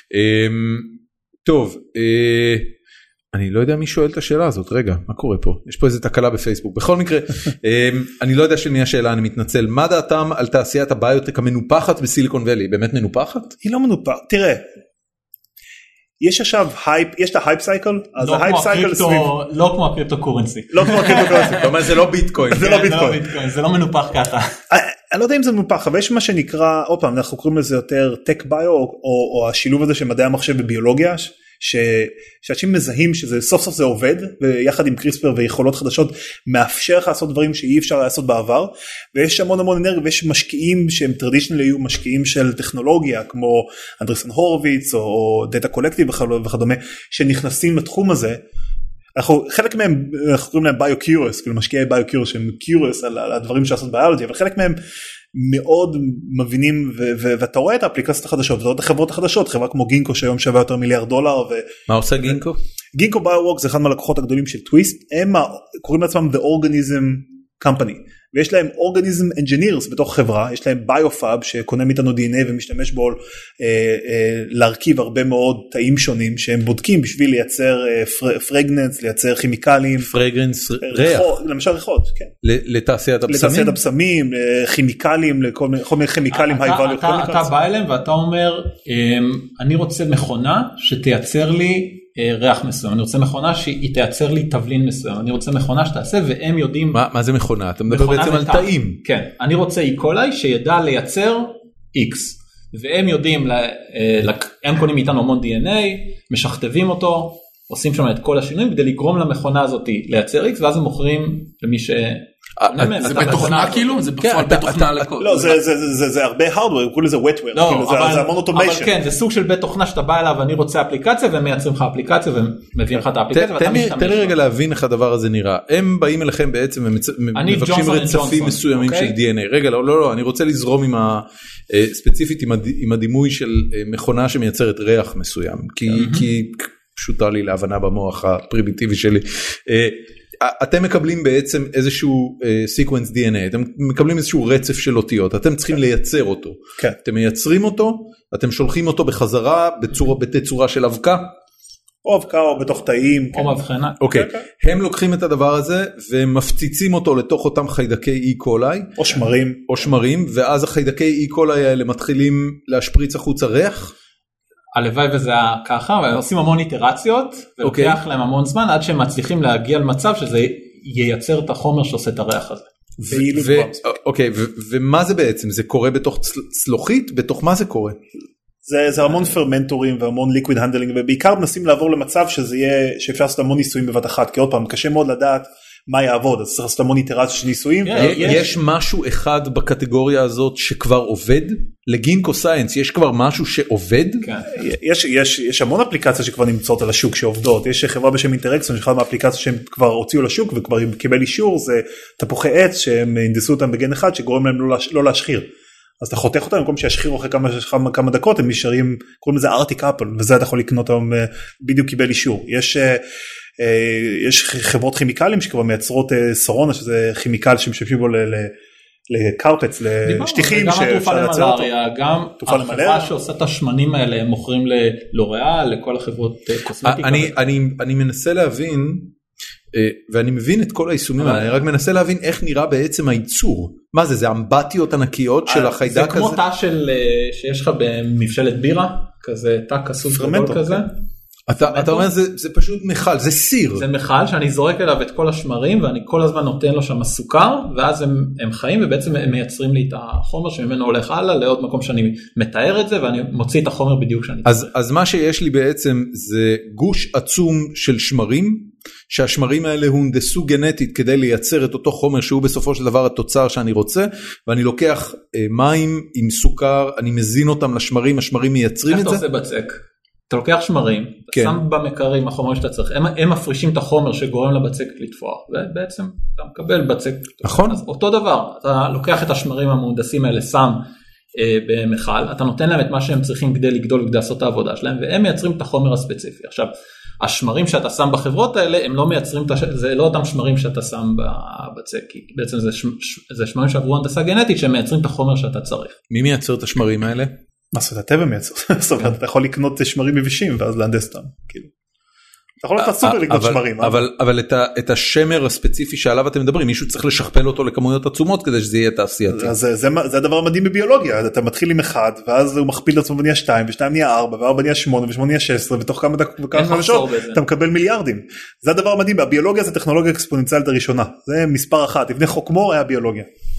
טוב, אני לא יודע מי שואל את השאלה הזאת, רגע, מה קורה פה? יש פה איזו תקלה בפייסבוק. בכל מקרה, אני לא יודע של מי השאלה, אני מתנצל. מה דעתם על תעשיית הביוטק המנופחת בסיליקון ואלי? באמת מנופחת? היא לא מנופחת, תראה. יש עכשיו הייפ, יש את ההייפ סייקל, אז ההייפ סייקל סביב... לא כמו הקריפטו קורנסי. לא כמו הקריפטו קורנסי. זאת אומרת, זה לא ביטקוין. זה לא ביטקוין. זה לא מנופח ככה. אני לא יודע אם זה מנופח, אבל יש מה שנקרא, עוד פעם, אנחנו קוראים לזה יותר טק ביו, או השילוב הזה של מדעי המחשב בביולוגיה, שאנשים מזהים שזה סוף סוף זה עובד, ויחד עם קריספר ויכולות חדשות מאפשר לך לעשות דברים שאי אפשר לעשות בעבר, ויש המון המון אנרגיה, ויש משקיעים שהם טרדישנלי היו משקיעים של טכנולוגיה, כמו אנדרסן הורוביץ או דאטה קולקטיב וכדומה, שנכנסים לתחום הזה. חלק מהם, אנחנו קוראים להם ביו-קיורס, כאילו משקיעי ביו-קיורס שהם קיורס על הדברים שעשות ביולוגיה, אבל חלק מהם מאוד מבינים, ואתה רואה את האפליקציות החדשות, ואתה רואה את החברות החדשות, חברה כמו גינקו שהיום שווה יותר $1 מיליארד. מה עושה גינקו? גינקו ביו-וורק זה אחד מהלקוחות הגדולים של טוויסט, הם קוראים לעצמם The Organism Company, ויש להם Organism Engineers בתוך חברה, יש להם ביופאב שקונה מאיתנו DNA ומשתמש בו להרכיב הרבה מאוד תאים שונים שהם בודקים בשביל לייצר פרגננס, לייצר כימיקלים. פרגננס ריח. למשל ריחות, כן. לתעשיית הבשמים? לתעשיית הבשמים, לכימיקלים, לכל מיני כימיקלים. אתה בא אליהם ואתה אומר, אני רוצה מכונה שתייצר לי ריח מסוים, אני רוצה מכונה שהיא תייצר לי תבלין מסוים, אני רוצה מכונה שתעשה והם יודעים... מה זה מכונה? אתה מדבר בעצם על תאים. כן, אני רוצה איקולאי שידע לייצר X, והם יודעים, הם קונים מאיתנו המון DNA, משכתבים אותו, עושים שם את כל השינויים, כדי לגרום למכונה הזאת לייצר X, ואז הם מוכרים למי ש... זה בתוכנה כאילו? זה בפועל בתוכנה לכל. לא, זה הרבה hardware, קוראים לזה wetware, זה המון אוטומיישן. אבל כן, זה סוג של בית תוכנה שאתה בא אליו, אני רוצה אפליקציה, והם מייצרים לך אפליקציה, ומביאים לך את האפליקציה, ואתה משתמש. תן לי רגע להבין איך הדבר הזה נראה. הם באים אליכם בעצם, ומבקשים רצפים מסוימים של DNA. רגע, לא, אני רוצה לזרום ספציפית עם הדימוי של מכונה שמייצרת ריח מסוים, כי פשוטה לי להבנה במוח הפרימיטיבי שלי. אתם מקבלים בעצם איזשהו sequence DNA, אתם מקבלים איזשהו רצף של אותיות, אתם צריכים לייצר אותו. אתם מייצרים אותו, אתם שולחים אותו בחזרה בתצורה של אבקה? או אבקה או בתוך תאים. או מבחנה. אוקיי, הם לוקחים את הדבר הזה ומפציצים אותו לתוך אותם חיידקי E. coli. או שמרים, ואז החיידקי E. coli האלה מתחילים להשפריץ החוצה ריח? הלוואי וזה היה ככה, ועושים המון איטרציות, ולוקח להם המון זמן, עד שהם מצליחים להגיע למצב שזה ייצר את החומר שעושה את הריח הזה. אוקיי, ומה זה בעצם? זה קורה בתוך צלוחית? בתוך מה זה קורה? זה המון פרמנטורים והמון ליקוויד הנדלינג, ובעיקר מנסים לעבור למצב שאפשר לעשות המון ניסויים בבת אחת, כי עוד פעם, קשה מאוד לדעת מה יעבוד, אז צריך לעשות המון איטרציה של ניסויים. יש משהו אחד בקטגוריה הזאת שכבר עובד? לגינקו סיינס יש כבר משהו שעובד? יש המון אפליקציות שכבר נמצאות על השוק שעובדות, יש חברה בשם אינטראקסון, שאחת מהאפליקציות שהם כבר הוציאו לשוק וכבר קיבל אישור, זה תפוחי עץ שהם הנדסו אותם בגן אחד שגורם להם לא להשחיר. אז אתה חותך אותם במקום שישחירו אחרי כמה דקות, הם נשארים, קוראים לזה ארטיק אפל, וזה אתה יכול לקנות אותם, בדיוק קיבל אישור. יש חברות כימיקלים שכבר מייצרות סורונה, שזה כימיקל שמשתמשים בו לקרפץ, לשטיחים. גם התרופה למלאריה, גם החברה שעושה את השמנים האלה, הם מוכרים ללוריאל, לכל החברות קוסמטיקה. אני מנסה להבין, ואני מבין את כל היישומים האלה, אני רק מנסה להבין איך נראה בעצם הייצור. מה זה? זה אמבטיות ענקיות של החיידק הזה? זה כמו תא שיש לך במבשלת בירה, כזה תא כסוף גדול כזה. אתה אומר זה פשוט מחל, זה סיר. זה מחל שאני זורק אליו את כל השמרים ואני כל הזמן נותן לו שם סוכר, ואז הם חיים ובעצם הם מייצרים לי את החומר שממנו הולך הלאה לעוד מקום שאני מתאר את זה ואני מוציא את החומר בדיוק שאני צריך. אז מה שיש לי בעצם זה גוש עצום של שמרים, שהשמרים האלה הונדסו גנטית כדי לייצר את אותו חומר שהוא בסופו של דבר התוצר שאני רוצה, ואני לוקח מים עם סוכר, אני מזין אותם לשמרים, השמרים מייצרים את זה. איך אתה עושה בצק? אתה לוקח שמרים, אתה שם במקרים החומרים שאתה צריך, הם מפרישים את החומר שגורם לבצק לתפוח, ובעצם אתה מקבל בצק. נכון. אז אותו דבר, אתה לוקח את השמרים המהונדסים האלה, שם במחל, אתה נותן להם את מה שהם צריכים כדי לגדול וכדי לעשות את העבודה שלהם, והם מייצרים את החומר הספציפי. עכשיו, השמרים שאתה שם בחברות האלה, הם לא מייצרים, זה לא אותם שמרים שאתה שם בבצק, כי בעצם זה שמרים שעברו הנדסה גנטית, שהם מייצרים את החומר שאתה צריך. מי מייצר את השמרים האלה? מה זה הטבע מייצר? זאת אומרת, אתה יכול לקנות שמרים יבשים ואז להנדס אותם, כאילו. אתה יכול לעשות סופר לקנות שמרים. אבל את השמר הספציפי שעליו אתם מדברים, מישהו צריך לשכפל אותו לכמויות עצומות כדי שזה יהיה תעשייתי. זה הדבר המדהים בביולוגיה, אתה מתחיל עם 1, ואז הוא מכפיל את עצמו ונהיה 2, ו2 נהיה 4, ו4 נהיה 8, ו8 נהיה 16, ותוך כמה חדשות אתה מקבל מיליארדים. זה הדבר המדהים, הביולוגיה זה טכנולוגיה אקספוננציאלית הראשונה, זה מספר 1, לפני חוק מור היה ביולוגיה.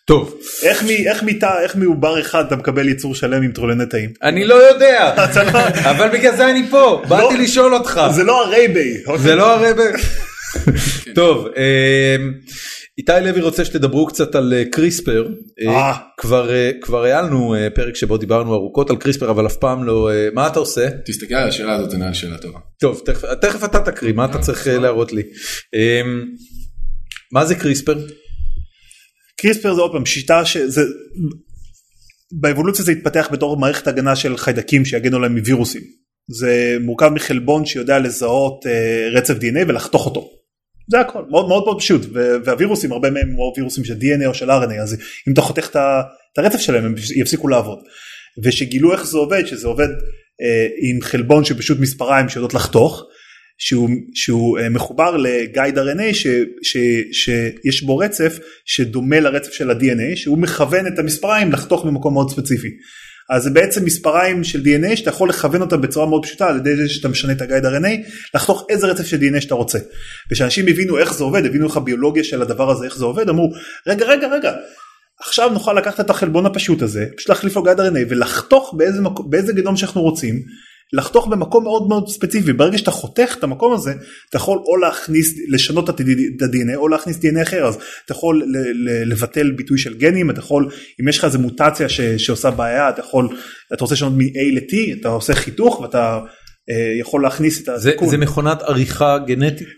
טוב. איך מעובר אחד אתה מקבל יצור שלם עם טרולי נטעים? אני לא יודע, אבל בגלל זה אני פה, באתי לשאול אותך. זה לא הרייבי. זה לא הרייבי. טוב, איתי לוי רוצה שתדברו קצת על קריספר. כבר היה לנו פרק שבו דיברנו ארוכות על קריספר, אבל אף פעם לא, מה אתה עושה? תסתכל על השאלה הזאת, זה נראה שאלה טובה. טוב, תכף אתה תקריא, מה אתה צריך להראות לי? מה זה קריספר? קריספר זה עוד פעם שיטה שזה, באבולוציה זה התפתח בתור מערכת הגנה של חיידקים שיגנו להם מווירוסים. זה מורכב מחלבון שיודע לזהות רצף DNA ולחתוך אותו. זה הכל, מאוד מאוד מאוד פשוט, והווירוסים, הרבה מהם הם וירוסים של DNA או של RNA, אז אם אתה חותך את הרצף שלהם, הם יפסיקו לעבוד. ושגילו איך זה עובד, שזה עובד עם חלבון שפשוט מספריים שיודעות לחתוך, שהוא מחובר לגייד RNA שיש בו רצף שדומה לרצף של ה-DNA, שהוא מכוון את המספריים לחתוך במקום מאוד ספציפי. אז זה בעצם מספריים של DNA שאתה יכול לכוון אותם בצורה מאוד פשוטה, על ידי זה שאתה משנה את הגייד RNA, לחתוך איזה רצף של DNA שאתה רוצה. ושאנשים הבינו איך זה עובד, הבינו איך הביולוגיה של הדבר הזה, איך זה עובד, אמרו, רגע, עכשיו נוכל לקחת את החלבון הפשוט הזה, פשוט להחליף לו גייד RNA, ולחתוך באיזה גנום שאנחנו רוצים, לחתוך במקום מאוד מאוד ספציפי. ברגע שאתה חותך את המקום הזה, אתה יכול או לשנות את ה-DNA, או להכניס DNA אחר, אז אתה יכול לבטל ביטוי של גנים, אתה יכול, אם יש לך איזו מוטציה שעושה בעיה, אתה רוצה לשנות מ-A ל-T, אתה עושה חיתוך, ואתה יכול להכניס את הזיקון. זה מכונת עריכה גנטית?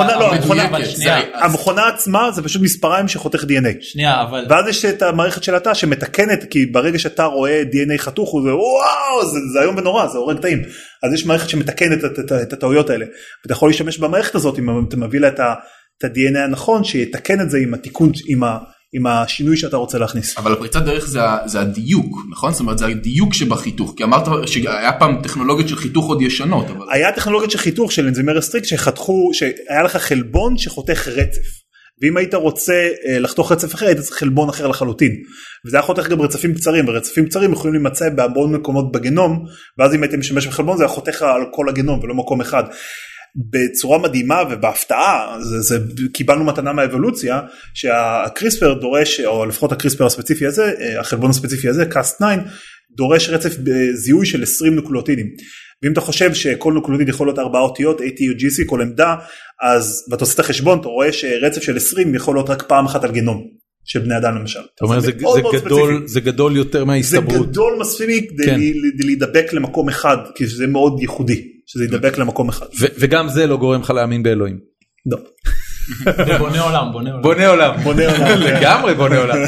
המכונה עצמה זה פשוט מספריים שחותך DNA. שנייה, אבל... ואז יש את המערכת של התא שמתקנת, כי ברגע שאתה רואה DNA חתוך, זה וואו, זה היום ונורא, זה הורג תאים. אז יש מערכת שמתקנת את הטעויות האלה. ואתה יכול להשתמש במערכת הזאת, אם אתה מביא לה את ה-DNA הנכון, שיתקן את זה עם התיקון, עם השינוי שאתה רוצה להכניס. אבל הפריצת דרך זה הדיוק, נכון? זאת אומרת, זה הדיוק שבחיתוך, כי אמרת שהיה פעם טכנולוגיות של חיתוך עוד ישנות. היה טכנולוגיות של חיתוך של אנזימי רסטריקט שחתכו, שהיה לך חלבון שחותך רצף. ואם היית רוצה לחתוך רצף אחר, היית צריך חלבון אחר לחלוטין. וזה היה חותך גם רצפים קצרים, ורצפים קצרים יכולים להימצא בהמון מקומות בגנום, ואז אם הייתם משתמש בחלבון, זה היה חותך על כל הגנום ולא מקום אחד. בצורה מדהימה ובהפתעה, קיבלנו מתנה מהאבולוציה, שהקריספר דורש, או לפחות הקריספר הספציפי הזה, החלבון הספציפי הזה, Cas9, דורש רצף זיהוי של 20 נוקלאוטידים. ואם אתה חושב שכל נוקלאוטיד יכול להיות 4 אותיות, A, T או G, C, כל עמדה, אז ואתה עושה את החשבון, אתה רואה שרצף של 20 יכול להיות רק פעם אחת על גנום. של בני אדם למשל. זאת אומרת, זה גדול יותר מההסתברות. זה גדול מספיק להידבק למקום אחד, כי זה מאוד ייחודי, שזה ידבק למקום אחד. וגם זה לא גורם לך להאמין באלוהים. לא. בונה עולם. בונה עולם. לגמרי בונה עולם.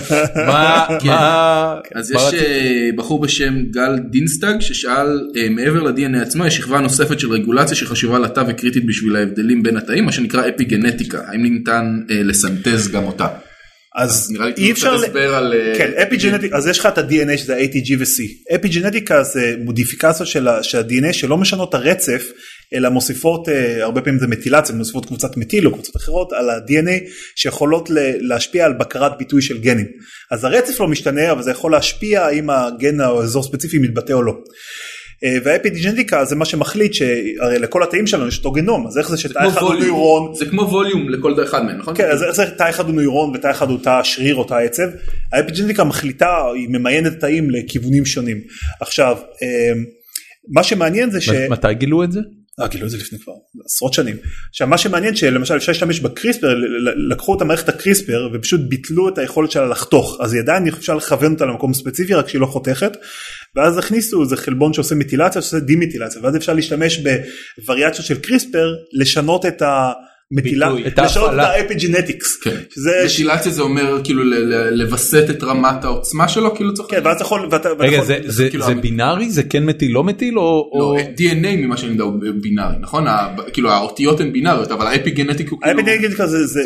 אז יש בחור בשם גל דינסטג ששאל, מעבר ל-DNA עצמו, יש שכבה נוספת של רגולציה שחשובה לתא וקריטית בשביל ההבדלים בין התאים, מה שנקרא אפיגנטיקה. האם ניתן לסנטז גם אותה? אז אי אפשר, כן, אפיג'נטיקה, אז יש לך את ה-DNA שזה A, T, G ו-C. אפיג'נטיקה זה מודיפיקציה של ה-DNA שלא משנות את הרצף, אלא מוסיפות, הרבה פעמים זה מטילציה, מוסיפות קבוצת מטיל או קבוצות אחרות על ה-DNA שיכולות להשפיע על בקרת ביטוי של גנים. אז הרצף לא משתנה, אבל זה יכול להשפיע האם הגן או אזור ספציפי מתבטא או לא. והאפיג'נטיקה זה מה שמחליט שהרי לכל התאים שלנו יש אותו גנום, אז איך זה שתא אחד הוא נוירון, זה כמו ווליום לכל אחד מהם, נכון? כן, אז איך זה תא אחד הוא נוירון ותא אחד הוא תא שריר או תא עצב, האפיג'נטיקה מחליטה, היא ממיינת את תאים לכיוונים שונים. עכשיו, מה שמעניין זה מתי גילו את זה? גילו את זה לפני כבר עשרות שנים. עכשיו מה שמעניין שלמשל אפשר להשתמש בקריספר, לקחו את המערכת הקריספר ופשוט ביטלו את היכולת שלה לחתוך, אז היא עדיין אפשר לכוון אותה למקום ספציפי רק שהיא לא חותכת, ואז הכניסו איזה חלבון שעושה מטילציה, שעושה דימטילציה, ואז אפשר להשתמש בווריאציות של קריספר, לשנות את לשנות את האפיג'נטיקס. מטילציה זה אומר כאילו לבסט את רמת העוצמה שלו, כאילו צריך... כן, ואז יכול... רגע, זה בינארי? זה כן מטיל, לא מטיל? לא, DNA ממה שאני יודע הוא בינארי, נכון? כאילו האותיות הן בינאריות, אבל האפיגנטיקה הוא כאילו... האפיגנטיקה זה...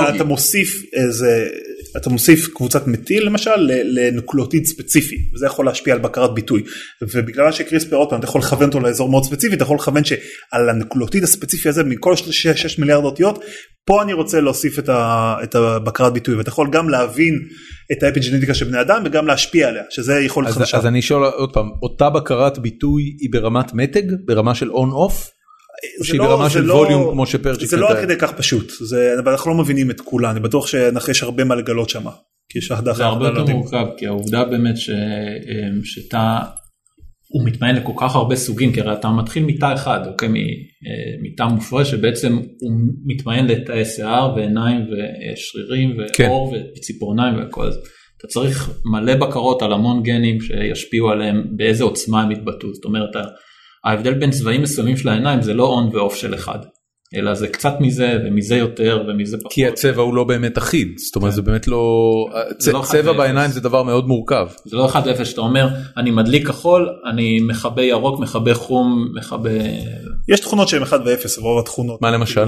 אתה מוסיף קבוצת מטיל למשל לנוקלאוטיד ספציפי, וזה יכול להשפיע על בקרת ביטוי, ובגלל שקריספר עוד פעם, אתה יכול לכוון אותו לאזור מאוד ספציפי, אתה יכול לכוון שעל הנוקלאוטיד הספציפי הזה, מכל 6 מיליארד אותיות, פה אני רוצה להוסיף את הבקרת ביטוי, ואתה יכול גם להבין את האפיג'נטיקה של בני אדם, וגם להשפיע עליה, שזה יכול להיות חדשה. אז אני שואל עוד פעם, אותה בקרת ביטוי היא ברמת מתג, ברמה של on-off? או שהיא ברמה של ווליום כמו שפרצ'יק? זה לא עד כדי כך פשוט, אבל אנחנו לא מבינים את כולה, אני בטוח שיש הרבה מה לגלות שם. זה הרבה יותר מורכב, כי העובדה באמת שאתה, הוא מתמיין לכל כך הרבה סוגים, כי הרי אתה מתחיל מיטה אחד, אוקיי, מיטה מופרש, שבעצם הוא מתמיין לתאי שיער ועיניים ושרירים ואור וציפורניים וכל זה. אתה צריך מלא בקרות על המון גנים שישפיעו עליהם, באיזה עוצמה הם יתבטאו. זאת אומרת, ההבדל בין צבעים מסוימים של העיניים זה לא און ואוף של אחד, אלא זה קצת מזה ומזה יותר ומזה פחות. כי הצבע הוא לא באמת אחיד, זאת אומרת זה באמת לא, צבע בעיניים זה דבר מאוד מורכב. זה לא 1-0 שאתה אומר, אני מדליק כחול, אני מכבה ירוק, מכבה חום, מכבה... יש תכונות שהן 1-0, אבל התכונות... מה למשל?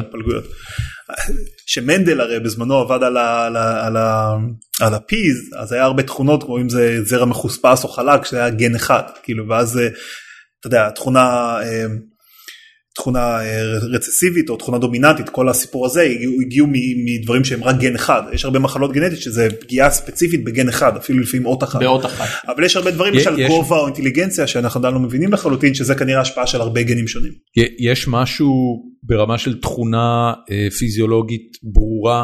שמנדל הרי בזמנו עבד על הפיז, אז היה הרבה תכונות, כמו אם זה זרע מחוספס או חלק, שזה היה גן אחד, כאילו, ואז, אתה יודע, תכונה רצסיבית או תכונה דומיננטית, כל הסיפור הזה הגיעו מדברים שהם רק גן אחד. יש הרבה מחלות גנטית שזה פגיעה ספציפית בגן אחד, אפילו לפעמים אות אחת. באות אחת. אבל יש הרבה דברים, למשל גובה או אינטליגנציה, שאנחנו עדיין לא מבינים לחלוטין, שזה כנראה השפעה של הרבה גנים שונים. יש משהו ברמה של תכונה פיזיולוגית ברורה,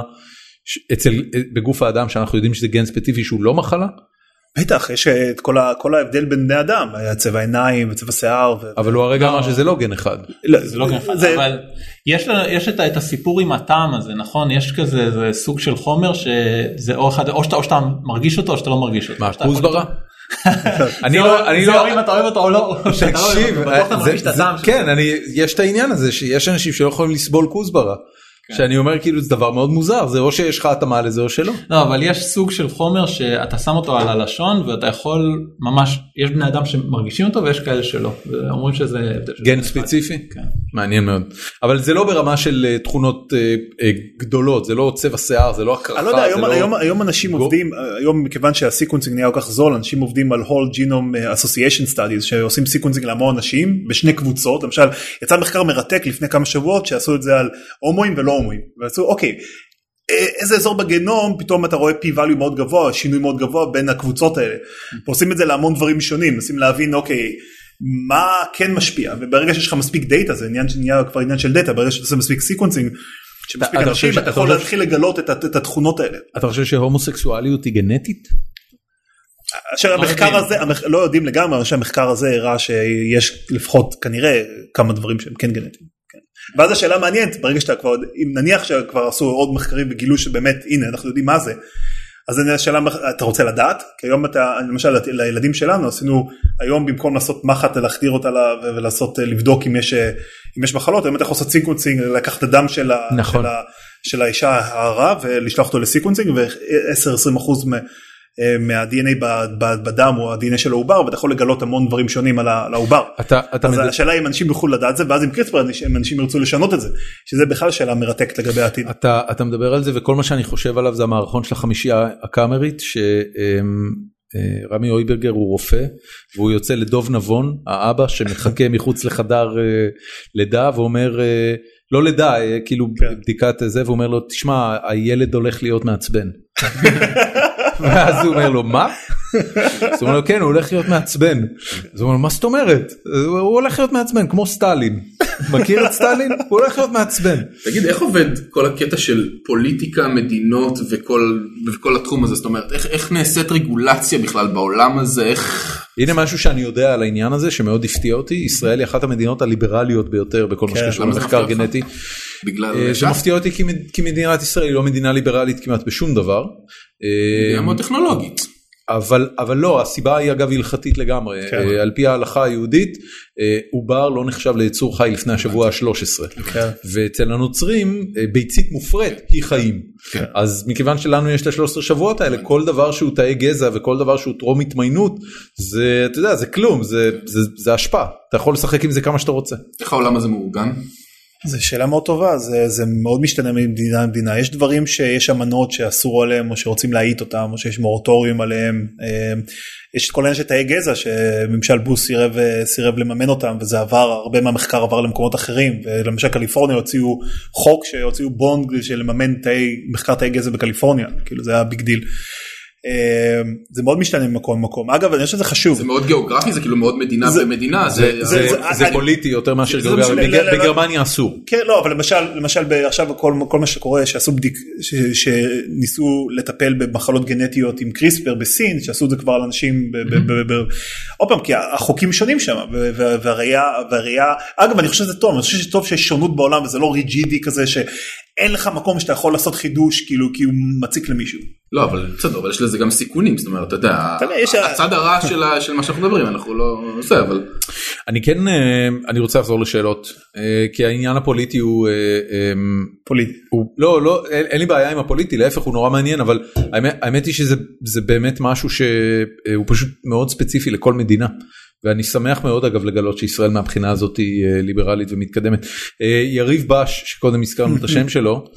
בגוף האדם שאנחנו יודעים שזה גן ספציפי שהוא לא מחלה? בטח, יש את כל ההבדל בין בני אדם, היה צבע עיניים וצבע שיער. אבל הוא הרגע אמר שזה לא גן אחד. זה לא גן אחד, אבל יש את הסיפור עם הטעם הזה, נכון? יש כזה סוג של חומר שזה או שאתה מרגיש אותו או שאתה לא מרגיש אותו. מה, כוסברה? אני לא, אם אתה אוהב אותו או לא, או שאתה לא אוהב אותו, בטוח אתה מרגיש את הטעם. כן, יש את העניין הזה שיש אנשים שלא יכולים לסבול כוסברה. שאני אומר כאילו זה דבר מאוד מוזר, זה או שיש לך התאמה לזה או שלא. לא, אבל יש סוג של חומר שאתה שם אותו על הלשון ואתה יכול ממש, יש בני אדם שמרגישים אותו ויש כאלה שלא, ואומרים שזה... גן ספציפי? כן. מעניין מאוד. אבל זה לא ברמה של תכונות גדולות, זה לא צבע שיער, זה לא הקרחה. אני לא יודע, היום אנשים עובדים, היום מכיוון שהסיקונסינג נהיה כל כך זול, אנשים עובדים על Whole Genome Association Studies, שעושים סיקונסינג להמון אנשים בשני קבוצות, למשל, יצא מחקר מרתק לפני כמה שבועות שעשו את זה על הומואים ולא הומואים, ועשו אוקיי, איזה אזור בגנום, פתאום אתה רואה P-value מאוד גבוה, שינוי מאוד גבוה בין הקבוצות האלה, ועושים את זה להמון דברים שונים, מנסים להבין אוקיי, מה כן משפיע, וברגע שיש לך מספיק דאטה, זה נהיה כבר עניין של דאטה, ברגע שאתה עושה מספיק סיקונסינג, שמספיק אנשים, אתה יכול להתחיל לגלות את התכונות האלה. אתה חושב שהומוסקסואליות היא גנטית? המחקר הזה, לא יודעים לגמרי, אבל שהמחקר הזה הראה שיש לפחות כנראה כמה דברים שהם כן גנטיים. ואז השאלה מעניינת, ברגע שאתה כבר, אם נניח שכבר עשו עוד מחקרים וגילו שבאמת, הנה, אנחנו יודעים מה זה, אז השאלה, אתה רוצה לדעת? כי היום אתה, למשל, לילדים שלנו, עשינו היום במקום לעשות מחט, להחדיר אותה ולעשות, לבדוק אם יש מחלות, היום אתה יכול לעשות סיקונסינג, לקחת את הדם של האישה ההרה, ולשלוח אותו לסיקונסינג, ו10-20% מה-DNA בדם או ה-DNA של העובר, ואתה יכול לגלות המון דברים שונים על העובר. אז השאלה אם אנשים יוכלו לדעת זה, ואז עם קריספר אנשים ירצו לשנות את זה, שזה בכלל שאלה מרתקת לגבי העתיד. אתה מדבר על זה, וכל מה שאני חושב עליו זה המערכון של החמישייה הקאמרית, שרמי אויברגר הוא רופא, והוא יוצא לדוב נבון, האבא שמחכה מחוץ לחדר לידה, ואומר, לא לידה, כאילו בדיקת זה, והוא אומר לו, תשמע, הילד הולך להיות מעצבן. ואז הוא אומר לו, מה? אז הוא אומר לו, כן, הוא הולך להיות מעצבן. אז הוא אומר לו, מה זאת אומרת? הוא הולך להיות מעצבן, כמו סטלין. מכיר את סטלין? הוא הולך להיות מעצבן. תגיד, איך עובד כל הקטע של פוליטיקה, מדינות וכל התחום הזה? זאת אומרת, איך נעשית רגולציה בכלל בעולם הזה? הנה משהו שאני יודע על העניין הזה, שמאוד הפתיע אותי. ישראל היא אחת המדינות הליברליות ביותר בכל מה שקשור למחקר גנטי. זה מפתיע אותי כי מדינת ישראל היא לא מדינה ליברלית כמעט בשום דבר. היא מאוד טכנולוגית. אבל לא, הסיבה היא אגב הלכתית לגמרי. על פי ההלכה היהודית, עובר לא נחשב ליצור חי לפני השבוע ה-13. ואצל הנוצרים, ביצית מופרית היא חיים. אז מכיוון שלנו יש את ה-13 שבועות האלה, כל דבר שהוא תאי גזע וכל דבר שהוא טרום התמיינות, זה, אתה יודע, זה כלום, זה השפעה. אתה יכול לשחק עם זה כמה שאתה רוצה. איך העולם הזה מאורגן? זו שאלה מאוד טובה, זה מאוד משתנה ממדינה למדינה, יש דברים שיש אמנות שאסור עליהם או שרוצים להעיט אותם או שיש מורטוריום עליהם, יש את כל העניין של תאי גזע שממשל בוש סירב לממן אותם וזה עבר, הרבה מהמחקר עבר למקומות אחרים, ולמשל קליפורניה הוציאו חוק שהוציאו בונד של לממן מחקר תאי גזע בקליפורניה, כאילו זה היה ביג דיל. זה מאוד משתנה ממקום למקום. אגב, אני חושב שזה חשוב. זה מאוד גיאוגרפי, זה כאילו מאוד מדינה במדינה. זה פוליטי יותר מאשר גיאוגרפי. בגרמניה אסור. כן, לא, אבל למשל עכשיו כל מה שקורה, שניסו לטפל במחלות גנטיות עם קריספר בסין, שעשו את זה כבר לאנשים, עוד פעם, כי החוקים שונים שם, והראייה, אגב, אני חושב שזה טוב, אני חושב שטוב שיש שונות בעולם, וזה לא ריג'ידי כזה, שאין לך מקום שאתה יכול לעשות חידוש, כאילו, כי הוא מציק למישהו. לא, אבל בסדר, אבל יש לזה גם סיכונים, זאת אומרת, אתה יודע, הצד הרע של מה שאנחנו מדברים, אנחנו לא עושה, אבל... אני רוצה לחזור לשאלות, כי העניין הפוליטי הוא... פוליטי. לא, אין לי בעיה עם הפוליטי, להפך הוא נורא מעניין, אבל האמת היא שזה באמת משהו שהוא פשוט מאוד ספציפי לכל מדינה. ואני שמח מאוד אגב לגלות שישראל מהבחינה הזאת היא ליברלית ומתקדמת. יריב בש, שקודם הזכרנו את השם שלו,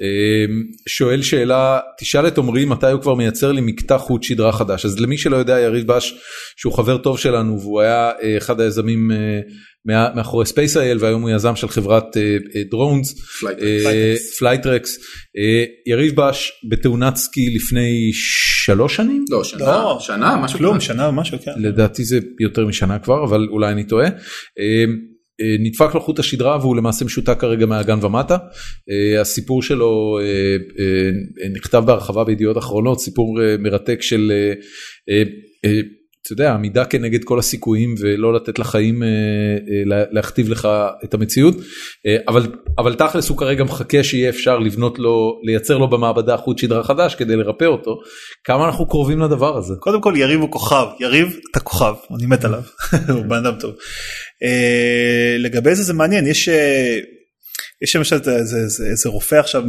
שואל שאלה, תשאל את עומרי מתי הוא כבר מייצר לי מקטע חוט שדרה חדש. אז למי שלא יודע, יריב בש, שהוא חבר טוב שלנו, והוא היה אחד היזמים מאחורי SpaceIL, והיום הוא יזם של חברת דרונס, פלייטרקס. יריב בש בתאונת סקי לפני 3 שנים? לא, שנה, משהו כלום, שנה, משהו, כן. לדעתי זה יותר משנה כבר, אבל אולי אני טועה. נדפק לו חוט השדרה, והוא למעשה משותק כרגע מהאגן ומטה. הסיפור שלו נכתב בהרחבה בידיעות אחרונות, סיפור מרתק של... אתה יודע, עמידה כנגד כל הסיכויים ולא לתת לחיים להכתיב לך את המציאות, אבל תכלס הוא כרגע מחכה שיהיה אפשר לבנות לו, לייצר לו במעבדה חוט שדרה חדש כדי לרפא אותו. כמה אנחנו קרובים לדבר הזה? קודם כל יריב הוא כוכב, יריב אתה כוכב, אני מת עליו, הוא בן אדם טוב. לגבי זה מעניין, יש למשל איזה רופא עכשיו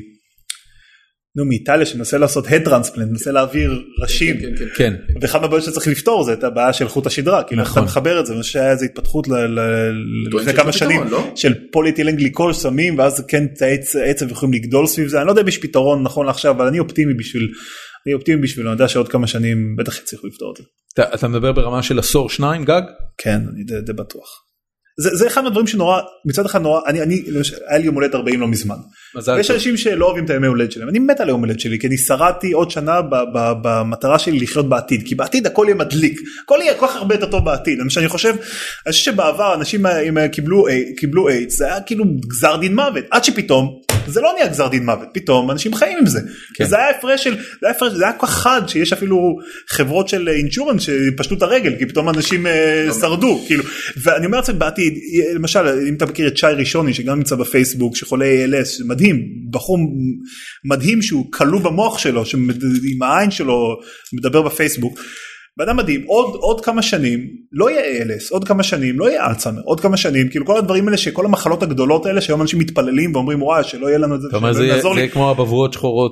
מאיטליה שמנסה לעשות head transplant, מנסה להעביר ראשים, ואחד מהבעיות שצריך לפתור זה את הבעיה של חוט השדרה, כאילו אתה מחבר את זה, שהיה איזו התפתחות לפני כמה שנים, של פוליאתילן גליקול שמים, ואז כן העצב יכולים לגדול סביב זה, אני לא יודע אם יש פתרון נכון לעכשיו, אבל אני אופטימי בשביל, אני יודע שעוד כמה שנים בטח יצליחו לפתור את זה. אתה מדבר ברמה של 1-2 גג? כן, אני די בטוח. זה אחד מהדברים שנורא, מצד אחד נורא, היה לי יום הולדת 40 לא מזמן. יש אנשים שלא אוהבים את הימי הולדת שלהם, אני מת על היום הולדת שלי, כי אני שרדתי עוד שנה במטרה שלי לחיות בעתיד, כי בעתיד הכל יהיה מדליק, הכל יהיה כל כך הרבה יותר טוב בעתיד. אני חושב שבעבר אנשים קיבלו איידס, זה היה כאילו גזר דין מוות, עד שפתאום, זה לא נהיה גזר דין מוות, פתאום אנשים חיים עם זה. זה היה הפרש זה היה כל כך חד, שיש אפילו חברות של אינשורנס שפשטו את הרגל, כי פתאום אנשים שרדו, כאילו, ואני אומר את זה בעתיד, למשל, אם אתה מכיר את שי ראשוני, שגם נמצא בפייסבוק, שחולה ALS, מדהים, בחור מדהים שהוא כלוא במוח שלו, עם העין שלו מדבר בפייסבוק, באדם מדהים, עוד כמה שנים לא יהיה ALS, עוד כמה שנים לא יהיה אלצהיימר, עוד כמה שנים, כאילו כל הדברים האלה, שכל המחלות הגדולות האלה, שהיום אנשים מתפללים ואומרים, וואי, שלא יהיה לנו את זה. זה כמו הבבואות שחורות.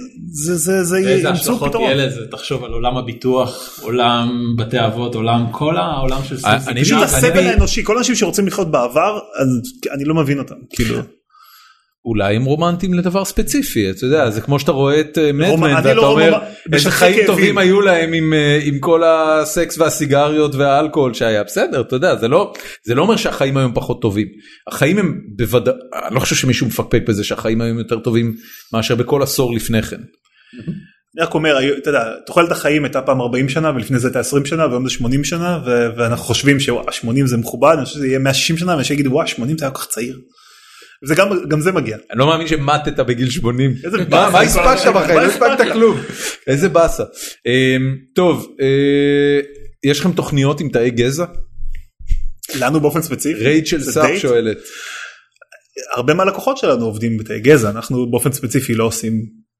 זה איזה השלכות יהיה לזה, תחשוב על עולם הביטוח, עולם בתי אבות, עולם, כל העולם של סוס. פשוט הסבל האנושי, כל האנשים שרוצים לחיות בעבר, אני לא מבין אותם, כאילו. אולי הם רומנטיים לדבר ספציפי, אתה יודע, זה כמו שאתה רואה את מדמן, ואתה אומר, איזה חיים טובים היו להם עם כל הסקס והסיגריות והאלכוהול שהיה, בסדר, אתה יודע, זה לא אומר שהחיים היום פחות טובים, החיים הם בוודא, אני לא חושב שמישהו מפקפק בזה שהחיים היום יותר טובים מאשר בכל עשור לפני כן. אני רק אומר, אתה יודע, תוחלת החיים הייתה פעם 40 שנה, ולפני זה הייתה 20 שנה, והיום זה 80 שנה, ואנחנו חושבים ש80 זה מכובד, אני חושב שזה יהיה 160 שנה, ואנשים יגידו, וואו, 80 זה היה כל כך צעיר. גם זה מגיע. אני לא מאמין שמתת בגיל 80. מה הספקת בחיים? לא הספקת כלום. איזה באסה. טוב, יש לכם תוכניות עם תאי גזע? לנו באופן ספציפי? רייצ'ל סאפ שואלת. הרבה מהלקוחות שלנו עובדים בתאי גזע, אנחנו באופן ספציפי לא עושים,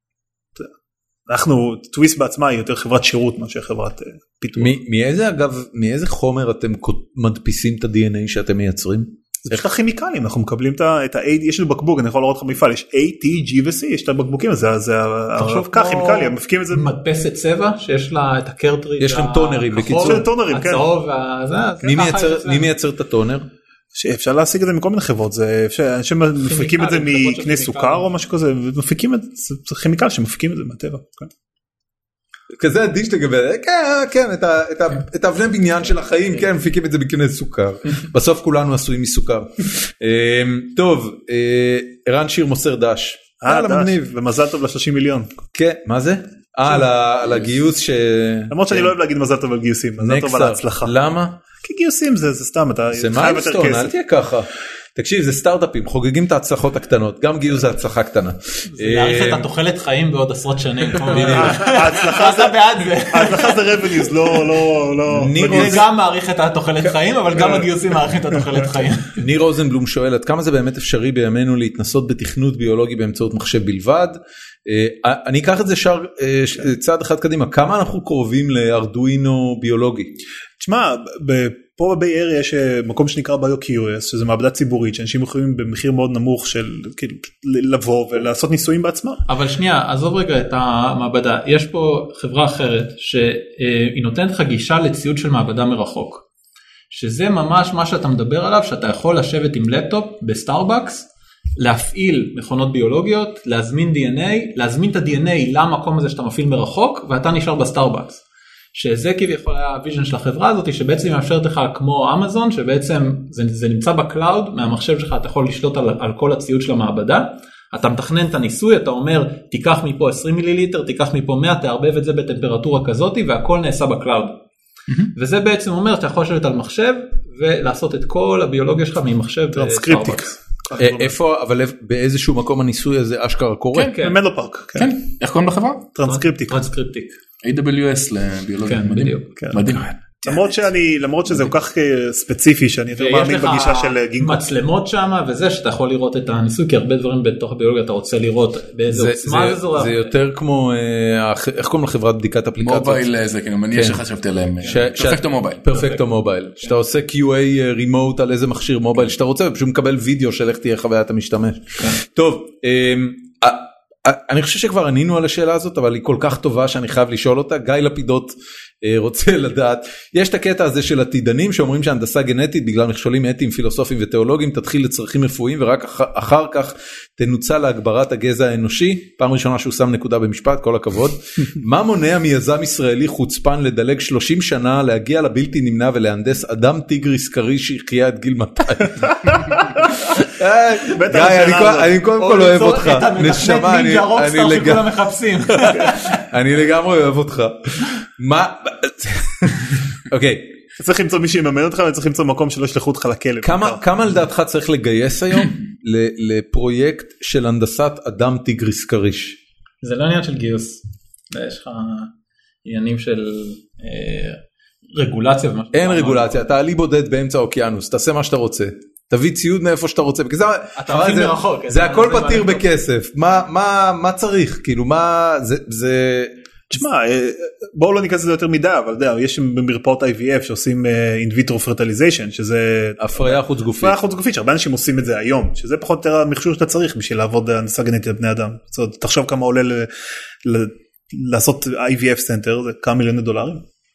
אנחנו, טוויסט בעצמה היא יותר חברת שירות מאשר חברת פיתוח. מאיזה חומר אתם מדפיסים את ה-DNA שאתם מייצרים? יש לך כימיקלים, אנחנו מקבלים את ה-A, יש לנו בקבוק, אני יכול לראות לך מפעל, יש A, T, G ו-C, יש את הבקבוקים, זה הרבקה, כימיקלים, מפקים את זה. מדפסת צבע, שיש לה את הקרטריג' יש להם טונרים, בקיצור. הצהוב, מי מייצר את הטונר? אפשר להשיג את זה מכל מיני חברות, אנשים מפיקים את זה מקנה סוכר או משהו כזה, מפיקים את זה, כימיקל שמפיקים את זה מהטבע. כזה עדיש לגבי, כן, את האבני בניין של החיים, כן, מפיקים את זה בקנה סוכר. בסוף כולנו עשויים מסוכר. טוב, ערן שיר מוסר דש. ומזל טוב ל-30 מיליון. כן, מה זה? על הגיוס ש... למרות שאני לא אוהב להגיד מזל טוב על גיוסים, מזל טוב על ההצלחה. למה? כי גיוסים זה סתם, אתה חייב יותר כסף. אל תהיה ככה. תקשיב, זה סטארט-אפים, חוגגים את ההצלחות הקטנות, גם גיוס זה הצלחה קטנה. זה להאריך את התוחלת חיים בעוד עשרות שנים. ההצלחה זה revenues, לא... זה גם מעריך את התוחלת חיים, אבל גם הגיוסים מעריכים את התוחלת חיים. ניר רוזנבלום שואל, עד כמה זה באמת אפשרי בימינו להתנסות בתכנות ביולוגי באמצעות מחשב בלבד? אני אקח את זה צעד אחד קדימה, כמה אנחנו קרובים לארדואינו ביולוגי? תשמע, פה בביי אריה יש מקום שנקרא BioQS, שזה מעבדה ציבורית, שאנשים יכולים במחיר מאוד נמוך של לבוא ולעשות ניסויים בעצמם. אבל שנייה, עזוב רגע את המעבדה, יש פה חברה אחרת שהיא נותנת לך גישה לציוד של מעבדה מרחוק, שזה ממש מה שאתה מדבר עליו, שאתה יכול לשבת עם לפטופ בסטארבקס, להפעיל מכונות ביולוגיות, להזמין DNA, להזמין את ה-DNA למקום הזה שאתה מפעיל מרחוק, ואתה נשאר בסטארבקס. שזה כביכול היה הוויז'ן של החברה הזאת, שבעצם מאפשרת לך כמו אמזון, שבעצם זה נמצא בקלאוד, מהמחשב שלך אתה יכול לשלוט על כל הציוד של המעבדה, אתה מתכנן את הניסוי, אתה אומר, תיקח מפה 20 מיליליטר, תיקח מפה 100, תערבב את זה בטמפרטורה כזאת, והכל נעשה בקלאוד. וזה בעצם אומר, שאתה יכול לשבת על מחשב, ולעשות את כל הביולוגיה שלך ממחשב טרנסקריפטיקס. איפה, אבל באיזשהו מקום הניסוי הזה אשכרה קורה? כן, כן. במדו פארק. כן, איך קוראים לחברה? טרנסקריפטיק. AWS לביולוגיה, מדהים. מדהים. למרות שזה כל כך ספציפי שאני יותר מאמין בגישה של גינקו. מצלמות שם וזה שאתה יכול לראות את הניסוי, כי הרבה דברים בתוך הביולוגיה אתה רוצה לראות באיזה עוצמה זה יותר כמו, איך קוראים לחברת בדיקת אפליקציות? מובייל זה, כאילו, אני שחשבתי עליהם, פרפקטו מובייל. פרפקטו מובייל, שאתה עושה QA רימוט על איזה מכשיר מובייל שאתה רוצה, ופשוט מקבל וידאו של איך תהיה חוויית המשתמש. טוב, אני חושב שכבר ענינו על השאלה הזאת, אבל היא כל כך טובה שאני חייב לשאול אותה. גיא לפידות רוצה לדעת, יש את הקטע הזה של עתידנים שאומרים שהנדסה גנטית בגלל מכשולים אתיים, פילוסופיים ותיאולוגיים תתחיל לצרכים רפואיים ורק אחר כך תנוצל להגברת הגזע האנושי. פעם ראשונה שהוא שם נקודה במשפט, כל הכבוד. מה מונע מיזם ישראלי חוצפן לדלג 30 שנה, להגיע לבלתי נמנע ולהנדס אדם טיגריס קרי שיחיה עד גיל 200? גיא, אני קודם כל אוהב אותך. נשמה, אני לגמרי אוהב אותך. מה? אוקיי. צריך למצוא מי שיממן אותך, וצריך למצוא מקום שלא ישלחו אותך לכלא. כמה לדעתך צריך לגייס היום לפרויקט של הנדסת אדם טיגריס קריש? זה לא עניין של גיוס. יש לך עניינים של רגולציה. אין רגולציה, אתה עלי בודד באמצע האוקיינוס, תעשה מה שאתה רוצה. תביא ציוד מאיפה שאתה רוצה. זה הכל פתיר בכסף. מה צריך? כאילו מה זה... תשמע, בואו לא ניכנס לזה יותר מדי, אבל יש במרפאות IVF שעושים in vitro fertilization, שזה... הפריה חוץ גופית. הפריה חוץ גופית, שהרבה אנשים עושים את זה היום, שזה פחות יותר המכשור שאתה צריך בשביל לעבוד הנדסה גנטית לבני אדם. תחשוב כמה עולה לעשות IVF center, זה כמה מיליוני דולרים.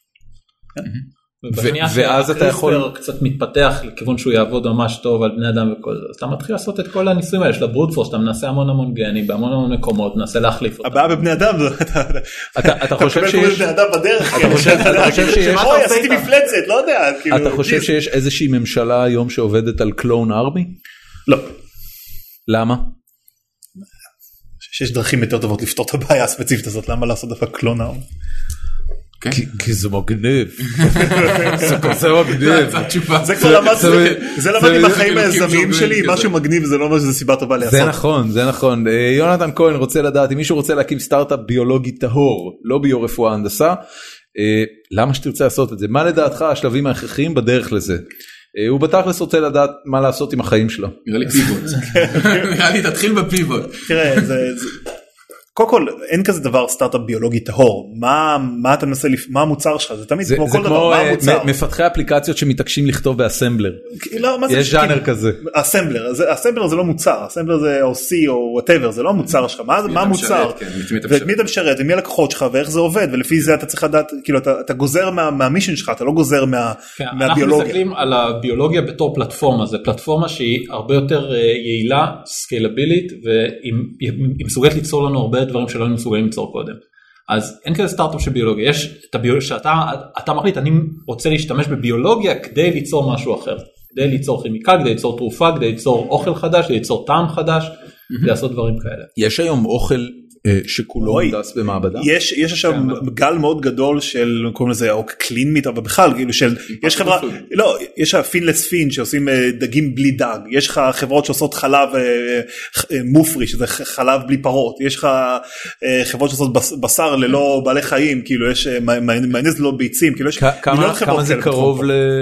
ואז אתה יכול קצת מתפתח לכיוון שהוא יעבוד ממש טוב על בני אדם וכל זה, אז אתה מתחיל לעשות את כל הניסויים האלה של הברוטפורס, אתה מנסה המון גנים בהמון מקומות, מנסה להחליף אותם. הבעיה בבני אדם, אתה חושב שיש בני אדם בדרך, עשיתי מפלצת, לא יודע. אתה חושב שיש איזושהי ממשלה היום שעובדת על קלון ארמי? לא. למה? שיש דרכים יותר טובות לפתור את הבעיה הספציפית הזאת, למה לעשות דווקא קלון ארמי? כי זה מגניב. זה מגניב. זה למדתי בחיים היזמיים שלי, משהו מגניב זה לא אומר שזה סיבה טובה לעשות. זה נכון. יונתן כהן רוצה לדעת, אם מישהו רוצה להקים סטארט-אפ ביולוגי טהור, לא ביו-רפואה הנדסה, למה שתרצה לעשות את זה? מה לדעתך השלבים ההכרחיים בדרך לזה? הוא בתכלס רוצה לדעת מה לעשות עם החיים שלו. נראה לי פיבוט. נראה לי תתחיל בפיבוט. תראה, קודם כל, אין כזה דבר סטארט-אפ ביולוגי טהור. מה אתה מנסה, מה המוצר שלך? זה תמיד כמו כל דבר, מה המוצר? זה כמו מפתחי אפליקציות שמתעקשים לכתוב באסמבלר. יש ז'אנר כזה. אסמבלר זה לא מוצר, אסמבלר זה או C או whatever, זה לא המוצר שלך. מה המוצר? ומי אתה משרת, ומי הלקוחות שלך, ואיך זה עובד, ולפי זה אתה צריך לדעת, כאילו אתה גוזר מהמישן שלך, אתה לא גוזר מהביולוגיה. אנחנו מסתכלים על הביולוגיה בתור פלטפורמה, זה פלטפורמה שהיא הרבה יותר יעילה, סקיילבילית, והיא מסוגלת ליצור לנו הרבה דברים שלא מסוגלים ליצור קודם. אז אין כזה סטארט-אפ של ביולוגיה, יש את הביולוגיה שאתה מחליט, אני רוצה להשתמש בביולוגיה כדי ליצור משהו אחר, כדי ליצור כימיקל, כדי ליצור תרופה, כדי ליצור אוכל חדש, כדי ליצור טעם חדש, כדי לעשות דברים כאלה. יש היום אוכל שכולו מודס במעבדה? יש עכשיו גל מאוד גדול של, קוראים לזה, או קלין מיט, אבל בכלל, כאילו של, יש חברה, לא, יש פינלס פין שעושים דגים בלי דג, יש לך חברות שעושות חלב מופרי, שזה חלב בלי פרות, יש לך חברות שעושות בשר ללא בעלי חיים, כאילו יש מיונז ללא ביצים, כאילו יש מיליון חברות. כמה זה קרוב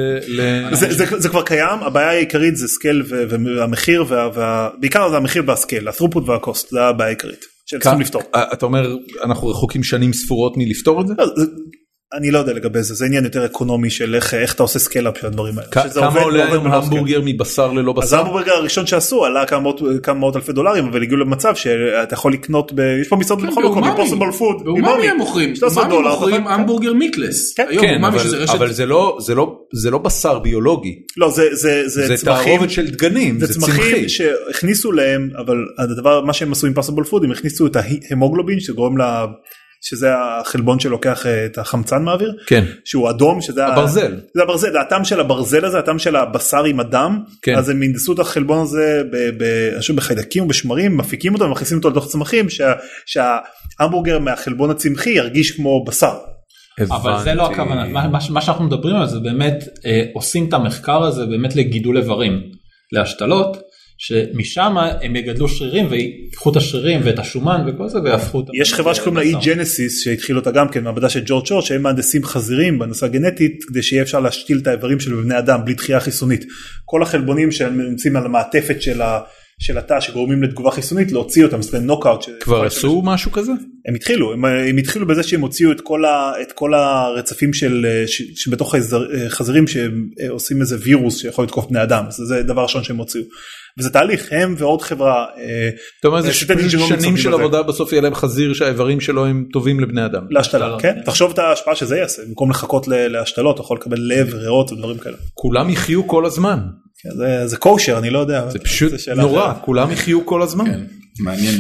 זה כבר קיים, הבעיה העיקרית זה סקייל והמחיר, בעיקר זה המחיר והסקייל, הת'רופוט והקוסט, זה הבעיה העיקרית שצריכים לפתור. אתה אומר, אנחנו רחוקים שנים ספורות מלפתור את זה? אני לא יודע לגבי זה, זה עניין יותר אקונומי של איך אתה עושה סקייל-אפ של הדברים האלה. כמה עולה היום המבורגר מבשר ללא בשר? אז המבורגר הראשון שעשו עלה כמה מאות אלפי דולרים, אבל הגיעו למצב שאתה יכול לקנות, יש פה מסעדות בכל מקום, impossible food, ואומאמי הם מוכרים, אומאמי מוכרים המבורגר מיטלס. כן, אבל זה לא בשר ביולוגי. לא, זה תערובת של דגנים, זה צמחים שהכניסו להם, אבל הדבר, מה שהם עשו עם impossible food, הם הכניסו את ההמוגלובין שגורם שזה החלבון שלוקח את החמצן מהאוויר, כן. שהוא אדום, שזה הברזל. זה הברזל, זה הטעם של הברזל הזה, הטעם של הבשר עם הדם, כן. אז הם הנדסו את החלבון הזה בחיידקים ובשמרים, מפיקים אותו ומכניסים אותו לתוך צמחים, שההמבורגר מהחלבון הצמחי ירגיש כמו בשר. אבל זה לא הכוונה, מה שאנחנו מדברים על זה באמת, עושים את המחקר הזה באמת לגידול איברים, להשתלות, שמשם הם יגדלו שרירים ויקחו את השרירים ואת השומן וכל זה ויהפכו אותם. יש חברה שקוראים לה E-Genesis שהתחיל אותה גם כן, מעבדה של ג'ורג' שורט, שהם מהנדסים חזירים בנושא הגנטית, כדי שיהיה אפשר להשתיל את האיברים שלו בבני אדם בלי דחייה חיסונית. כל החלבונים שהם נמצאים על המעטפת של התא שגורמים לתגובה חיסונית, להוציא אותם, זה נוקאוט. כבר עשו משהו כזה? הם התחילו בזה שהם הוציאו את כל הרצפים שבתוך חזירים שעושים איזה וירוס שיכול לתקוף בני אדם, זה דבר ראשון שהם הוציאו. וזה תהליך, הם ועוד חברה. זאת אומרת, זה שנים של עבודה, בסוף יהיה להם חזיר שהאיברים שלו הם טובים לבני אדם. להשתלה, כן. תחשוב את ההשפעה שזה יעשה, במקום לחכות להשתלות, אתה יכול לקבל לב, ריאות ודברים כאלה. כולם יחיו כל הזמן. זה קושר, אני לא יודע. זה פשוט נורא, כולם יחיו כל הזמן. מעניין.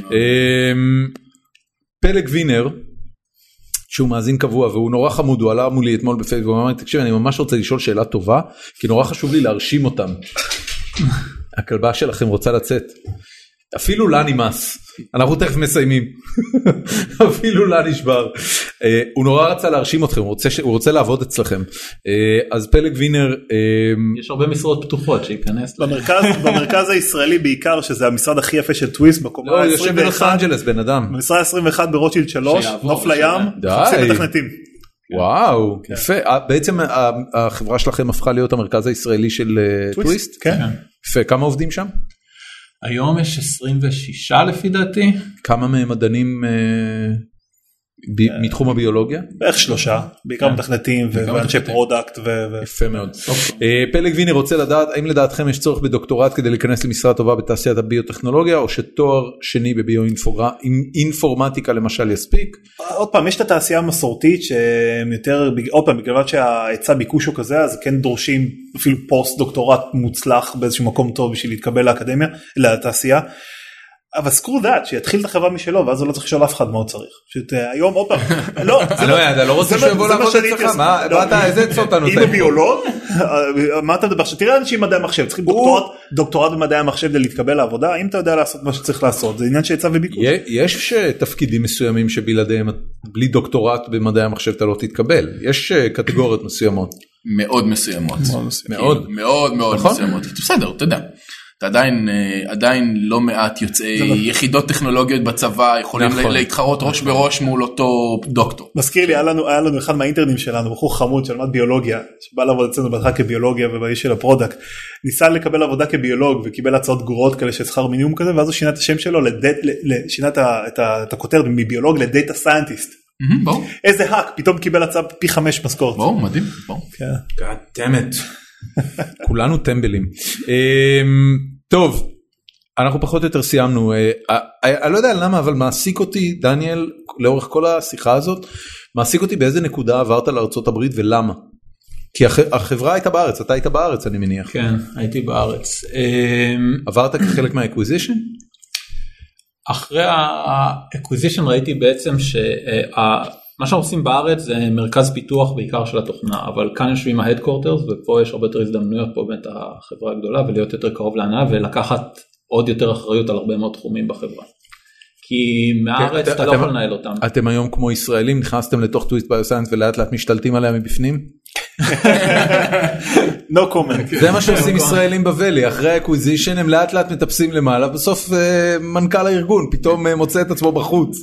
פלג וינר, שהוא מאזין קבוע, והוא נורא חמוד, הוא עלה מולי אתמול בפייסבוק, והוא אמר, תקשיב, אני ממש רוצה לשאול שאלה טובה, כי נורא חשוב לי להרשים אותם. הכלבה שלכם רוצה לצאת. אפילו לה נמאס. אנחנו תכף מסיימים. אפילו לה נשבר. הוא נורא רצה להרשים אתכם, הוא רוצה לעבוד אצלכם. אז פלג וינר... יש הרבה משרות פתוחות שיכנס. במרכז הישראלי בעיקר, שזה המשרד הכי יפה של טוויסט, בקומה ה-21. לא, יושב בלוס אנג'לס, בן אדם. במשרד 21 ברוטשילד 3, נוף לים, חפשים מתכנתים. וואו, יפה. בעצם החברה שלכם הפכה להיות המרכז הישראלי של טוויסט? כן. יפה, כמה עובדים שם? היום יש 26 לפי דעתי. כמה מהם מדענים מתחום הביולוגיה? בערך 3, בעיקר מתכנתים ואנשי פרודקט. יפה מאוד. פלג וינר רוצה לדעת, האם לדעתכם יש צורך בדוקטורט כדי להיכנס למשרה טובה בתעשיית הביוטכנולוגיה, או שתואר שני בביואינפורמטיקה למשל יספיק? עוד פעם, יש את התעשייה המסורתית, שיותר, עוד פעם, בגלל שההיצע ביקוש הוא כזה, אז כן דורשים אפילו פוסט דוקטורט מוצלח באיזשהו מקום טוב בשביל להתקבל לאקדמיה, לתעשייה. אבל screw that, שיתחיל את החברה משלו, ואז הוא לא צריך לשאול אף אחד מה הוא צריך. פשוט היום, עוד פעם, לא. אתה לא רוצה שיבוא לעבוד אצלך, מה אתה, איזה עצות אתה נותן? אם הוא ביולוג, מה אתה מדבר? תראה אנשים מדעי המחשב, צריכים דוקטורט במדעי המחשב כדי להתקבל לעבודה, אם אתה יודע לעשות מה שצריך לעשות, זה עניין שהיצע וביקוש. יש תפקידים מסוימים שבלעדיהם, בלי דוקטורט במדעי המחשב אתה לא תתקבל. יש קטגוריות מסוימות. מאוד מסוימות. מאוד. מאוד מאוד מסוימות. בסדר, אתה יודע. עדיין לא מעט יוצאי יחידות טכנולוגיות בצבא יכולים להתחרות ראש בראש מול אותו דוקטור. מזכיר לי, היה לנו אחד מהאינטרנים שלנו, בחור חמוד שלמד ביולוגיה, שבא לעבוד אצלנו בהתחלה כביולוגיה ובאיש של הפרודקט, ניסה לקבל עבודה כביולוג וקיבל הצעות גרועות כאלה של שכר מינימום כזה, ואז הוא שינה את השם שלו, שינה את הכותרת מביולוג לדאטה סיינטיסט. איזה האק, פתאום קיבל הצעה פי 5 משכורת. בואו, מדהים. God damn it. כולנו טמבלים. טוב, אנחנו פחות או יותר סיימנו. אני לא יודע למה, אבל מעסיק אותי, דניאל, לאורך כל השיחה הזאת, מעסיק אותי באיזה נקודה עברת לארצות הברית ולמה. כי החברה הייתה בארץ, אתה היית בארץ אני מניח. כן, הייתי בארץ. עברת כחלק מהאקוויזישן? אחרי האקוויזישן ראיתי בעצם מה שאנחנו עושים בארץ זה מרכז פיתוח בעיקר של התוכנה, אבל כאן יושבים ההדקורטרס, ופה יש הרבה יותר הזדמנויות פה בין החברה הגדולה, ולהיות יותר קרוב להנאה, ולקחת עוד יותר אחריות על הרבה מאוד תחומים בחברה. כי מהארץ אתה לא יכול לנהל אותם. אתם היום כמו ישראלים, נכנסתם לתוך טוויסט ביוסיינס ולאט לאט משתלטים עליה מבפנים? No comment. זה מה שעושים ישראלים בוואלי, אחרי האקוויזישן הם לאט לאט מטפסים למעלה, בסוף מנכ"ל הארגון פתאום מוצא את עצמו בחוץ.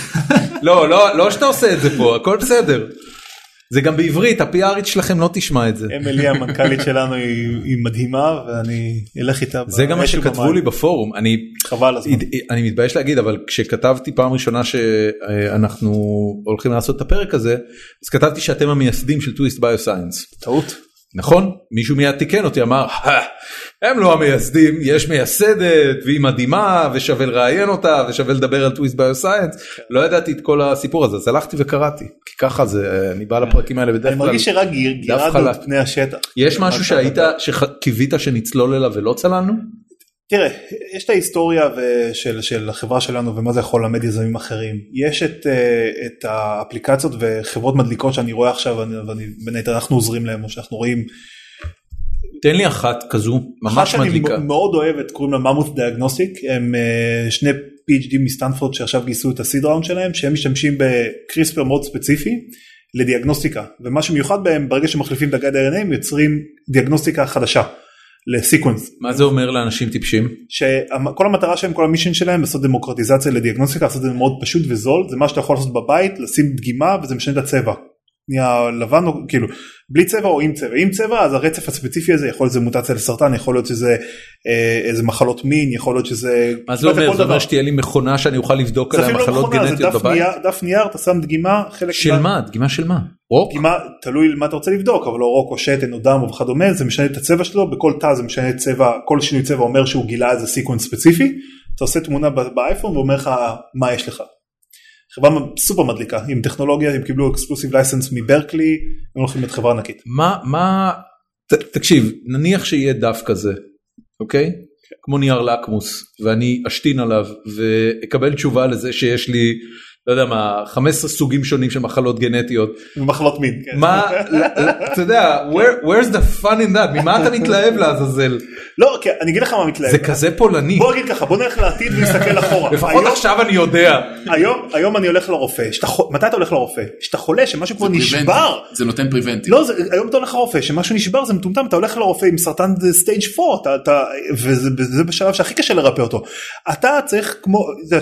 לא שאתה עושה את זה פה, הכל בסדר. זה גם בעברית, הפי-ארית שלכם לא תשמע את זה. אמילי המנכ"לית שלנו היא מדהימה, ואני אלך איתה. זה גם מה שכתבו לי בפורום. חבל הזמן. אני מתבייש להגיד, אבל כשכתבתי פעם ראשונה שאנחנו הולכים לעשות את הפרק הזה, אז כתבתי שאתם המייסדים של טוויסט ביוסיינס. טעות. נכון? מישהו מיד תיקן אותי, אמר, הם לא המייסדים, יש מייסדת, והיא מדהימה, ושווה לראיין אותה, ושווה לדבר על טוויסט ביוסיינס. לא ידעתי את כל הסיפור הזה, אז הלכתי וקראתי, כי ככה זה, אני בא לפרקים האלה בדרך כלל. אני מרגיש שרק גירדנו את פני השטח. יש משהו שקיווית שנצלול אליו ולא צללנו? תראה, יש את ההיסטוריה של החברה שלנו ומה זה יכול ללמד יזמים אחרים. יש את האפליקציות וחברות מדליקות שאני רואה עכשיו, בין היתר אנחנו עוזרים להם, או שאנחנו רואים. תן לי אחת כזו, ממש מדליקה. אחת שאני מאוד אוהבת, קוראים לה ממות דיאגנוסטיק, הם שני PhD מסטנפורד שעכשיו גייסו את הסיד ראונד שלהם, שהם משתמשים בקריספר מאוד ספציפי לדיאגנוסטיקה, ומה שמיוחד בהם, ברגע שמחליפים את הגד RNA, יוצרים דיאגנוסטיקה חדשה. לסיקוונס. מה זה אומר לאנשים טיפשים? שכל המטרה שלהם, כל המישן שלהם, לעשות דמוקרטיזציה לדיאגנוסטיקה, לעשות את זה מאוד פשוט וזול, זה מה שאתה יכול לעשות בבית, לשים דגימה וזה משנה את הצבע. נהיה לבן או כאילו, בלי צבע או עם צבע. עם צבע, אז הרצף הספציפי הזה, יכול להיות שזה מוטציה לסרטן, יכול להיות שזה איזה מחלות מין, יכול להיות שזה... מה זה אומר? זה אומר שתהיה לי מכונה שאני אוכל לבדוק עליה מחלות גנטיות בבית? זה דף נייר, אתה שם דגימה, חלק... של מה? דגימה של מה? רוק? דגימה, תלוי מה אתה רוצה לבדוק, אבל לא רוק או שתן או דם או וכדומה, זה משנה את הצבע שלו, בכל תא זה משנה את צבע, כל שינוי צבע אומר שהוא גילה איזה סיקוונס ספציפי, אתה עושה תמונה באייפון ואומר לך מה יש לך. חברה סופר מדליקה, עם טכנולוגיה, הם קיבלו אקסקלוסיב לייסנס מברקלי, הם הולכים את חברה ענקית. תקשיב, נניח שיהיה דף כזה, אוקיי? כמו נייר לקמוס, ואני אשתין עליו, ואקבל תשובה לזה שיש לי, לא יודע מה, 15 סוגים שונים של מחלות גנטיות. מחלות מין, כן. מה, אתה יודע, where's the fun in that? ממה אתה מתלהב לעזאזל? לא, אני אגיד לך מה מתלהב. זה כזה פולני. בוא נגיד ככה, בוא נלך לעתיד ונסתכל אחורה. לפחות עכשיו אני יודע. היום אני הולך לרופא. מתי אתה הולך לרופא? שאתה חולה, שמשהו כבר נשבר. זה נותן פריבנטי. לא, היום אתה הולך לרופא, שמשהו נשבר, זה מטומטם, אתה הולך לרופא עם סרטן סטייג' 4, וזה בשלב שהכי קשה לרפא אותו. אתה צריך כמו,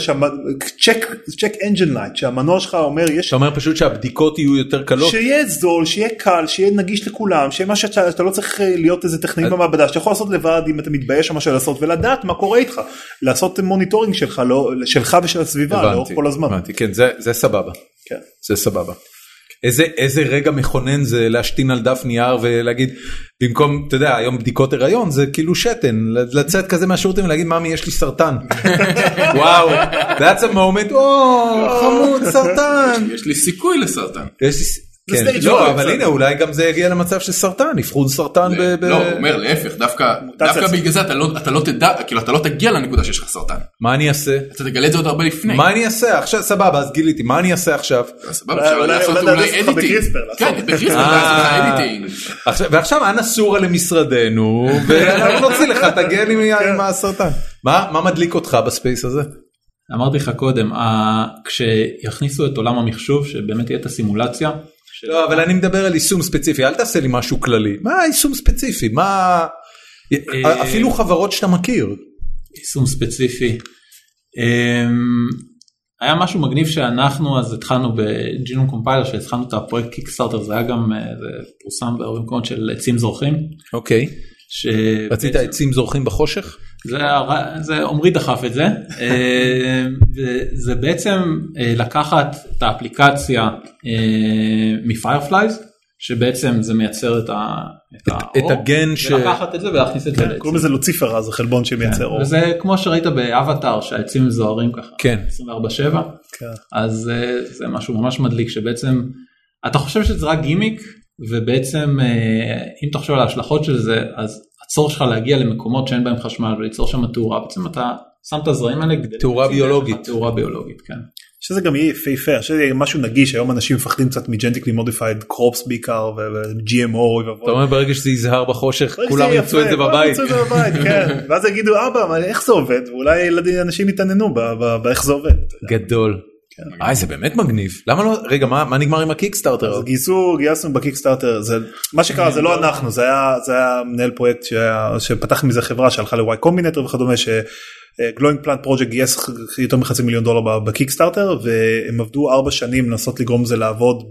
check engine light, שהמנוע שלך אומר, אתה אומר פשוט שהבדיקות יהיו יותר קלות. שיהיה זול, שיהיה קל, שיהיה נגיש לכולם, שיהיה משהו שאתה לא צריך להיות איזה טכנאים במעבדה, שאתה יכול לעשות לבד אם אתה מתבייש או משהו לעשות, ולדעת מה קורה איתך, לעשות מוניטורינג שלך ושל הסביבה, לאורך כל הזמן. כן, זה סבבה. זה סבבה. איזה רגע מכונן זה להשתין על דף נייר ולהגיד, במקום, אתה יודע, היום בדיקות הריון זה כאילו שתן, לצאת כזה מהשירותים ולהגיד, ממי, יש לי סרטן. וואו, that's a moment, חמוד, סרטן. יש לי סיכוי לסרטן. כן, לא, אבל הנה, אולי גם זה יגיע למצב של סרטן, יפחוד סרטן לא, הוא אומר, להפך, דווקא בגלל זה אתה לא תדע, כאילו אתה לא תגיע לנקודה שיש לך סרטן. מה אני אעשה? אתה תגלה את זה עוד הרבה לפני. מה אני אעשה? עכשיו, סבבה, אז גיליתי, מה אני אעשה עכשיו? סבבה, אפשר לעשות אולי אדיטינג. כן, בקריספר, אדיטינג. ועכשיו, אנא סורה למשרדנו, ואנחנו נוציא לך, תגן עם הסרטן. מה מדליק אותך בספייס הזה? אמרתי לך קודם, כשיכניסו את עולם המחשוב, שבאמת תהיה את הסימולציה, לא, אבל אני מדבר על יישום ספציפי, אל תעשה לי משהו כללי. מה יישום ספציפי? מה... אפילו חברות שאתה מכיר. יישום ספציפי. היה משהו מגניב שאנחנו אז התחלנו בג'ינום קומפיילר, שהתחלנו את הפרויקט קיקסטארטר, זה היה גם פורסם בהרבה מקומות של עצים זורחים. אוקיי. רצית עצים זורחים בחושך? זה עומרי דחף את זה, זה בעצם לקחת את האפליקציה מפיירפלייז, שבעצם זה מייצר את האור, הגן ולקחת את זה ולהכניס את זה לעצים. קוראים לזה לוציפר, זה חלבון שמייצר אור. וזה כמו שראית באבטר, שהעצים זוהרים ככה, 24/7, אז זה משהו ממש מדליק, שבעצם אתה חושב שזה רק גימיק, ובעצם אם תחשוב על ההשלכות של זה, אז הצורך שלך להגיע למקומות שאין בהם חשמל וליצור שם תאורה, בעצם אתה שם את הזרעים האלה, תאורה ביולוגית. תאורה ביולוגית, כן. שזה גם יהיה יפה, שזה יהיה משהו נגיש, היום אנשים מפחדים קצת מג'נטיקלי מודיפייד קרופס בעיקר, ו-GMO. אתה אומר ברגע שזה יזהר בחושך, כולם ימצאו את זה בבית. כן. ואז יגידו, אבא, איך זה עובד? ואולי אנשים יתעניינו באיך זה עובד. גדול. זה באמת מגניב. למה לא? רגע, מה נגמר עם הקיקסטארטר? אז גייסנו בקיקסטארטר, מה שקרה זה לא אנחנו, זה היה מנהל פרויקט שפתח מזה חברה שהלכה לוואי קומבינטור וכדומה, ש-Glowing Plant Project גייס יותר $500,000 בקיקסטארטר, והם עבדו 4 שנים לנסות לגרום זה לעבוד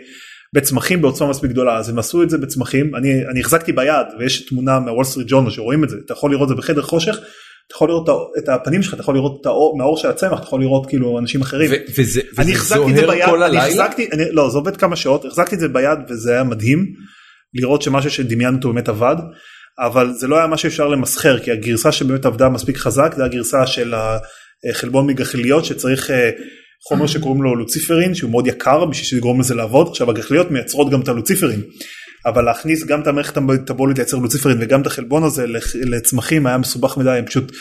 בצמחים בעוצמה מספיק גדולה, אז הם עשו את זה בצמחים, אני החזקתי ביד, ויש תמונה מהוול סטריט ג'ורנל שרואים את זה, אתה יכול לראות את זה בחדר חושך, אתה יכול לראות את הפנים שלך, אתה יכול לראות מהאור של הצמח, אתה יכול לראות כאילו אנשים אחרים. וזה זוהר כל הלילה? לא, זה עובד כמה שעות, החזקתי את זה ביד וזה היה מדהים, לראות שמשהו שדמיינו אותו באמת עבד, אבל זה לא היה מה שאפשר למסחר, כי הגרסה שבאמת עבדה מספיק חזק, זה הגרסה של החלבון מגחליות, שצריך חומר שקוראים לו לוציפרין, שהוא מאוד יקר בשביל שיגרום לזה לעבוד, עכשיו הגחליות מייצרות גם את הלוציפרין, אבל להכניס גם את המערכת המטבולית לייצר לוציפרין וגם את החלבון הזה לצמחים היה מסובך מדי, הם פשוט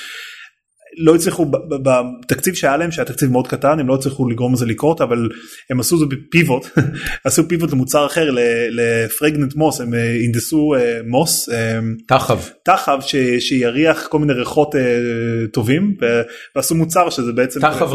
לא הצליחו, בתקציב שהיה להם, שהיה תקציב מאוד קטן, הם לא הצליחו לגרום לזה לקרות, אבל הם עשו זה בפיבוט, עשו פיבוט למוצר אחר, לפרגננט מוס, הם הנדסו מוס, תחב שיריח כל מיני ריחות טובים, ועשו מוצר שזה בעצם,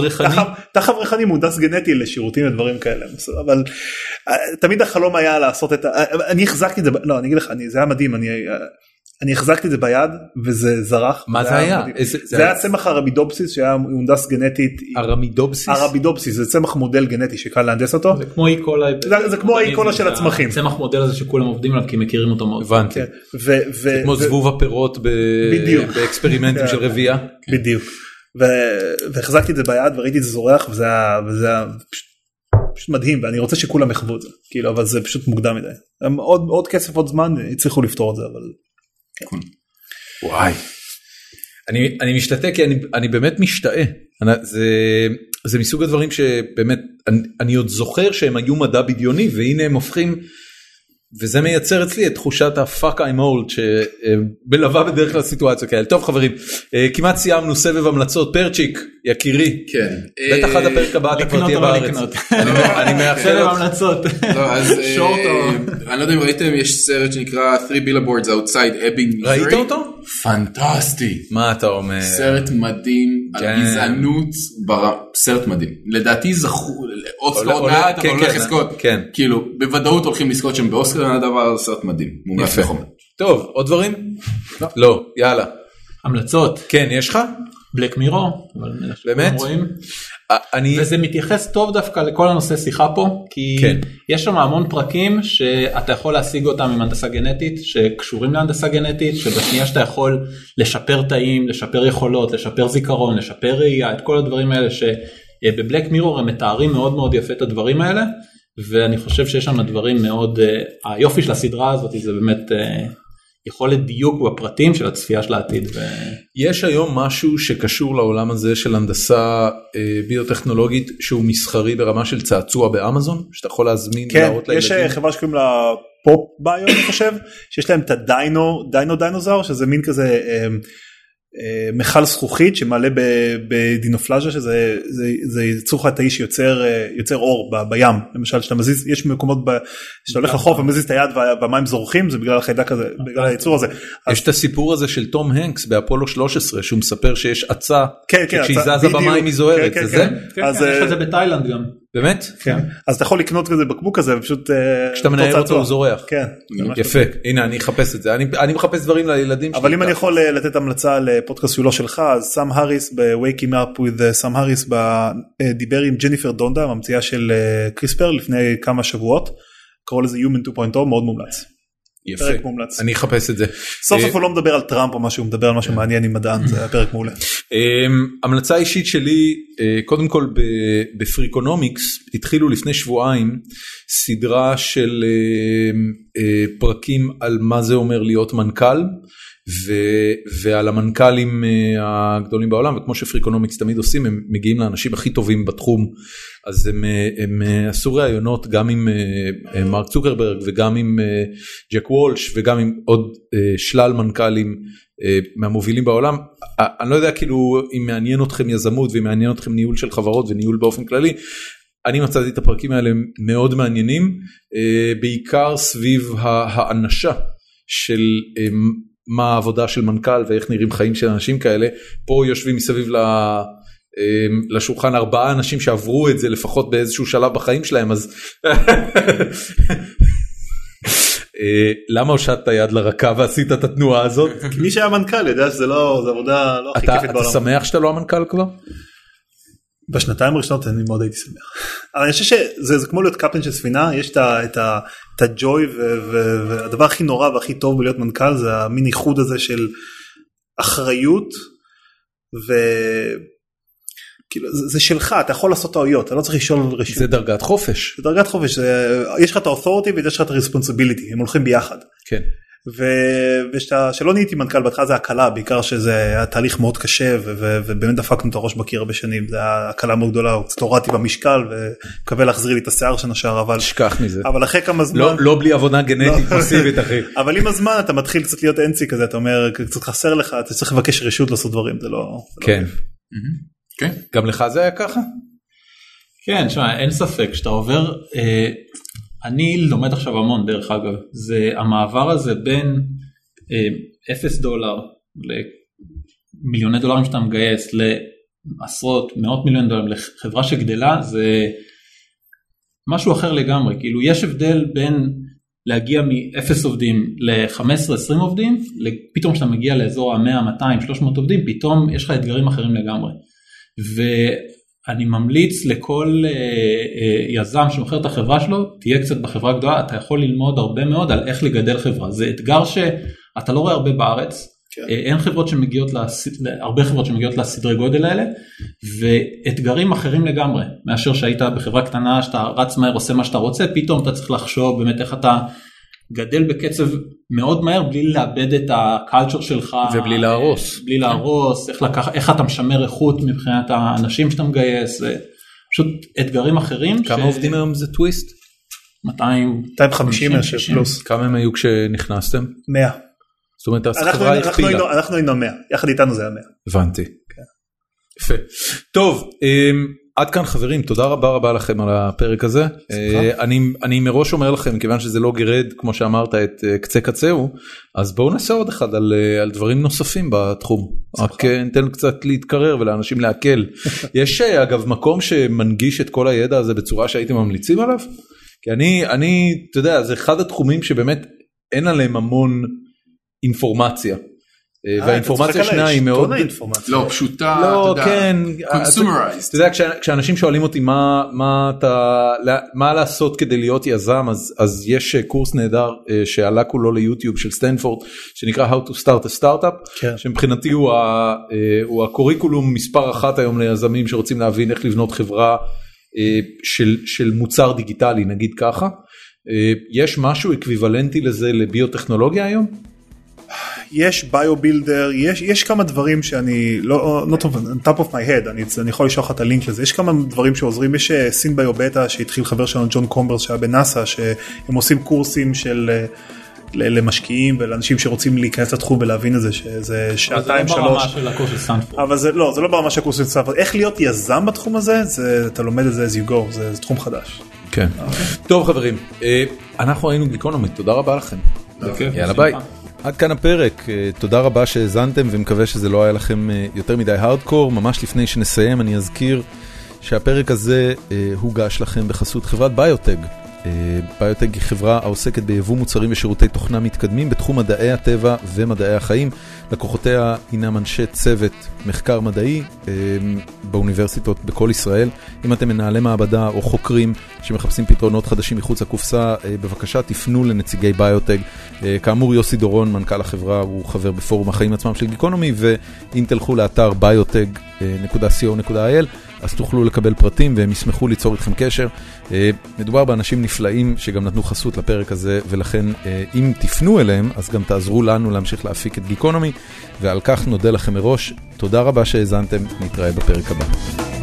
תחב ריחני מונדס גנטי לשירותים ודברים כאלה, אבל תמיד החלום היה לעשות את, אני החזקתי את זה, לא, אני אגיד לך, זה היה מדהים, אני החזקתי את זה ביד וזה זרח. מה זה היה? זה היה צמח הרבידופסיס שהיה מונדס גנטית. הרבידופסיס? הרבידופסיס, זה צמח מודל גנטי שקל להנדס אותו. זה כמו איקולה. זה כמו האיקולה של הצמחים. צמח מודל הזה שכולם עובדים עליו כי מכירים אותו מאוד. הבנתי. זה כמו זבוב הפירות באקספרימנטים של רבייה. בדיוק. והחזקתי את זה ביד וראיתי את זה זורח וזה היה פשוט מדהים ואני רוצה שכולם יחוו את זה. כאילו, אבל זה פשוט מוקדם מדי. עוד כסף, עוד זמן, הצליחו לפתור את זה, אבל... וואי, אני משתתה כי אני באמת משתאה, זה מסוג הדברים שבאמת אני עוד זוכר שהם היו מדע בדיוני והנה הם הופכים, וזה מייצר אצלי את תחושת ה-fuck I'm old שבלווה בדרך כלל סיטואציה כאלה. טוב חברים, כמעט סיימנו סבב המלצות, פרצ'יק יקירי, בטח עד הפרק הבא אתה כבר תהיה בארץ, אני מאחל סבב המלצות. אני לא יודע אם ראיתם, יש סרט שנקרא 3 Billboards Outside Ebbing. ראית אותו? פנטסטי. מה אתה אומר? סרט מדהים, על גזענות, סרט מדהים. לדעתי זכו, אוסקר מעט, אבל הולך לזכות. כאילו, בוודאות הולכים לזכות שם באוסקר, הדבר סרט מדהים. יפה. טוב, עוד דברים? לא, יאללה. המלצות. כן, יש לך? בלק מירו. באמת? וזה מתייחס טוב דווקא לכל הנושא שיחה פה, כי יש שם המון פרקים שאתה יכול להשיג אותם עם הנדסה גנטית, שקשורים להנדסה גנטית, שבשנייה שאתה יכול לשפר תאים, לשפר יכולות, לשפר זיכרון, לשפר ראייה, את כל הדברים האלה שבבלק מירור הם מתארים מאוד מאוד יפה את הדברים האלה, ואני חושב שיש שם דברים מאוד, היופי של הסדרה הזאת זה באמת יכולת דיוק בפרטים של הצפייה של העתיד. יש היום משהו שקשור לעולם הזה של הנדסה ביוטכנולוגית שהוא מסחרי ברמה של צעצוע באמזון, שאתה יכול להזמין להראות לילדים? כן, יש חברה שקוראים לה פופ ביו, אני חושב, שיש להם את דינוזאור, שזה מין כזה מחל זכוכית שמעלה בדינופלז'ה, שזה יצור חטאי שיוצר אור בים, למשל שאתה מזיז, יש מקומות שאתה הולך לחוף ומזיז את היד והמים זורחים, זה בגלל החיידק הזה, בגלל היצור הזה. יש את הסיפור הזה של תום הנקס באפולו 13, שהוא מספר שיש עצה, כשהיא זזה במים היא זוהרת, זה זה? יש את זה בתאילנד גם. באמת? כן. אז אתה יכול לקנות כזה בקבוק הזה, ופשוט... כשאתה מנהל אותו הוא זורח. כן. יפה, הנה אני אחפש את זה, אני מחפש דברים לילדים שלי. אבל אם אני יכול לתת המלצה לפודקאסט שהוא לא שלך, אז סם הריס ב-Waking Up with סם הריס דיבר עם ג'ניפר דונדה, הממציאה של קריספר לפני כמה שבועות, קראו לזה Human 2.0, מאוד מומלץ. יפה, אני אחפש את זה. סוף סוף הוא לא מדבר על טראמפ או משהו, הוא מדבר על משהו מעניין עם מדען, זה היה פרק מעולה. המלצה אישית שלי, קודם כל בפריקונומיקס, התחילו לפני שבועיים סדרה של פרקים על מה זה אומר להיות מנכ"ל, ועל המנכ"לים הגדולים בעולם, וכמו שפריקונומיקס תמיד עושים, הם מגיעים לאנשים הכי טובים בתחום, אז הם עשו ראיונות גם עם מרק צוקרברג, וגם עם ג'ק וולש, וגם עם עוד שלל מנכ"לים מהמובילים בעולם. אני לא יודע כאילו אם מעניין אתכם יזמות, ואם מעניין אתכם ניהול של חברות, וניהול באופן כללי, אני מצאתי את הפרקים האלה מאוד מעניינים, בעיקר סביב האנשה של מה העבודה של מנכ"ל ואיך נראים חיים של אנשים כאלה. פה יושבים מסביב לשולחן 4 אנשים שעברו את זה לפחות באיזשהו שלב בחיים שלהם, אז למה הושטת יד לרקה ועשית את התנועה הזאת? מי שהיה מנכ"ל יודע שזה לא, זה עבודה לא הכי כיפית בעולם. אתה שמח שאתה לא המנכ"ל כבר? בשנתיים הראשונות אני מאוד הייתי שמח. אבל אני חושב שזה כמו להיות קפטן של ספינה, יש את הג'וי, והדבר הכי נורא והכי טוב בלהיות מנכ"ל זה המין איחוד הזה של אחריות, וכאילו זה שלך, אתה יכול לעשות טעויות, אתה לא צריך לשאול רשות. זה דרגת חופש. זה דרגת חופש, יש לך את ה-authority ויש לך את ה-responsibility, הם הולכים ביחד. כן. ושלא נהייתי מנכ"ל בהתחלה זה הקלה, בעיקר שזה היה תהליך מאוד קשה ובאמת דפקנו את הראש בקיר הרבה שנים, זה היה הקלה מאוד גדולה, קצת הורדתי במשקל ומקווה להחזיר לי את השיער שנשר, אבל שכח מזה. אבל אחרי כמה זמן לא בלי עבודה גנטית פסיבית אחי. אבל עם הזמן אתה מתחיל קצת להיות אנצי כזה, אתה אומר קצת חסר לך, אתה צריך לבקש רשות לעשות דברים, זה לא. כן. גם לך זה היה ככה? כן, שמע, אין ספק שאתה עובר, אני לומד עכשיו המון דרך אגב, זה המעבר הזה בין $0 למיליוני דולרים שאתה מגייס לעשרות, מאות מיליון דולרים לחברה שגדלה, זה משהו אחר לגמרי, כאילו יש הבדל בין להגיע מ-0 עובדים ל-15-20 עובדים, פתאום שאתה מגיע לאזור ה-100, 200, 300 עובדים, פתאום יש לך אתגרים אחרים לגמרי, אני ממליץ לכל יזם שמוכר את החברה שלו, תהיה קצת בחברה גדולה, אתה יכול ללמוד הרבה מאוד על איך לגדל חברה. זה אתגר שאתה לא רואה הרבה בארץ, אין חברות שמגיעות, הרבה חברות שמגיעות לסדרי גודל האלה, ואתגרים אחרים לגמרי, מאשר שהיית בחברה קטנה, שאתה רץ מהר, עושה מה שאתה רוצה, פתאום אתה צריך לחשוב באמת איך אתה גדל בקצב מאוד מהר, בלי לאבד את הקלצ'ר שלך. ובלי להרוס. בלי להרוס, איך אתה משמר איכות מבחינת האנשים שאתה מגייס, זה פשוט אתגרים אחרים. כמה עובדים היום זה טוויסט? 250 פלוס. כמה הם היו כשנכנסתם? 100. זאת אומרת, החברה הכפילה. אנחנו היינו 100, יחד איתנו זה היה 100. הבנתי. יפה. טוב, עד כאן חברים, תודה רבה לכם על הפרק הזה. אני מראש אומר לכם, כיוון שזה לא גרד, כמו שאמרת, את קצה קצהו, אז בואו נעשה עוד אחד על דברים נוספים בתחום. רק ניתן קצת להתקרר ולאנשים להקל. יש אגב מקום שמנגיש את כל הידע הזה בצורה שהייתם ממליצים עליו? כי אני, אתה יודע, זה אחד התחומים שבאמת אין עליהם המון אינפורמציה. והאינפורמציה השנייה היא מאוד לא פשוטה, לא כן, consumerized. אתה יודע, כשאנשים שואלים אותי מה לעשות כדי להיות יזם, אז יש קורס נהדר שעלה כולו ליוטיוב של סטנפורד שנקרא How to Start a Startup, שמבחינתי הוא הקוריקולום מספר 1 היום ליזמים שרוצים להבין איך לבנות חברה של מוצר דיגיטלי, נגיד ככה. יש משהו אקוויוולנטי לזה לביוטכנולוגיה היום? יש ביו-בילדר, יש כמה דברים שאני לא, not on top of my head, אני יכול לשלוח את הלינק לזה, יש כמה דברים שעוזרים, יש סין ביו-בטה שהתחיל חבר שלנו ג'ון קומברס שהיה בנאסא, שהם עושים קורסים של למשקיעים ולאנשים שרוצים להיכנס לתחום ולהבין את זה, שזה שעתיים, 3. זה לא ברמה של הקורס של סטנפורד. אבל זה לא ברמה של הקורס של סטנפורד. איך להיות יזם בתחום הזה, אתה לומד את זה as you go, זה תחום חדש. כן. טוב חברים, אנחנו היינו גיקונומי, תודה רבה לכם. יאללה ביי. עד כאן הפרק, תודה רבה שהזנתם ומקווה שזה לא היה לכם יותר מדי הארדקור. ממש לפני שנסיים אני אזכיר שהפרק הזה הוגש לכם בחסות חברת ביוטג. ביוטג היא חברה העוסקת ביבוא מוצרים ושירותי תוכנה מתקדמים בתחום מדעי הטבע ומדעי החיים. לקוחותיה הינם אנשי צוות מחקר מדעי באוניברסיטות בכל ישראל. אם אתם מנהלי מעבדה או חוקרים שמחפשים פתרונות חדשים מחוץ לקופסה, בבקשה תפנו לנציגי ביוטק. כאמור יוסי דורון, מנכ"ל החברה, הוא חבר בפורום החיים עצמם של גיקונומי, ואם תלכו לאתר biotech.co.il אז תוכלו לקבל פרטים והם ישמחו ליצור איתכם קשר. מדובר באנשים נפלאים שגם נתנו חסות לפרק הזה, ולכן אם תפנו אליהם אז גם תעזרו לנו להמשיך להפיק את גיקונומי, ועל כך נודה לכם מראש. תודה רבה שהאזנתם, נתראה בפרק הבא.